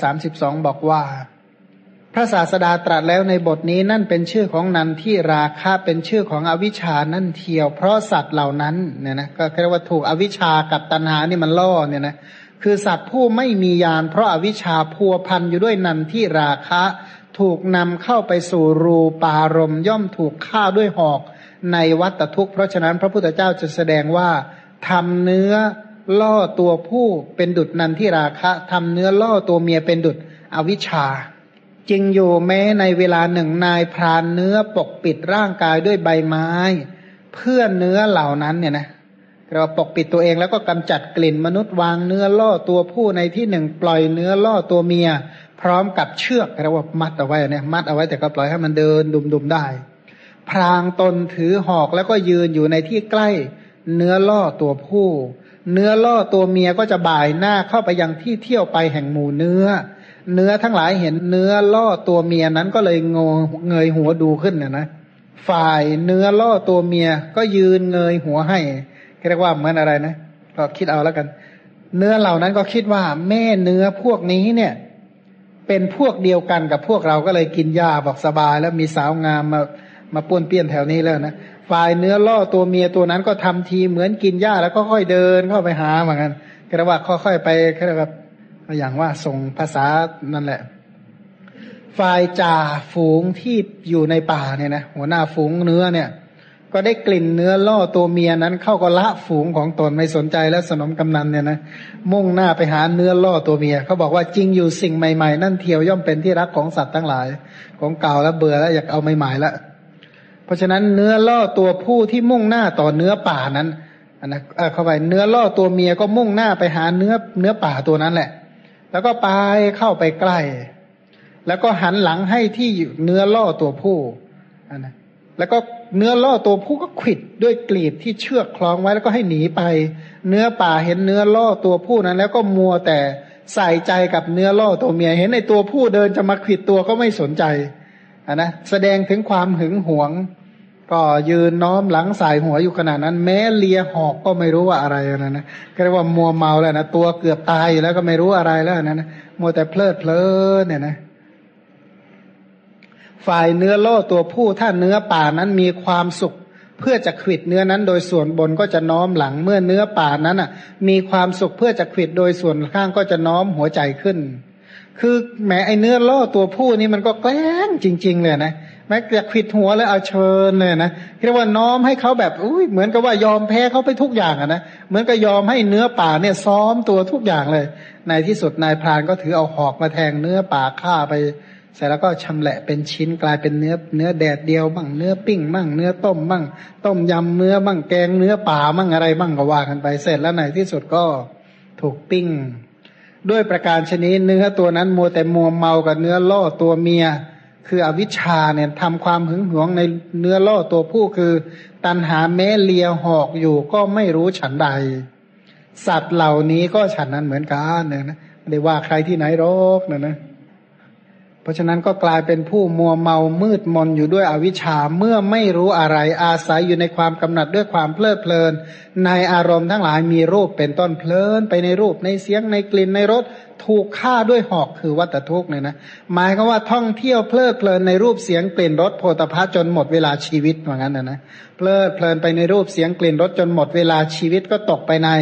S1: 232บอกว่าพระศาสดาตรัสแล้วในบทนี้นั่นเป็นชื่อของนันทิราคะเป็นชื่อของอวิชชานั่นเทียวเพราะสัตว์เหล่านั้นเนี่ยนะก็เรียกว่าถูกอวิชชากับตัณหานี่มันล่อเนี่ยนะคือสัตว์ผู้ไม่มีญาณเพราะอวิชชาพัวพันอยู่ด้วยนันทิราคะถูกนำเข้าไปสู่รูปารมณ์ย่อมถูกฆ่าด้วยหอกในวัฏทุกข์เพราะฉะนั้นพระพุทธเจ้าจะแสดงว่าทำเนื้อล่อตัวผู้เป็นดุจนันทิราคะทำเนื้อล่อตัวเมียเป็นดุจอวิชชาจริงอยู่แม้ในเวลาหนึ่งนายพรานเนื้อปกปิดร่างกายด้วยใบไม้เพื่อเนื้อเหล่านั้นเนี่ยนะเราปกปิดตัวเองแล้วก็กำจัดกลิ่นมนุษย์วางเนื้อล่อตัวผู้ในที่หนึ่งปล่อยเนื้อล่อตัวเมียพร้อมกับเชือกเรียกว่ามัดเอาไว้เนี่ยมัดเอาไว้แต่ก็ปล่อยให้มันเดินดุมๆได้พรางตนถือหอกแล้วก็ยืนอยู่ในที่ใกล้เนื้อล่อตัวผู้เนื้อล่อตัวเมียก็จะบ่ายหน้าเข้าไปยังที่เที่ยวไปแห่งหมู่เนื้อทั้งหลายเห็นเนื้อล่อตัวเมียนั้นก็เลยเงยหัวดูขึ้นนะฝ่ายเนื้อล่อตัวเมียก็ยืนเงยหัวให้เรียกว่าเหมือนอะไรนะก็คิดเอาแล้วกันเนื้อเหล่านั้นก็คิดว่าแม่เนื้อพวกนี้เนี่ยเป็นพวกเดียวกันกับพวกเราก็เลยกินหญ้าบอกสบายแล้วมีสาวงามมาป้วนเปี้ยนแถวนี้แล้วนะฝ่ายเนื้อล่อตัวเมียตัวนั้นก็ทำทีเหมือนกินหญ้าแล้วก็ค่อยเดินเข้าไปหาเหมือนกันก็เรียกว่าค่อยๆไปเรียกว่าอย่างว่าส่งภาษานั่นแหละฝ่ายจ่าฝูงที่อยู่ในป่าเนี่ยนะหัวหน้าฝูงเนื้อเนี่ยก็ได้กลิ่นเนื้อล่อตัวเมียนั้นเข้าก็ละฝูงของตนไม่สนใจแล้วสนมกำนันเนี่ยนะมุ่งหน้าไปหาเนื้อล่อตัวเมียเขาบอกว่าจริงอยู่สิ่งใหม่ๆนั่นเทียวย่อมเป็นที่รักของสัตว์ทั้งหลายของเก่าแล้วเบื่อแล้วอยากเอาใหม่ๆแล้วเพราะฉะนั้นเนื้อล่อตัวผู้ที่มุ่งหน้าต่อเนื้อป่านั้นนะเข้าไปเนื้อล่อตัวเมียก็มุ่งหน้าไปหาเนื้อป่าตัวนั้นแหละแล้วก็ไปเข้าไปใกล้แล้วก็หันหลังให้ที่เนื้อล่อตัวผู้นะแล้วก็เนื้อล่อตัวผู้ก็ขวิดด้วยกลีบที่เชือกคล้องไว้แล้วก็ให้หนีไปเนื้อป่าเห็นเนื้อล่อตัวผู้นั้นแล้วก็มัวแต่ใส่ใจกับเนื้อล่อตัวเมียเห็นในตัวผู้เดินจะมาขวิดตัวก็ไม่สนใจนะแสดงถึงความหึงหวงก็ยืนน้อมหลังสายหัวอยู่ขนาดนั้นแม้เลียหอกก็ไม่รู้ว่าอะไรนะก็เรียกว่ามัวเมาแล้วนะตัวเกือบตายอยู่แล้วก็ไม่รู้อะไรแล้วนะมัวแต่เพลิดเพลินเนี่ยนะฝ่ายเนื้อล่อตัวผู้ถ้าเนื้อป่านั้นมีความสุขเพื่อจะขวิดเนื้อนั้นโดยส่วนบนก็จะน้อมหลังเมื่อเนื้อป่านั้นอ่ะมีความสุขเพื่อจะขวิดโดยส่วนข้างก็จะน้อมหัวใจขึ้นคือแม้ไอเนื้อล่อตัวผู้นี่มันก็แกล้งจริงๆเลยนะแม้จะขวิดหัวแล้วเอาเชิญเลยนะเรียกว่าน้อมให้เขาแบบเหมือนกับว่ายอมแพ้เขาไปทุกอย่างอ่ะนะเหมือนกับยอมให้เนื้อป่าเนี่ยซ้อมตัวทุกอย่างเลยในที่สุดนายพรานก็ถือเอาหอกมาแทงเนื้อป่าฆ่าไปเสร็จแล้วก็ชำแหละเป็นชิ้นกลายเป็นเนื้อแดดเดียวบ้างเนื้อปิ้งบ้างเนื้อต้มบ้างต้มยำเนื้อบ้างแกงเนื้อป่าบ้างอะไรบ้างก็ว่ากันไปเสร็จแล้วในที่สุดก็ถูกปิ้งด้วยประการชนิดเนื้อตัวนั้นมัวแต่มัวเมากับเนื้อล่อตัวเมียคืออวิชชาเนี่ยทำความหึงหวงในเนื้อล่อตัวผู้คือตัณหาแม้เลียหอกอยู่ก็ไม่รู้ฉันใดสัตว์เหล่านี้ก็ฉันนั้นเหมือนกันเนี่ยนะไม่ได้ว่าใครที่ไหนหรอกนะเพราะฉะนั้นก็กลายเป็นผู้มัวเมามืดมนอยู่ด้วยอวิชชาเมื่อไม่รู้อะไรอาศัยอยู่ในความกำหนัดด้วยความเพลิดเพลินในอารมณ์ทั้งหลายมีรูปเป็นต้นเพลินไปในรูปในเสียงในกลิ่นในรสถูกฆ่าด้วยหอกคือวัฏทุกข์เนี่ยนะหมายก็ว่าท่องเที่ยวเพลิดเพลินในรูปเสียงกลิ่นรสโผฏฐัพพะจนหมดเวลาชีวิตว่างั้นนะเพลิดเพลินไปในรูปเสียงกลิ่นรสจนหมดเวลาชีวิตก็ตกไปใน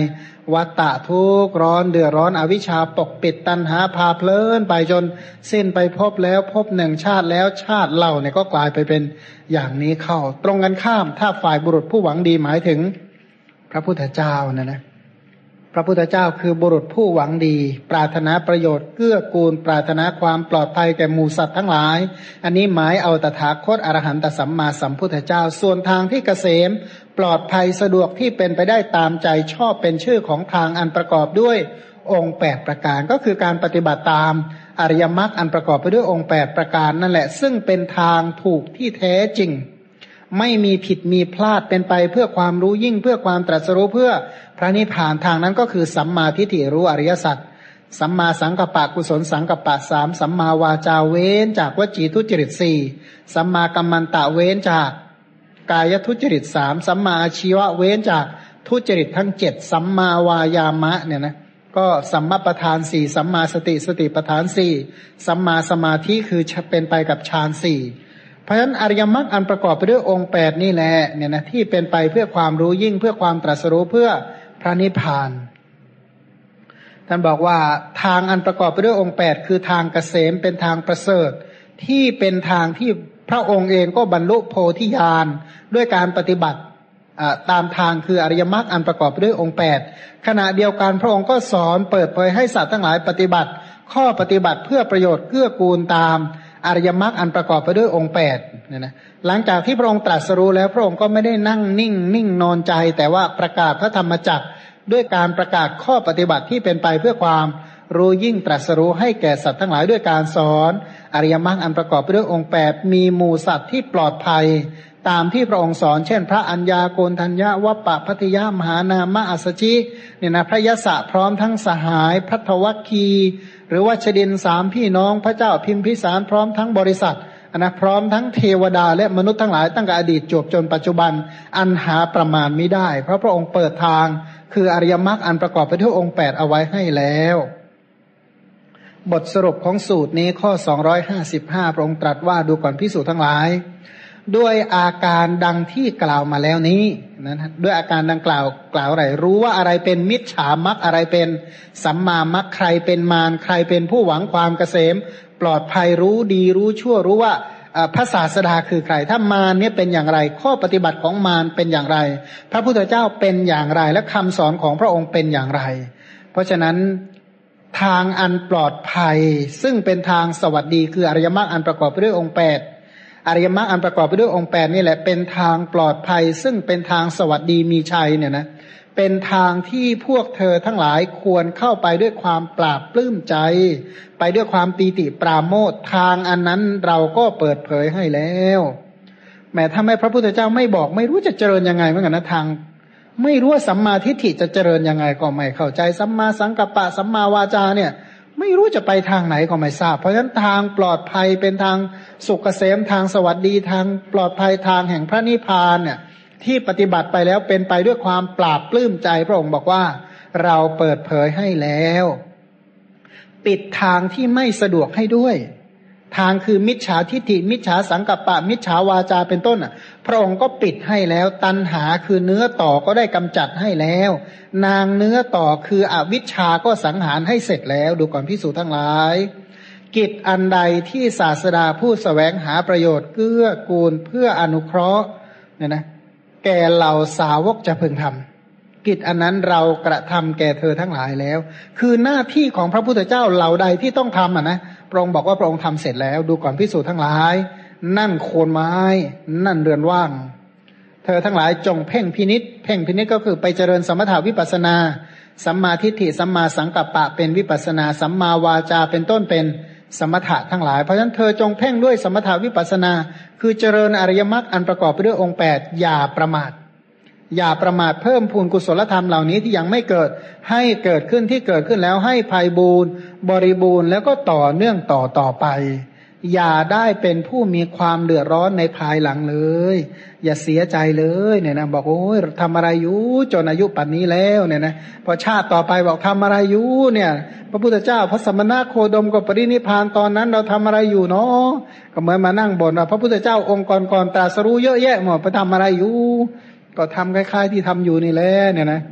S1: วัฏฏะทุกข์ร้อนเดือดร้อนอวิชชาปกปิดตัณหาพาเพลินไปจนสิ้นไปพบแล้วพบหนึ่งชาติแล้วชาติเล่าเนี่ยก็กลายไปเป็นอย่างนี้เข้าตรงกันข้ามถ้าฝ่ายบุรุษผู้หวังดีหมายถึงพระพุทธเจ้านะพระพุทธเจ้าคือบุรุษผู้หวังดีปรารถนาประโยชน์เกื้อกูลปรารถนาความปลอดภัยแก่หมู่สัตว์ทั้งหลายอันนี้หมายเอาตถาคตอรหันตสัมมาสัมพุทธเจ้าส่วนทางที่เกษมปลอดภัยสะดวกที่เป็นไปได้ตามใจชอบเป็นชื่อของทางอันประกอบด้วยองค์8ประการก็คือการปฏิบัติตามอริยมรรคอันประกอบไปด้วยองค์8ประการนั่นแหละซึ่งเป็นทางถูกที่แท้จริงไม่มีผิดมีพลาดเป็นไปเพื่อความรู้ยิ่งเพื่อความตรัสรู้เพื่อพระนิพพานทางนั้นก็คือสัมมาทิฏฐิรู้อริยสัจสัมมาสังกัปปะกุศลสังกัปปะ3สัมมาวาจาเว้นจากวจีทุจริต4สัมมากัมมันตะเว้นจากกายทุจริต3สัมมาอาชีวะเว้นจากทุจริตทั้ง7สัมมาวายามะเนี่ยนะก็สัมมาประธาน4สัมมาสติสติประธาน4สัมมาสมาธิคือเป็นไปกับฌาน4เพราะฉะนั้นอริยมรรคอันประกอบไปด้วยองค์8นี่แหละเนี่ยนะที่เป็นไปเพื่อความรู้ยิ่งเพื่อความตรัสรู้เพื่อพระนิพพานท่านบอกว่าทางอันประกอบไปด้วยองค์8คือทางเกษมเป็นทางประเสริฐที่เป็นทางที่พระองค์เองก็บรรลุโพธิญาณด้วยการปฏิบัติตามทางคืออริยมรรคอันประกอบไปด้วยองค์8ขณะเดียวกันพระองค์ก็สอนเปิดเผยให้สัตว์ทั้งหลายปฏิบัติข้อปฏิบัติเพื่อประโยชน์เกื้อกูลตามอริยมรรคอันประกอบไปด้วยองค์8เนี่ยนะหลังจากที่พระองค์ตรัสรู้แล้วพระองค์ก็ไม่ได้นั่งนิ่งนอนใจแต่ว่าประกาศพระธรรมจักรด้วยการประกาศข้อปฏิบัติที่เป็นไปเพื่อความรู้ยิ่งตรัสรู้ให้แก่สัตว์ทั้งหลายด้วยการสอนอริยมรรคอันประกอบไปด้วยองค์8มีหมู่สัตว์ที่ปลอดภัยตามที่พระองค์สอนเช่นพระอัญญาโกณทัญญาวัปปะพัทยามหานามะอัสสชิเนี่ยนะพระยศพร้อมทั้งสหายพัทวัคคีหรือว่าชดิน3พี่น้องพระเจ้าพิมพิสารพร้อมทั้งบริษัทนะพร้อมทั้งเทวดาและมนุษย์ทั้งหลายตั้งแต่อดีตจวบจนปัจจุบันอันหาประมาณไม่ได้เพราะพระองค์เปิดทางคืออริยมรรคอันประกอบไปด้วยองค์8เอาไว้ให้แล้วบทสรุปของสูตรนี้ข้อ255พระองค์ตรัสว่าดูก่อนภิกษุทั้งหลายด้วยอาการดังที่กล่าวมาแล้วนี้นะด้วยอาการดังกล่าวอะไรรู้ว่าอะไรเป็นมิจฉามรรคอะไรเป็นสัมมามรรคใครเป็นมารใครเป็นผู้หวังความเกษมปลอดภัยรู้ดีรู้ชั่วรู้ว่าพระศาสดาคือใครถ้ามารเนี่ยเป็นอย่างไรข้อปฏิบัติของมารเป็นอย่างไรพระพุทธเจ้าเป็นอย่างไรและคำสอนของพระองค์เป็นอย่างไรเพราะฉะนั้นทางอันปลอดภัยซึ่งเป็นทางสวัสดีคืออริยมรรคอันประกอบไปด้วยองค์8อริยมรรคอันประกอบไปด้วยองค์8นี่แหละเป็นทางปลอดภัยซึ่งเป็นทางสวัสดีมีชัยเนี่ยนะเป็นทางที่พวกเธอทั้งหลายควรเข้าไปด้วยความปราบปลื้มใจไปด้วยความปีติปราโมทย์ทางอันนั้นเราก็เปิดเผยให้แล้วแม้ถ้าไม่พระพุทธเจ้าไม่บอกไม่รู้จะเจริญยังไงเหมือนกันนะทางไม่รู้ว่าสัมมาทิฏฐิจะเจริญยังไงก็ไม่เข้าใจสัมมาสังกัปปะสัมมาวาจาเนี่ยไม่รู้จะไปทางไหนก็ไม่ทราบเพราะฉะนั้นทางปลอดภัยเป็นทางสุขเกษมทางสวัสดีทางปลอดภัยทางแห่งพระนิพพานเนี่ยที่ปฏิบัติไปแล้วเป็นไปด้วยความปราบปลื้มใจพระองค์บอกว่าเราเปิดเผยให้แล้วปิดทางที่ไม่สะดวกให้ด้วยทางคือมิจฉาทิฏฐิมิจฉาสังกัปปะมิจฉาวาจาเป็นต้นพระองค์ก็ปิดให้แล้วตัณหาคือเนื้อต่อก็ได้กำจัดให้แล้วนางเนื้อต่อคืออวิชชาก็สังหารให้เสร็จแล้วดูก่อนภิกษุทั้งหลายกิจอันใดที่ศาสดาผู้แสวงหาประโยชน์เกื้อกูลเพื่ออนุเคราะห์เนี่ยนะแก่เหล่าสาวกจะพึงทำกิจอันนั้นเรากระทำแก่เธอทั้งหลายแล้วคือหน้าที่ของพระพุทธเจ้าเหล่าใดที่ต้องทำนะพระองค์บอกว่าพระองค์ทำเสร็จแล้วดูก่อนภิกษุทั้งหลายนั่นโคนไม้นั่นเรือนว่างเธอทั้งหลายจงเพ่งพินิจเพ่งพินิจก็คือไปเจริญสมถาวิปัสนาสัมมาทิฏฐิสัมมาสังกัปปะเป็นวิปัสนาสัมมาวาจาเป็นต้นเป็นสมถะทั้งหลายเพราะฉะนั้นเธอจงเพ่งด้วยสมถาวิปัสนาคือเจริญอริยมรรคอันประกอบไปด้วยองค์8อย่าประมาทเพิ่มพูนกุศลธรรมเหล่านี้ที่ยังไม่เกิดให้เกิดขึ้นที่เกิดขึ้นแล้วให้ไพบูรณ์บริบูรณ์แล้วก็ต่อเนื่องต่อไปอย่าได้เป็นผู้มีความเดือดร้อนในภายหลังเลยอย่าเสียใจเลยเนี่ยนะบอกโอ้ยทำอะไรอยู่จนอายุป่านนี้แล้วเนี่ยนะพอชาติต่อไปบอกทำอะไรอยู่เนี่ยพระพุทธเจ้าพระสมณะโคดมก็ปรินิพพานตอนนั้นเราทำอะไรอยู่เนาะก็เหมือนมานั่งบ่นว่าพระพุทธเจ้าองค์ก่อนตรัสรู้เยอะแยะหมดไปทำอะไรอยู่ก็ทำคล้ายๆที่ทำอยู่นี่แหละเนี่ยนะ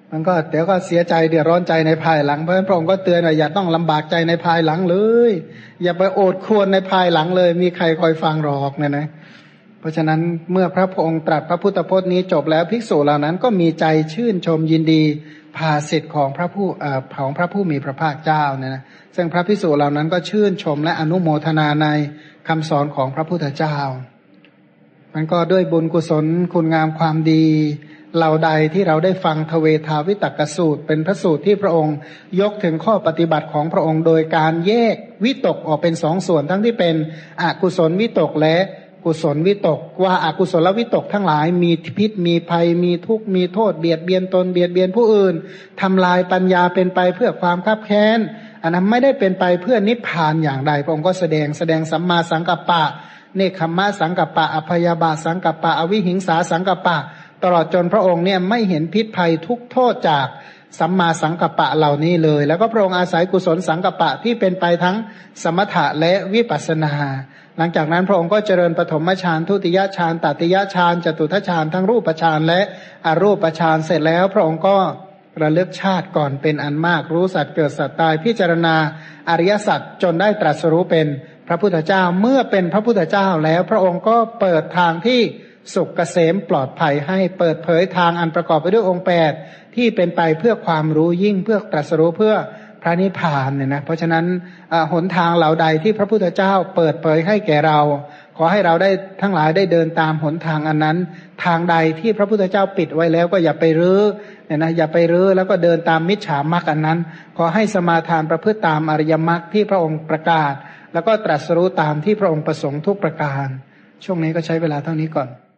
S1: มันก็เดี๋ยวก็เสียใจเดือดร้อนใจในภายหลังเพราะฉะนั้นพระองค์ก็เตือนว่าอย่าต้องลำบากใจในภายหลังเลยอย่าไปโอดครวญในภายหลังเลยมีใครคอยฟังหรอกเนี่ยนะเพราะฉะนั้นเมื่อพระองค์ตรัสพระพุทธพจน์นี้จบแล้วภิกษุเหล่านั้นก็มีใจชื่นชมยินดีภาสิทธิ์ของพระผู้มีพระภาคเจ้าเนี่ยนะซึ่งพระภิกษุเหล่านั้นก็ชื่นชมและอนุโมทนาในคำสอนของพระพุทธเจ้ามันก็ด้วยบุญกุศลคุณงามความดีเหล่าใดที่เราได้ฟังทเวทาวิตกสูตรเป็นพระสูตรที่พระองค์ยกถึงข้อปฏิบัติของพระองค์โดยการแยกวิตกออกเป็นสองส่วนทั้งที่เป็นอกุศลวิตกและกุศลวิตกว่าอากุศลวิตกทั้งหลายมีพิษมีภัยมีทุกข์มีโทษเบียดเบียนตนเบียดเบียนผู้อื่นทำลายปัญญาเป็นไปเพื่อความคับแค้นอันนั้นไม่ได้เป็นไปเพื่อนิพพานอย่างใดพระองค์ก็แสดงสัมมาสังกัปปะเนคขมมะสังกัปปะอภยาบาทสังกัปปะอวิหิงสาสังกัปปะตลอดจนพระองค์เนี่ยไม่เห็นพิษภัยทุกโทษจากสัมมาสังกัปปะเหล่านี้เลยแล้วก็พระองค์อาศัยกุศลสังกัปปะที่เป็นไปทั้งสมถะและวิปัสสนาหลังจากนั้นพระองค์ก็เจริญปฐมฌานทุติยฌานตติยฌานจตุตฌานทั้งรูปฌานและอรูปฌานเสร็จแล้วพระองค์ก็ระลึกชาติก่อนเป็นอันมากรู้สัตว์เกิดสัตว์ตายพิจารณาอริยสัจจนได้ตรัสรู้เป็นพระพุทธเจ้าเมื่อเป็นพระพุทธเจ้าแล้วพระองค์ก็เปิดทางที่สุขเกษมปลอดภัยให้เปิดเผยทางอันประกอบไปด้วยองค์8ที่เป็นไปเพื่อความรู้ยิ่งเพื่อตรัสรู้เพื่อพระนิพพานเนี่ยนะเพราะฉะนั้นหนทางเหล่าใดที่พระพุทธเจ้าเปิดเผยให้แก่เราขอให้เราได้ทั้งหลายได้เดินตามหนทางอันนั้นทางใดที่พระพุทธเจ้าปิดไว้แล้วก็อย่าไปรื้อเนี่ยนะอย่าไปรื้อแล้วก็เดินตามมิจฉามรรคอันนั้นขอให้สมาทานประพฤติตามอริยมรรคที่พระองค์ประกาศแล้วก็ตรัสรู้ตามที่พระองค์ประสงค์ทุกประการช่วงนี้ก็ใช้เวลาเท่านี้ก่อน